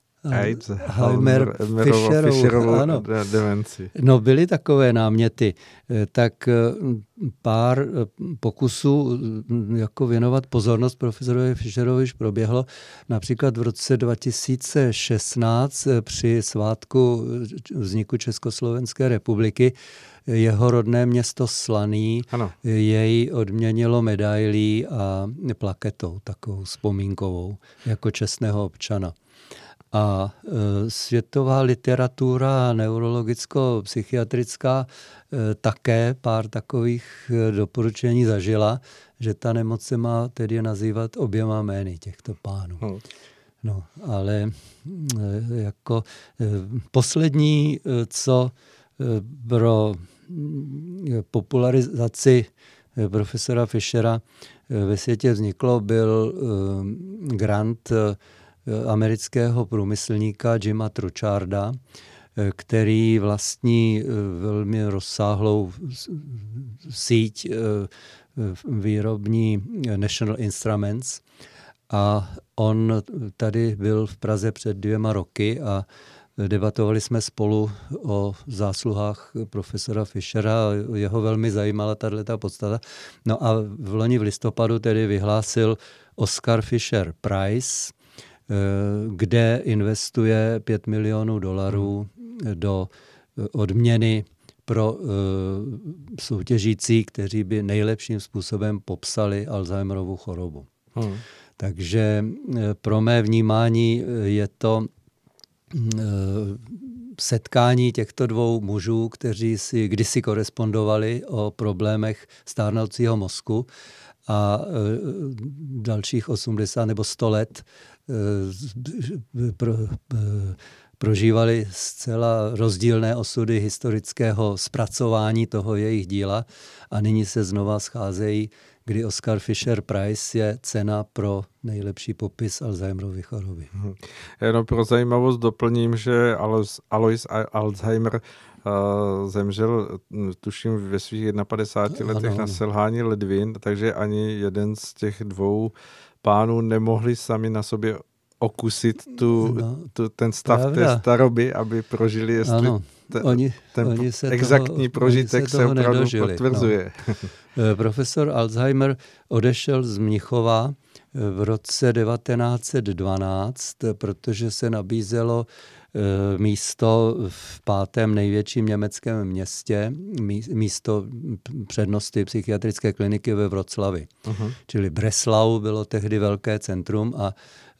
Fischerovu demenci. No, byly takové náměty. Tak pár pokusů jako věnovat pozornost profesorovi Fischerovi už proběhlo. Například v roce dva tisíce šestnáct při svátku vzniku Československé republiky jeho rodné město Slaný ano. jej odměnilo medailí a plaketou, takovou vzpomínkovou, jako čestného občana. A e, světová literatura neurologicko-psychiatrická e, také pár takových e, doporučení zažila, že ta nemoc se má tedy nazývat oběma jmény těchto pánů. Hmm. No, ale e, jako e, poslední, e, co e, pro e, popularizaci e, profesora Fischera e, ve světě vzniklo, byl e, grant e, amerického průmyslníka Jima Trucharda, který vlastní velmi rozsáhlou síť výrobní National Instruments. A on tady byl v Praze před dvěma roky a debatovali jsme spolu o zásluhách profesora Fischera. Jeho velmi zajímala tato podstata. No a v loni v listopadu tedy vyhlásil Oscar Fischer Prize, kde investuje pět milionů dolarů do odměny pro soutěžící, kteří by nejlepším způsobem popsali Alzheimerovu chorobu. Hmm. Takže pro mé vnímání je to setkání těchto dvou mužů, kteří si kdysi korespondovali o problémech stárnoucího mozku a dalších osmdesát nebo sto let pro, prožívali zcela rozdílné osudy historického zpracování toho jejich díla a nyní se znova scházejí kdy Oscar Fisher Prize je cena pro nejlepší popis Alzheimerovy choroby. Hmm. Jenom pro zajímavost doplním, že Alois, Alois Alzheimer uh, zemřel, tuším, ve svých padesáti jedna letech ano, na selhání ledvin, takže ani jeden z těch dvou pánů nemohli sami na sobě okusit tu, no, tu, ten stav pravda. Té staroby, aby prožili, jestli ano, te, oni, ten oni se exaktní toho, prožitek se, se opravdu nedožili, potvrzuje. No. Profesor Alzheimer odešel z Mnichova v roce devatenáct set dvanáct, protože se nabízelo místo v pátém největším německém městě, místo přednosti psychiatrické kliniky ve Vroclavi. Uh-huh. Čili Breslau bylo tehdy velké centrum a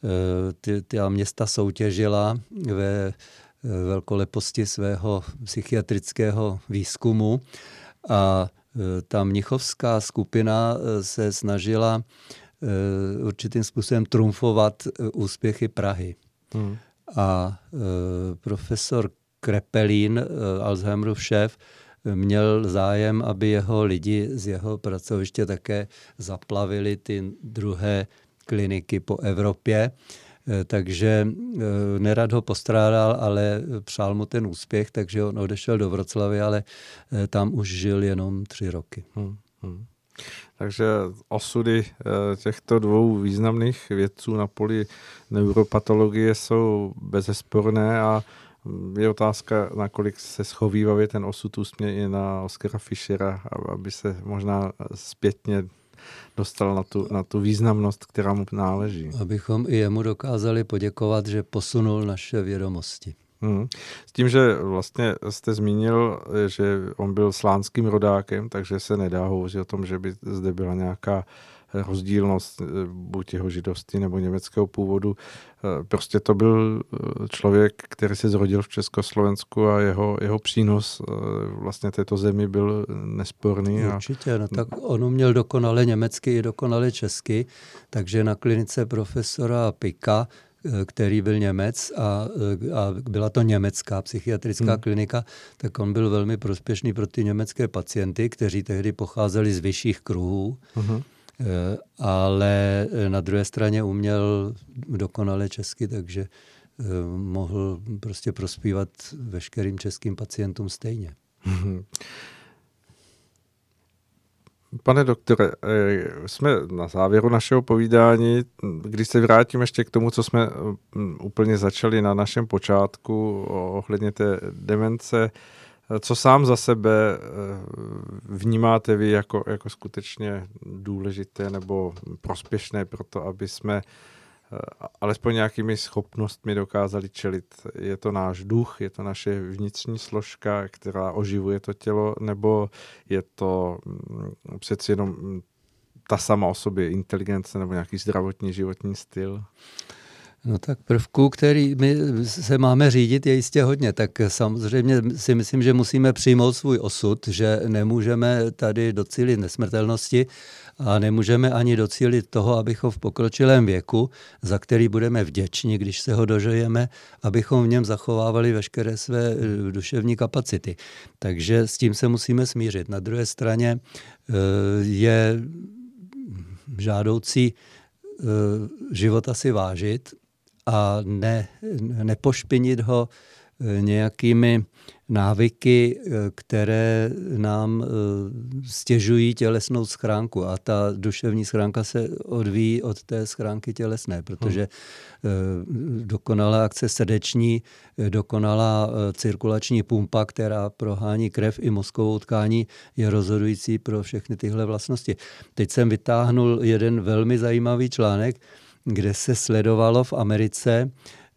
ty, ty města soutěžila ve velkoleposti svého psychiatrického výzkumu a ta mnichovská skupina se snažila určitým způsobem trumfovat úspěchy Prahy. Hmm. A profesor Krepelín, Alzheimerův šéf, měl zájem, aby jeho lidi z jeho pracoviště také zaplavili ty druhé kliniky po Evropě. Takže nerad ho postrádal, ale přál mu ten úspěch, takže on odešel do Vroclavy, ale tam už žil jenom tři roky. Hmm. Hmm. Takže osudy těchto dvou významných vědců na poli neuropatologie jsou bezesporné a je otázka, nakolik se schovívavě ten osud usměje i na Oskara Fischera, aby se možná zpětně dostal na tu, na tu významnost, která mu náleží. Abychom i jemu dokázali poděkovat, že posunul naše vědomosti. Hmm. S tím, že vlastně jste zmínil, že on byl slánským rodákem, takže se nedá hovořit o tom, že by zde byla nějaká rozdílnost buď jeho židovství nebo německého původu. Prostě to byl člověk, který se zrodil v Československu a jeho, jeho přínos vlastně této zemi byl nesporný. Určitě, no tak on uměl dokonale německy i dokonale česky, takže na klinice profesora Pika, který byl Němec a, a byla to německá psychiatrická hmm. klinika, tak on byl velmi prospěšný pro ty německé pacienty, kteří tehdy pocházeli z vyšších kruhů, hmm. ale na druhé straně uměl dokonale česky, takže mohl prostě prospívat veškerým českým pacientům stejně. Hmm. Pane doktore, jsme na závěru našeho povídání. Když se vrátím ještě k tomu, co jsme úplně začali na našem počátku ohledně té demence, co sám za sebe vnímáte vy jako, jako skutečně důležité nebo prospěšné pro to, aby jsme alespoň nějakými schopnostmi dokázali čelit? Je to náš duch, je to naše vnitřní složka, která oživuje to tělo, nebo je to přeci jenom ta sama o sobě inteligence nebo nějaký zdravotní životní styl? No tak prvků, který my se máme řídit, je jistě hodně. Tak samozřejmě si myslím, že musíme přijmout svůj osud, že nemůžeme tady docílit nesmrtelnosti a nemůžeme ani docílit toho, abychom v pokročilém věku, za který budeme vděční, když se ho dožijeme, abychom v něm zachovávali veškeré své duševní kapacity. Takže s tím se musíme smířit. Na druhé straně je žádoucí života si vážit a ne, nepošpinit ho nějakými návyky, které nám stěžují tělesnou schránku. A ta duševní schránka se odvíjí od té schránky tělesné, protože hmm. dokonalá akce srdeční, dokonalá cirkulační pumpa, která prohání krev i mozkovou tkání, je rozhodující pro všechny tyhle vlastnosti. Teď jsem vytáhnul jeden velmi zajímavý článek, kde se sledovalo v Americe,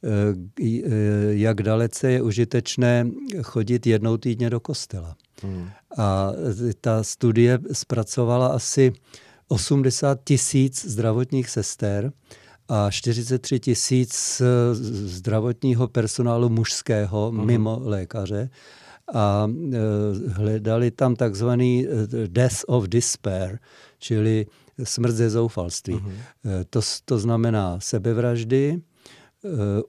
jak dalece je užitečné chodit jednou týdně do kostela. Hmm. A ta studie zpracovala asi osmdesát tisíc zdravotních sester a čtyřicet tři tisíc zdravotního personálu mužského hmm. mimo lékaře. A hledali tam takzvaný death of despair, čili smrt ze zoufalství. Uh-huh. To, to znamená sebevraždy,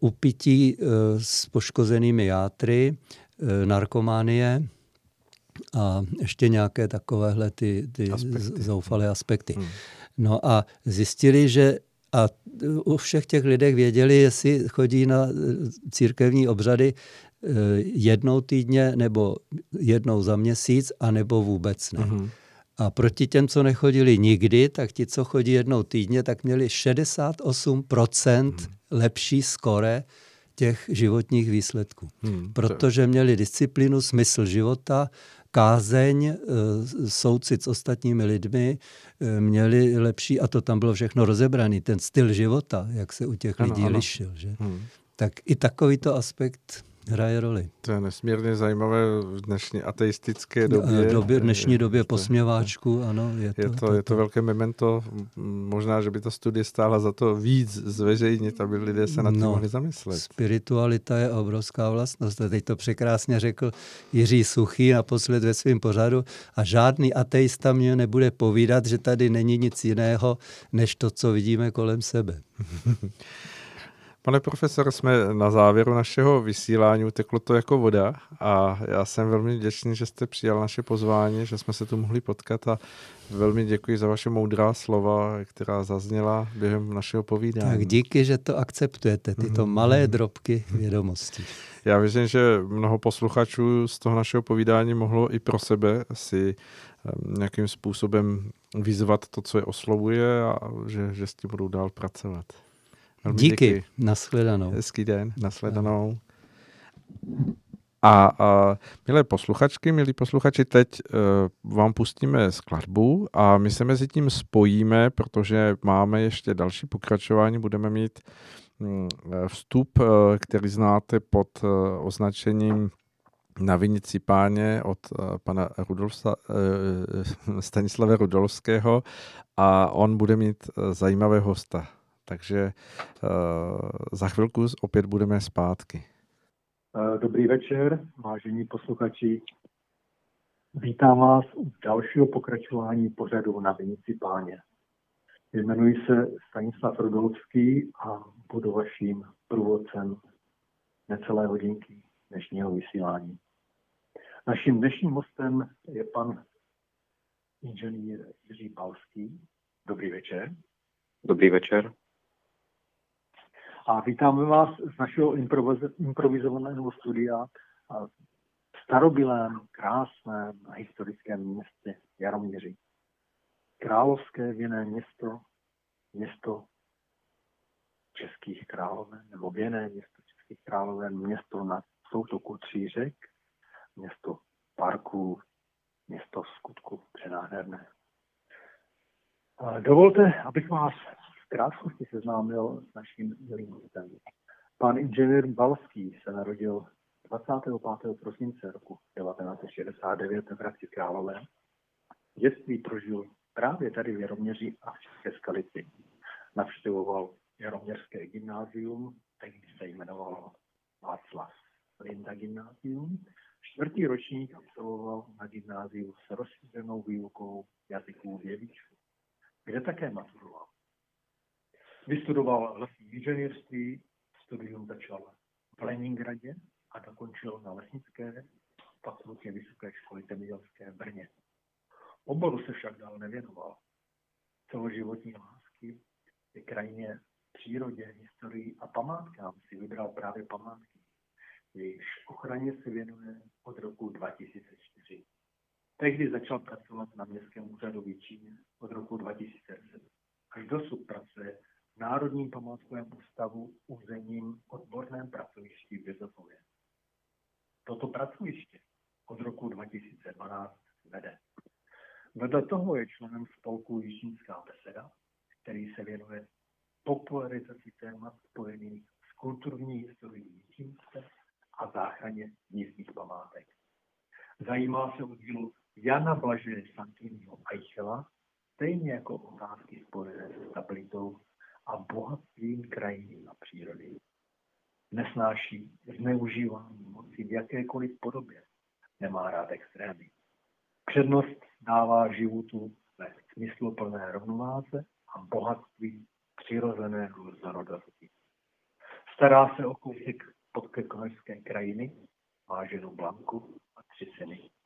upití s poškozenými játry, narkománie a ještě nějaké takovéhle ty, ty aspekty. zoufalé aspekty. Hmm. No a zjistili, že a u všech těch lidech věděli, jestli chodí na církevní obřady jednou týdně nebo jednou za měsíc, anebo vůbec ne. Hmm. A proti těm, co nechodili nikdy, tak ti, co chodí jednou týdně, tak měli šedesát osm procent hmm. lepší skóre těch životních výsledků. Hmm. Protože měli disciplínu, smysl života, kázeň, soucit s ostatními lidmi, měli lepší, a to tam bylo všechno rozebraný, ten styl života, jak se u těch lidí ano, ano. lišil. Že? Hmm. Tak i takovýto aspekt hraje roli. To je nesmírně zajímavé v dnešní ateistické době. době dnešní době posměváčku, ano. Je to, je to, je to velké memento. Možná, že by to studie stála za to víc zveřejnit, aby lidé se nad tím no, mohli zamyslet. Spiritualita je obrovská vlastnost. A teď to překrásně řekl Jiří Suchý naposled ve svém pořadu. A žádný ateista mě nebude povídat, že tady není nic jiného, než to, co vidíme kolem sebe. Pane profesor, jsme na závěru našeho vysílání, uteklo to jako voda a já jsem velmi vděčný, že jste přijal naše pozvání, že jsme se tu mohli potkat a velmi děkuji za vaše moudrá slova, která zazněla během našeho povídání. Tak díky, že to akceptujete, tyto malé drobky vědomostí. Já věřím, že mnoho posluchačů z toho našeho povídání mohlo i pro sebe si nějakým způsobem vyzvat to, co je oslovuje a že, že s tím budou dál pracovat. Velmi díky, děkuji. Nashledanou. Hezký den, nashledanou. A, a milé posluchačky, milí posluchači, teď uh, vám pustíme skladbu a my se mezi tím spojíme, protože máme ještě další pokračování. Budeme mít um, vstup, uh, který znáte pod uh, označením Na vinici páně od uh, pana Rudolfa, uh, Stanislava Rudolského a on bude mít uh, zajímavého hosta. Takže uh, za chvilku opět budeme zpátky. Dobrý večer, vážení posluchači. Vítám vás u dalšího pokračování pořadu Na vinici páně. Jmenuji se Stanislav Rudolský a budu vaším průvodcem necelé hodinky dnešního vysílání. Naším dnešním hostem je pan inženýr Jiří Balský. Dobrý večer. Dobrý večer. A vítáme vás z našeho improvizovaného studia v starobylém, krásném a historickém městě Jaroměři. Královské vinné město, město českých královen, nebo vinné město českých královen, město na soutoku tří řek, město parků, město v skutku přenádherné. Dovolte, abych vás v krátkosti seznámil s naším milým hostem. Pan inženýr Balský se narodil dvacátého pátého prosince roku devatenáct set šedesát devět v Hradci Králové. Dětství prožil právě tady v Jaroměři a v České Skalici. Navštěvoval Jaroměřské gymnázium, tehdy se jmenovalo Václav Linda gymnázium. Čtvrtý ročník absolvoval na gymnáziu s rozšířenou výukou jazyků věvíčů, kde také maturoval. Vystudoval lesní inženýrství, studium začal v Leningradě a dokončil na lesnické fakultě Vysoké školy zemědělské v Brně. Oboru se však dál nevěnoval. Celoživotní lásky ke krajině, přírodě, historii a památkám si vybral právě památky. Jejichž ochraně se věnuje od roku dva tisíce čtyři. Tehdy začal pracovat na Městském úřadu v Jičíně od roku dva tisíce sedm. Až dosud pracuje v Národním památkovém ústavu územním odborném pracovišti v Josefově. Toto pracoviště od roku dva tisíce dvanáct vede. Vedle toho je členem spolku Jičínská beseda, který se věnuje popularizaci témat spojených s kulturní historií Jičínce a záchraně místních památek. Zajímá se o dílo Jana Blažeje Santiniho Eichela, stejně jako otázky spojené se stabilitou a bohatstvím krajiny a přírody. Nesnáší zneužívání moci v jakékoliv podobě, nemá rád extrémy. Přednost dává životu ve smysluplné rovnováze a bohatství přirozené různorodosti. Stará se o kousek podkrkonožské krajiny, má ženu Blanku a tři syny.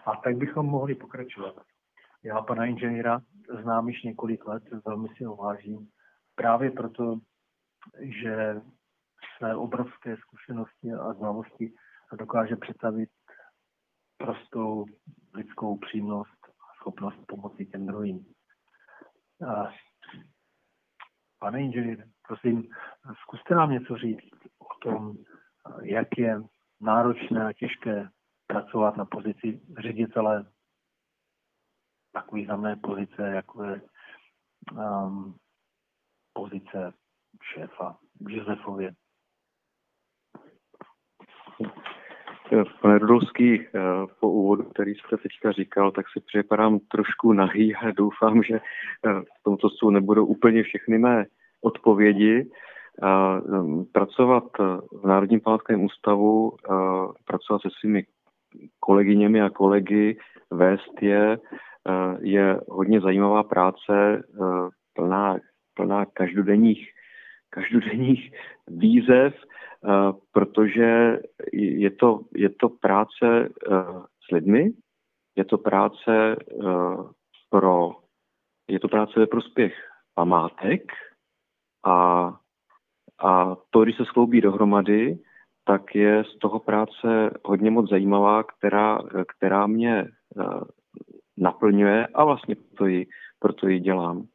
A tak bychom mohli pokračovat. Já pana inženýra znám již několik let, velmi si ho vážím. Právě proto, že své obrovské zkušenosti a znalosti dokáže představit prostou lidskou upřímnost a schopnost pomoci těm druhým. A pane inženýre, prosím, zkuste nám něco říct o tom, jak je náročné a těžké pracovat na pozici ředitele tak významné pozice, jako je um, pozice šéfa v Josefově. Pane Rudolský, po úvodu, který jste teďka říkal, tak si připadám trošku nahý a doufám, že v tomto jsou nebudou úplně všechny mé odpovědi. Pracovat v Národním památkovém ústavu, pracovat se svými kolegyněmi a kolegy, vést je, je hodně zajímavá práce, plná, plná každodenních, každodenních výzev, protože je to, je to práce s lidmi, je to práce pro, je to práce ve prospěch památek a, a to, když se skloubí dohromady, tak je z toho práce hodně moc zajímavá, která, která mě naplňuje a vlastně proto ji, proto ji dělám.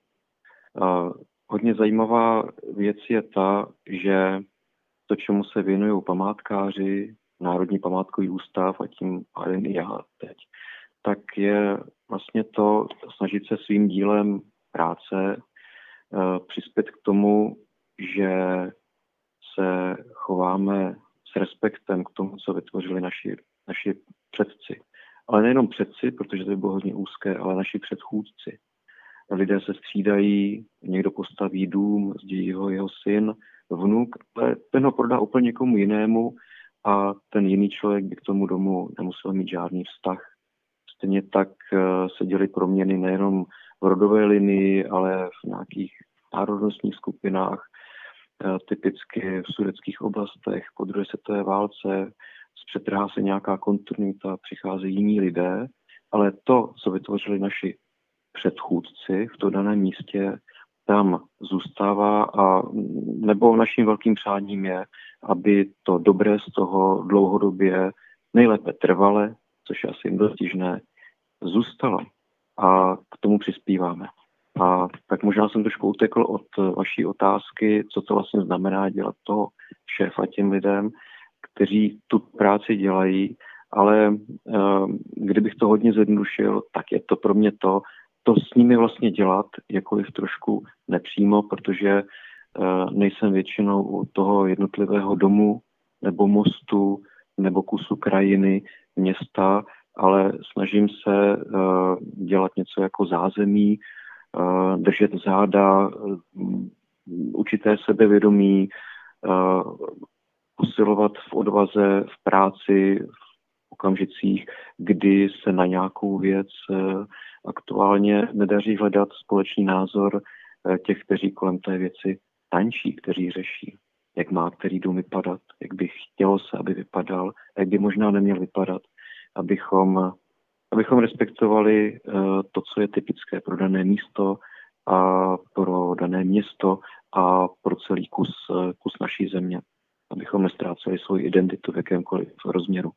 Hodně zajímavá věc je ta, že to, čemu se věnují památkáři, Národní památkový ústav a tím pádem i já teď, tak je vlastně to snažit se svým dílem práce přispět k tomu, že se chováme s respektem k tomu, co vytvořili naši, naši předci. Ale nejenom předci, protože to by bylo hodně úzké, ale naši předchůdci. Lidé se střídají, někdo postaví dům, zdědí ho jeho syn, vnuk, ale ten ho prodá úplně někomu jinému a ten jiný člověk by k tomu domu nemusel mít žádný vztah. Stejně tak se děly proměny nejenom v rodové linii, ale v nějakých národnostních skupinách, typicky v sudetských oblastech, po druhé světové válce, zpřetrhá se nějaká kontinuita, přicházejí jiní lidé, ale to, co vytvořili naši předchůdci v tom daném místě, tam zůstává a nebo naším velkým přáním je, aby to dobré z toho dlouhodobě, nejlépe trvale, což je asi dostižné, zůstalo. A k tomu přispíváme. A tak možná jsem trošku utekl od vaší otázky, co to vlastně znamená dělat toho šéfa těm lidem, kteří tu práci dělají, ale uh, kdybych to hodně zjednodušil, tak je to pro mě to, to s nimi vlastně dělat, jakkoliv trošku nepřímo, protože uh, nejsem většinou u toho jednotlivého domu nebo mostu nebo kusu krajiny, města, ale snažím se uh, dělat něco jako zázemí, uh, držet záda, uh, určité sebevědomí, uh, usilovat v odvaze, v práci, v okamžicích, kdy se na nějakou věc aktuálně nedaří hledat společný názor těch, kteří kolem té věci tančí, kteří řeší, jak má který dům vypadat, jak by chtělo se, aby vypadal, jak by možná neměl vypadat, abychom, abychom respektovali to, co je typické pro dané místo a pro dané město a pro celý kus, kus naší země, abychom nestráceli svou identitu v jakémkoliv rozměru.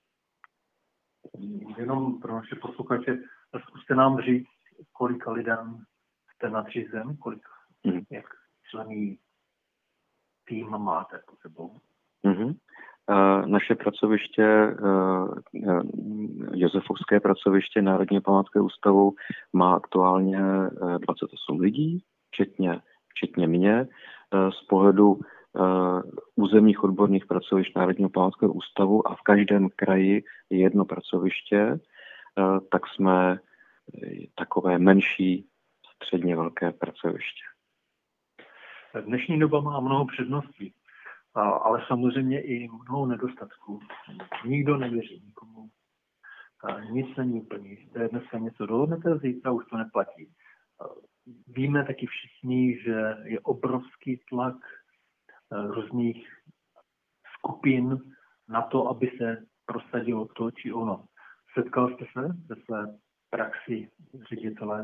Jenom pro naše posluchače, zkuste nám říct, kolika lidem jste nadřízen, kolik, mm. jak člení tým máte pod sebou? Mm-hmm. Uh, naše pracoviště, uh, Josefovské pracoviště Národního památkového ústavu má aktuálně uh, dvacet osm lidí, včetně, včetně mě. Uh, z pohledu Uh, územních odborných pracovišť Národního památkového ústavu a v každém kraji je jedno pracoviště, uh, tak jsme takové menší, středně velké pracoviště. Dnešní doba má mnoho předností, ale samozřejmě i mnoho nedostatků. Nikdo nevěří nikomu. Nic není úplně jisté. Dneska něco dohodnete, zítra už to neplatí. Víme taky všichni, že je obrovský tlak různých skupin na to, aby se prosadilo to či ono. Setkal jste se ve své praxi ředitele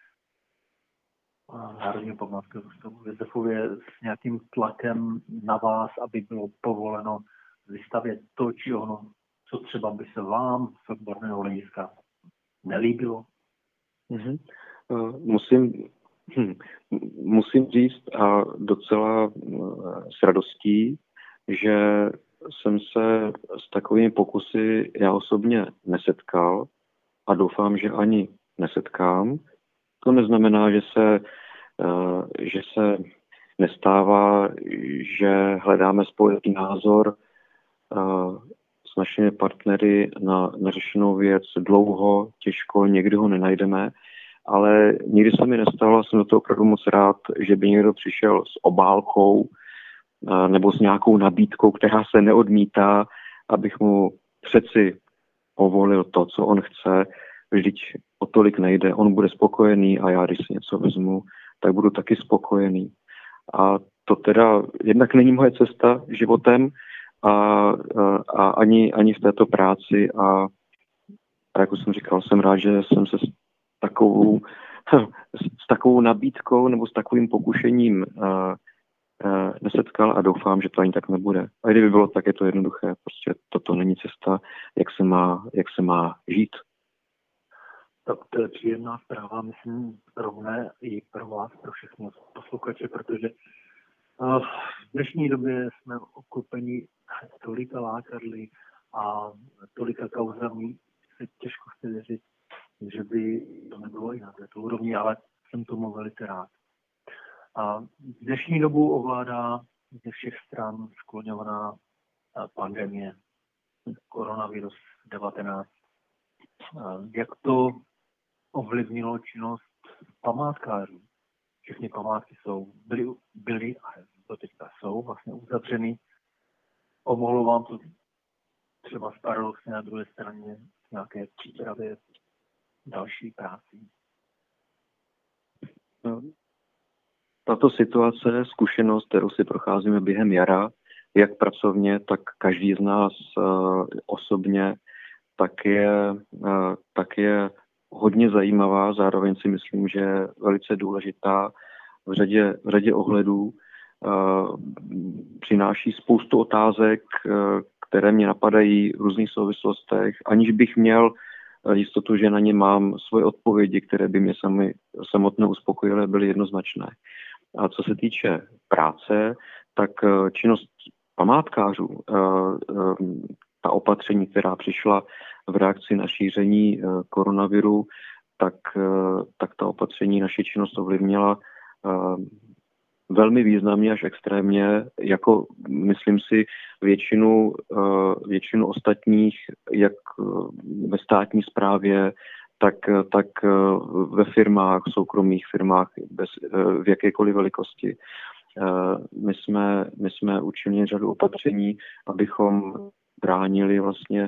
Národního památkového ústavu v Josefově s nějakým tlakem na vás, aby bylo povoleno vystavět to či ono, co třeba by se vám z odborného hlediska nelíbilo? Mm-hmm. Uh, musím, hm, musím říct a docela uh, s radostí, že jsem se s takovými pokusy já osobně nesetkal a doufám, že ani nesetkám. To neznamená, že se, uh, že se nestává, že hledáme společný názor uh, s našimi partnery na neřešenou věc dlouho, těžko, někdy ho nenajdeme, ale nikdy se mi nestalo, jsem do toho opravdu moc rád, že by někdo přišel s obálkou nebo s nějakou nabídkou, která se neodmítá, abych mu přeci povolil to, co on chce, vždyť o tolik nejde, on bude spokojený a já, když si něco vezmu, tak budu taky spokojený. A to teda jednak není moje cesta životem, A, a ani, ani v této práci a, a jak už jsem říkal, jsem rád, že jsem se s takovou, s takovou nabídkou nebo s takovým pokušením a, a, nesetkal a doufám, že to ani tak nebude. A kdyby bylo tak, je to jednoduché. Prostě toto není cesta, jak se má, jak se má žít. Tak to je příjemná zpráva, myslím, rovné i pro vás, pro všechny posluchače, protože v dnešní době jsme obklopeni tolika lákadly a tolika kauzami, se těžko chce věřit, že by to nebylo i na této úrovni, ale jsem tomu velice rád. A v dnešní dobu ovládá ze všech stran skloňovaná pandemie koronavirus devatenáct. Jak to ovlivnilo činnost památkářů? Všechny památky jsou, byly, byly a to teďka jsou vlastně uzavřeny. Pomohlo vám to třeba paradoxně na druhé straně nějaké přípravě další práci? No, tato situace, zkušenost, kterou si procházíme během jara, jak pracovně, tak každý z nás uh, osobně, tak je, uh, tak je hodně zajímavá, zároveň si myslím, že je velice důležitá v řadě, v řadě ohledů. Uh, přináší spoustu otázek, uh, které mě napadají v různých souvislostech, aniž bych měl uh, jistotu, že na ně mám svoje odpovědi, které by mě sami, samotné uspokojily, byly jednoznačné. A co se týče práce, tak uh, činnost památkářů, uh, uh, ta opatření, která přišla v reakci na šíření uh, koronaviru, tak, uh, tak ta opatření naši činnost ovlivnila uh, velmi významně až extrémně, jako myslím si většinu, většinu ostatních, jak ve státní správě, tak, tak ve firmách, v soukromých firmách, bez, v jakékoliv velikosti. My jsme, my jsme učinili řadu opatření, abychom bránili vlastně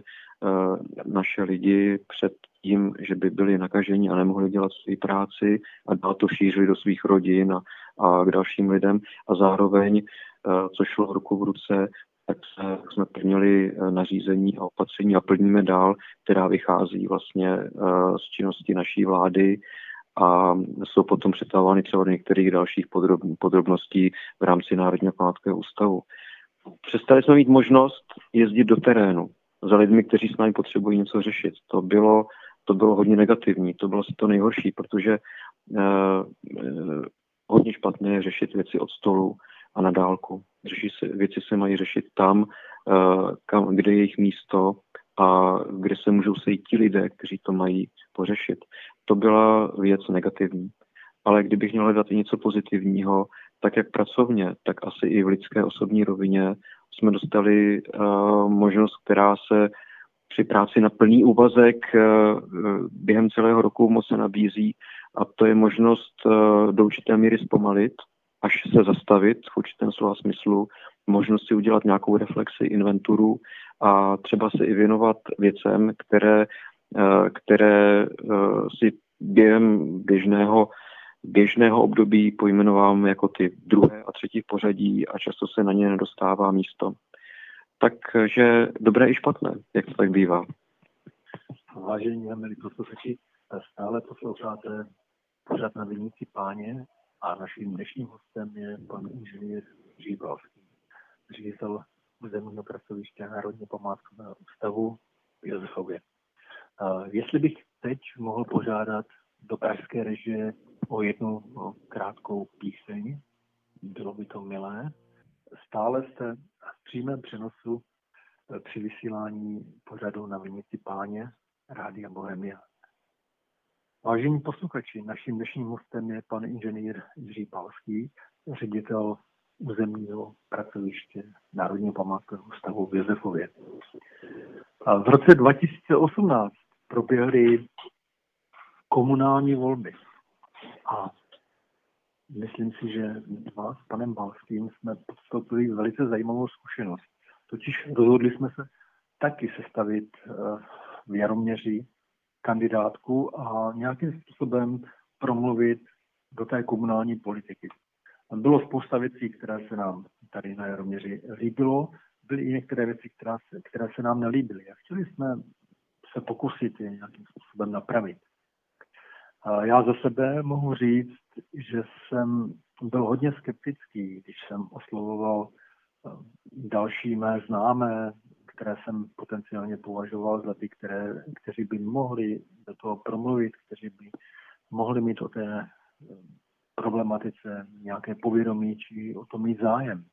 naše lidi před tím, že by byli nakaženi a nemohli dělat svou práci a dál to šířili do svých rodin a, a k dalším lidem. A zároveň, co šlo ruku v ruce, tak se, jsme plnili nařízení a opatření a plníme dál, která vychází vlastně z činnosti naší vlády a jsou potom přetahovány třeba do některých dalších podrob, podrobností v rámci Národního památkového ústavu. Přestali jsme mít možnost jezdit do terénu za lidmi, kteří s námi potřebují něco řešit. To bylo, to bylo hodně negativní, to bylo asi to nejhorší, protože eh, eh, hodně špatné je řešit věci od stolu a na dálku. Řeší se, věci se mají řešit tam, eh, kam, kde je jejich místo a kde se můžou sejít ti lidé, kteří to mají pořešit. To byla věc negativní. Ale kdybych měl hledat i něco pozitivního, tak jak pracovně, tak asi i v lidské osobní rovině jsme dostali uh, možnost, která se při práci na plný úvazek uh, během celého roku moc se nabízí, a to je možnost uh, do určité míry zpomalit, až se zastavit v určitém slova smyslu, možnost si udělat nějakou reflexi, inventuru a třeba se i věnovat věcem, které, uh, které uh, si během běžného běžného období pojmenovám jako ty druhé a třetí v pořadí a často se na ně nedostává místo. Takže dobré i špatné, jak to tak bývá. Vážení a milí posluchači, stále posloucháte pořad Na Vinici Páně a naším dnešním hostem je pan inženýr Jiří Balský, ředitel územního pracoviště Národního památkového ústavu v Josefově. Jestli bych teď mohl požádat do pražské režie o jednu krátkou píseň, bylo by to milé. Stále jste v přímém přenosu při vysílání pořadu Na Vinici Páně Rádia Bohemia. Vážení posluchači, naším dnešním hostem je pan inženýr Jiří Balský, ředitel územního pracoviště Národního památkového ústavu v Josefově. A v roce dva tisíce osmnáct proběhly komunální volby a myslím si, že dva s panem Balským jsme podstoupili velice zajímavou zkušenost. Totiž rozhodli jsme se taky sestavit v Jaroměři kandidátku a nějakým způsobem promluvit do té komunální politiky. Bylo spousta věcí, které se nám tady na Jaroměři líbilo, byly i některé věci, které se, které se nám nelíbily. A chtěli jsme se pokusit je nějakým způsobem napravit. A já za sebe mohu říct, že jsem byl hodně skeptický, když jsem oslovoval další mé známé, které jsem potenciálně považoval za ty, které, kteří by mohli do toho promluvit, kteří by mohli mít o té problematice nějaké povědomí či o tom mít zájem.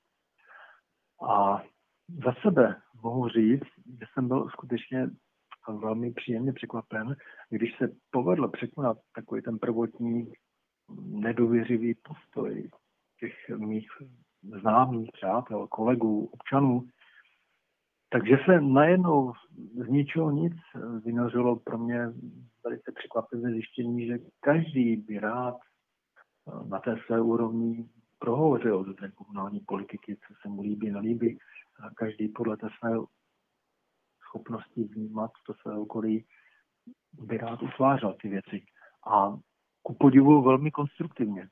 A za sebe mohu říct, že jsem byl skutečně velmi příjemně překvapen, když se povedlo překonat takový ten prvotní nedůvěřivý postoj těch mých známých, přátel, kolegů, občanů. Takže se najednou z ničeho nic vynořilo pro mě velice překvapivé zjištění, že každý by rád na té své úrovni prohovořil do té komunální politiky, co se mu líbí, nelíbí. A každý podle té své schopnosti vnímat to své okolí by rád utvářel ty věci. A ku podivu velmi konstruktivně.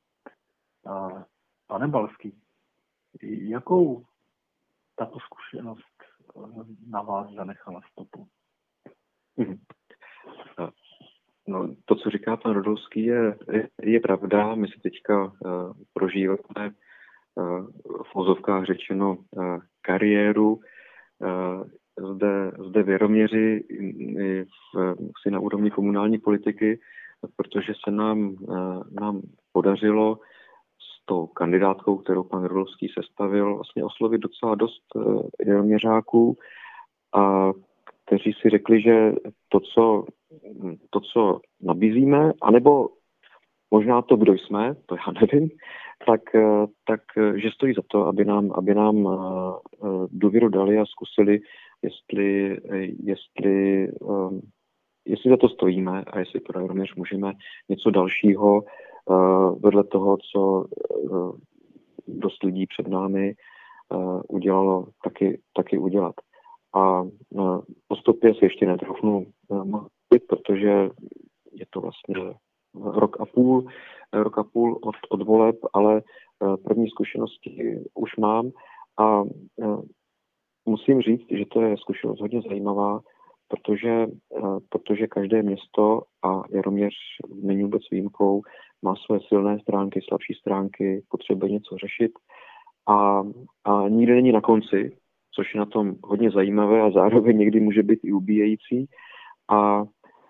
A pane Balský, jakou tato zkušenost na vás zanechala stopu? Hmm. No, to, co říká pan Rodolský, je, je, je pravda. My si teďka uh, prožíváme uh, v ozovkách řečeno uh, kariéru uh, zde, zde v Jaroměři i v, si na úrovni komunální politiky, protože se nám, uh, nám podařilo s tou kandidátkou, kterou pan Rodolský sestavil, vlastně oslovit docela dost uh, Jaroměřáků, a kteří si řekli, že to, co, to, co nabízíme, anebo možná to, kdo jsme, to já nevím, tak, tak že stojí za to, aby nám, aby nám důvěru dali a zkusili, jestli, jestli, jestli za to stojíme a jestli pro Jaroměř můžeme něco dalšího vedle toho, co dost lidí před námi udělalo, taky, taky udělat. A postupně si ještě netroufnu mluvit, protože je to vlastně rok a půl, rok a půl od, od voleb, ale první zkušenosti už mám a musím říct, že to je zkušenost hodně zajímavá, protože, protože každé město, a Jaroměř není vůbec výjimkou, má své silné stránky, slabší stránky, potřebuje něco řešit a, a nikdy není na konci, což je na tom hodně zajímavé a zároveň někdy může být i ubíjející. A, a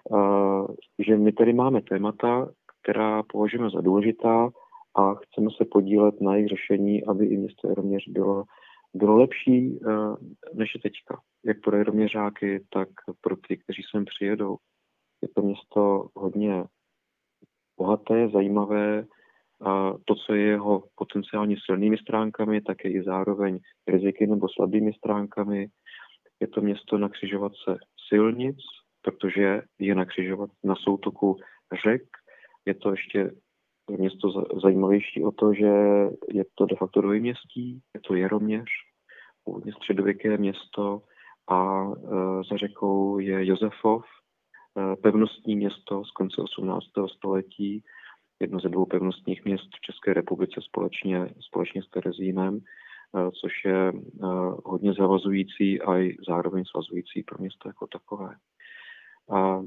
že my tady máme témata, která považujeme za důležitá a chceme se podílet na jejich řešení, aby i město Jaroměř bylo, bylo lepší než je teďka. Jak pro Jaroměřáky, tak pro ty, kteří sem přijedou. Je to město hodně bohaté, zajímavé. A to, co je jeho potenciálně silnými stránkami, tak je i zároveň riziky nebo slabými stránkami. Je to město na křižovatce silnic, protože je na křižovatce na soutoku řek. Je to ještě město zajímavější o to, že je to de facto dvojměstí, je to Jaroměř, původně středověké město a e, za řekou je Josefov, e, pevnostní město z konce osmnáctého století, jedno ze dvou pevnostních měst v České republice společně, společně s Terezínem, což je hodně zavazující a i zároveň svazující pro město jako takové. a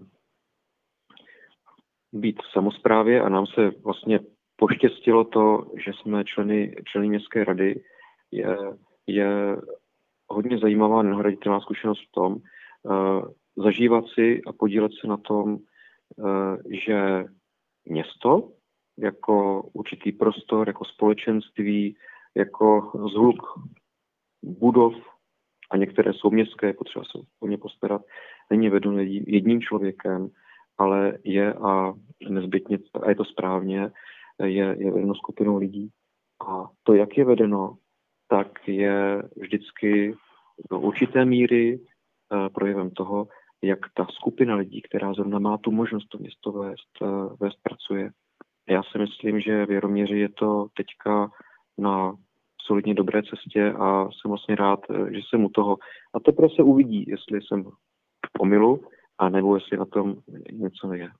být v samosprávě a nám se vlastně poštěstilo to, že jsme členy, členy městské rady. Je, je hodně zajímavá, nenahraditelná zkušenost v tom, uh, zažívat si a podílet se na tom, uh, že město jako určitý prostor, jako společenství, jako zhluk budov a některé jsou městské, potřeba se o ně postarat, není vedeno jedním člověkem, ale je a nezbytně, a je to správně, je, je vedeno skupinou lidí. A to, jak je vedeno, tak je vždycky do určité míry uh, projevem toho, jak ta skupina lidí, která zrovna má tu možnost to město vést, uh, vést pracuje. Já si myslím, že v Jaroměři je to teďka na solidně dobré cestě a jsem vlastně rád, že jsem u toho. A teprve se uvidí, jestli jsem v omylu, a nebo jestli na tom něco je.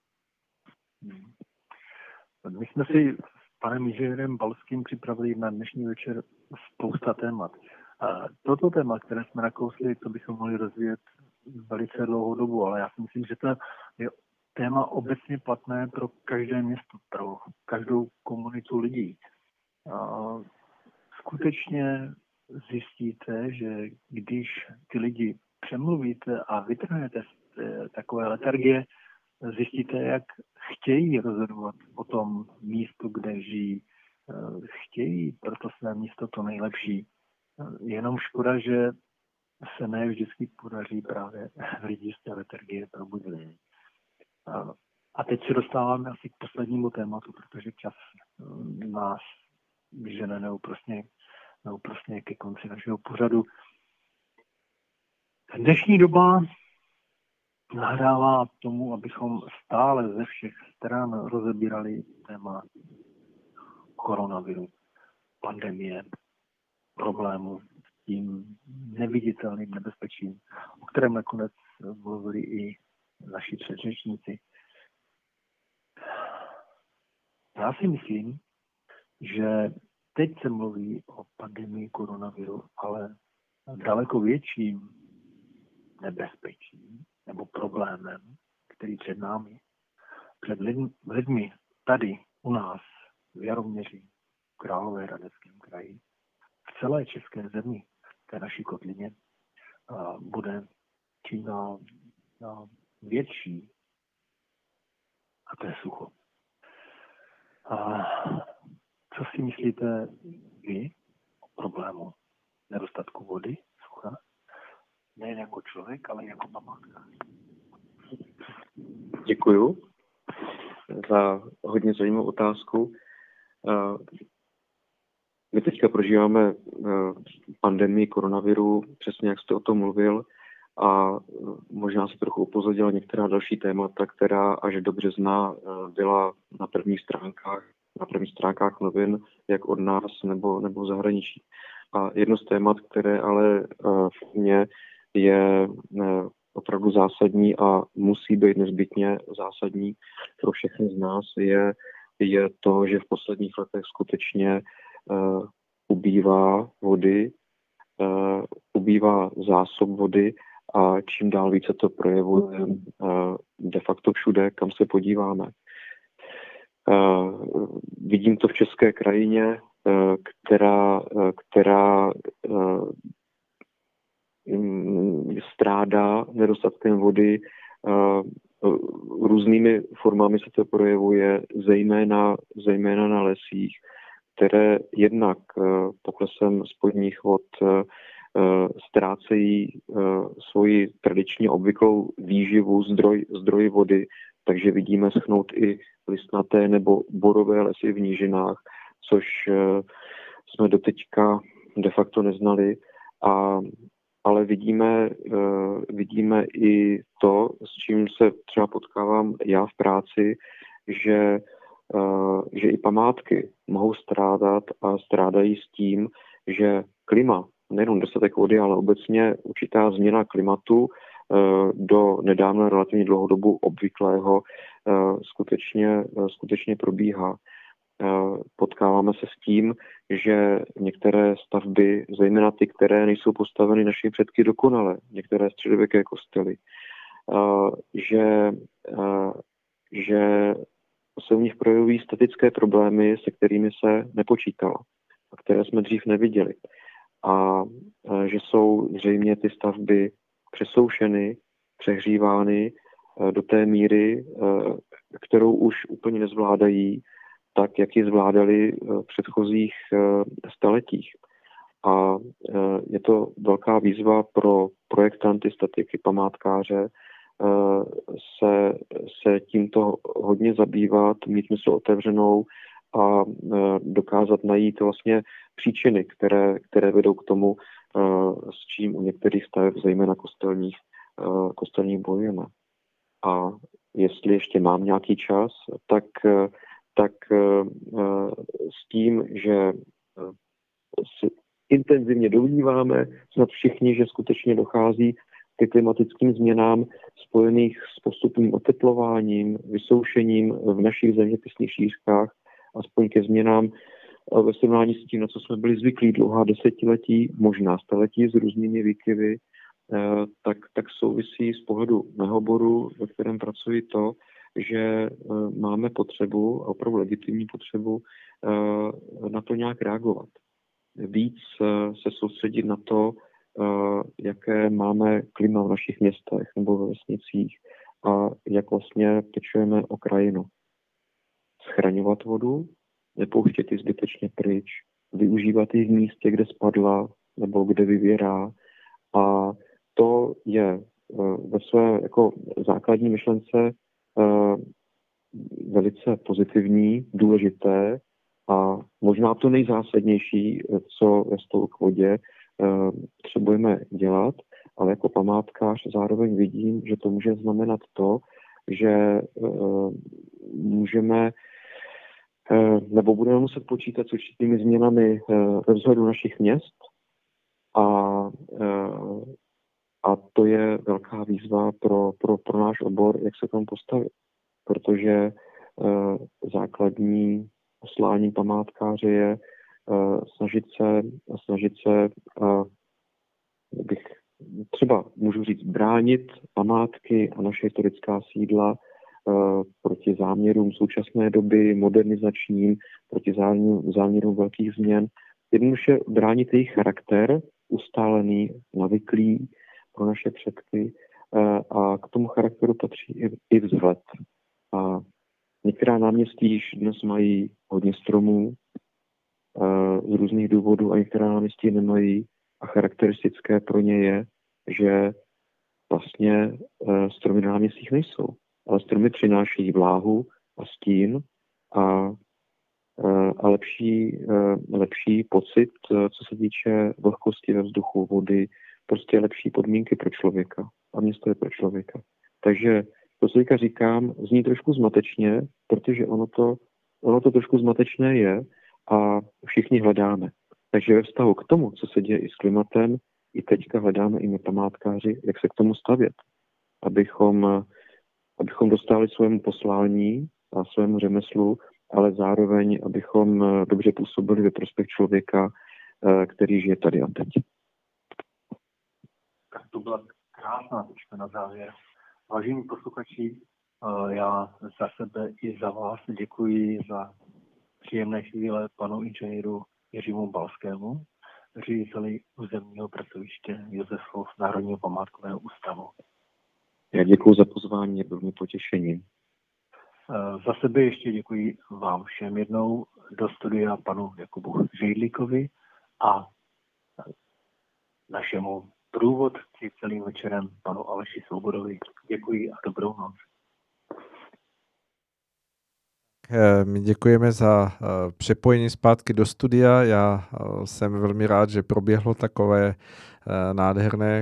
My jsme si s panem inženýrem Balským připravili na dnešní večer spousta témat. A toto téma, které jsme nakousli, to bychom mohli rozvíjet velice dlouhou dobu, ale já si myslím, že to je téma obecně platné pro každé město, pro každou komunitu lidí. A skutečně zjistíte, že když ty lidi přemluvíte a vytrhnete z takové letargie, zjistíte, jak chtějí rozhodovat o tom místu, kde žijí. Chtějí pro to své místo to nejlepší. Jenom škoda, že se ne vždycky podaří právě lidi z té letargie probudit. A teď se dostáváme asi k poslednímu tématu, protože čas nás žene neúprosně, neúprosně ke konci našeho pořadu. Dnešní doba nahrává tomu, abychom stále ze všech stran rozebírali téma koronaviru, pandemie, problému s tím neviditelným nebezpečím, o kterém nakonec mluvili i naši předřečníci. Já si myslím, že teď se mluví o pandemii koronaviru, ale daleko větším nebezpečím nebo problémem, který před námi, před lidmi tady u nás v Jaroměři, v Královéhradeckém kraji, v celé české zemi, té naší kotlině, bude čím dál větší, a to je sucho. A co si myslíte vy o problému nedostatku vody, sucha? Nejen jako člověk, ale jako památka. Děkuju za hodně zajímavou otázku. My teďka prožíváme pandemii koronaviru, přesně jak jste o tom mluvil, a možná se trochu upozornila některá další témata, která až do března byla na prvních stránkách, na prvních stránkách novin, jak od nás nebo, nebo v zahraničí. A jedno z témat, které ale v mě je opravdu zásadní a musí být nezbytně zásadní pro všechny z nás, je, je to, že v posledních letech skutečně uh, ubývá vody, uh, ubývá zásob vody a čím dál více to projevuje uh, de facto všude, kam se podíváme. Uh, vidím to v české krajině, uh, která, uh, která uh, strádá nedostatkem vody, různými formami se to projevuje, zejména, zejména na lesích, které jednak poklesem spodních vod ztrácejí svoji tradičně obvyklou výživu, zdroj, zdroj vody, takže vidíme schnout i listnaté nebo borové lesy v nížinách, což jsme doteďka de facto neznali. A ale vidíme, uh, vidíme i to, s čím se třeba potkávám já v práci, že, uh, že i památky mohou strádat a strádají s tím, že klima, nejenom dostatek vody, ale obecně určitá změna klimatu uh, do nedávno relativně dlouhou dobu obvyklého uh, skutečně, uh, skutečně probíhá. Potkáváme se s tím, že některé stavby, zejména ty, které nejsou postaveny našimi předky dokonale, některé středověké kostely, že, že se u nich projevují statické problémy, se kterými se nepočítalo a které jsme dřív neviděli. A že jsou zřejmě ty stavby přesoušeny, přehřívány do té míry, kterou už úplně nezvládají, tak, jak ji zvládali v předchozích staletích. A je to velká výzva pro projektanty, statiky, památkáře se, se tímto hodně zabývat, mít mysl otevřenou a dokázat najít vlastně příčiny, které, které vedou k tomu, s čím u některých staveb, zejména kostelních, kostelních bojujeme. A jestli ještě mám nějaký čas, tak, tak s tím, že si intenzivně domníváme snad všichni, že skutečně dochází ke klimatickým změnám spojených s postupným oteplováním, vysoušením v našich zeměpisných šířkách, aspoň ke změnám ve srovnání s tím, na co jsme byli zvyklí dlouhá desetiletí, možná staletí s různými výkyvy, tak, tak souvisí z pohledu mého oboru, ve kterém pracuji, to, že máme potřebu, opravdu legitimní potřebu, na to nějak reagovat. Víc se soustředit na to, jaké máme klima v našich městech nebo ve vesnicích a jak vlastně pečujeme o krajinu. Schraňovat vodu, nepouštět ji zbytečně pryč, využívat ji v místě, kde spadla nebo kde vyvěrá. A to je ve své jako základní myšlence velice pozitivní, důležité a možná to nejzásadnější, co ve vztahu k vodě potřebujeme dělat, ale jako památkář zároveň vidím, že to může znamenat to, že můžeme nebo budeme muset počítat s určitými změnami ve vzhledu našich měst a, a to je velká výzva pro, pro, pro náš obor, jak se tam postavit, protože základní poslání památkáře je snažit se, snažit se bych třeba můžu říct, bránit památky a naše historická sídla proti záměrům současné doby, modernizačním, proti záměrům velkých změn. Jednoduše bránit jejich charakter, ustálený, navyklý pro naše předky a k tomu charakteru patří i vzhled. A některá náměstí již dnes mají hodně stromů z různých důvodů a některá náměstí nemají a charakteristické pro ně je, že vlastně stromy na náměstích nejsou. Ale stromy přináší vláhu a stín a, a lepší, lepší pocit, co se týče vlhkosti ve vzduchu, vody, prostě lepší podmínky pro člověka. A město je pro člověka. Takže to, co teďka říkám, zní trošku zmatečně, protože ono to, ono to trošku zmatečné je a všichni hledáme. Takže ve vztahu k tomu, co se děje i s klimatem, i teďka hledáme i my památkáři, jak se k tomu stavět, abychom abychom dostali svému poslání a svému řemeslu, ale zároveň, abychom dobře působili ve prospěch člověka, který žije tady a teď. Tak to byla krásná tečka na závěr. Vážení posluchači, já za sebe i za vás děkuji za příjemné chvíle panu inženýru Jiřímu Balskému, řediteli územního pracoviště Josefov Národního památkového ústavu. Já děkuji za pozvání, bylo mi potěšením. Za sebe ještě děkuji vám všem jednou do studia panu Jakubu Žejdlíkovi a našemu průvodci celým večerem panu Aleši Svobodovi. Děkuji a dobrou noc. My děkujeme za přepojení zpátky do studia. Já jsem velmi rád, že proběhlo takové nádherné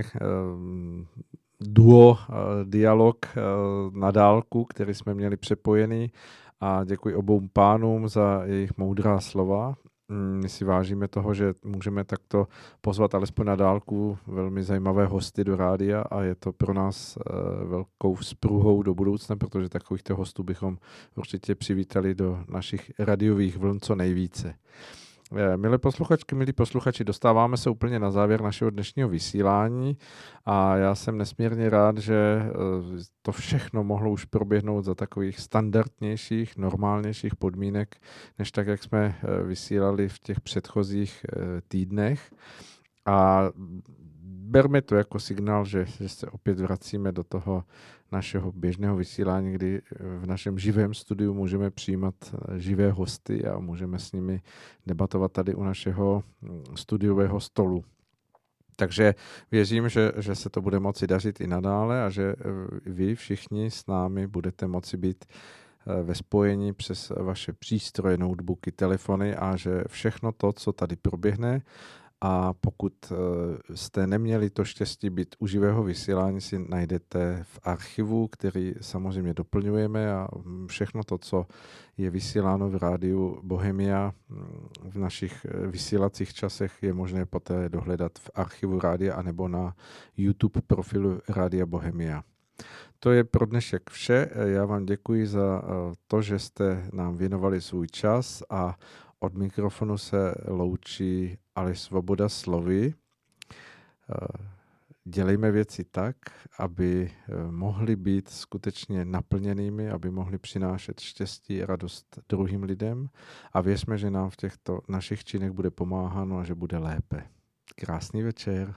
duo, dialog na dálku, který jsme měli přepojený, a děkuji obou pánům za jejich moudrá slova. My si vážíme toho, že můžeme takto pozvat alespoň na dálku velmi zajímavé hosty do rádia a je to pro nás velkou vzpruhou do budoucna, protože takovýchto hostů bychom určitě přivítali do našich radiových vln co nejvíce. Milé posluchačky, milí posluchači, dostáváme se úplně na závěr našeho dnešního vysílání a já jsem nesmírně rád, že to všechno mohlo už proběhnout za takových standardnějších, normálnějších podmínek, než tak, jak jsme vysílali v těch předchozích týdnech. A berme to jako signál, že, že se opět vracíme do toho našeho běžného vysílání, kdy v našem živém studiu můžeme přijímat živé hosty a můžeme s nimi debatovat tady u našeho studiového stolu. Takže věřím, že, že se to bude moci dařit i nadále a že vy všichni s námi budete moci být ve spojení přes vaše přístroje, notebooky, telefony a že všechno to, co tady proběhne, a pokud jste neměli to štěstí být u živého vysílání, si najdete v archivu, který samozřejmě doplňujeme a všechno to, co je vysíláno v rádiu Bohemia v našich vysílacích časech, je možné poté dohledat v archivu rádia anebo na YouTube profilu Rádia Bohemia. To je pro dnešek vše. Já vám děkuji za to, že jste nám věnovali svůj čas a od mikrofonu se loučí Aleš Svoboda slovy. Dělejme věci tak, aby mohly být skutečně naplněnými, aby mohly přinášet štěstí a radost druhým lidem a věřme, že nám v těchto našich činech bude pomáháno a že bude lépe. Krásný večer.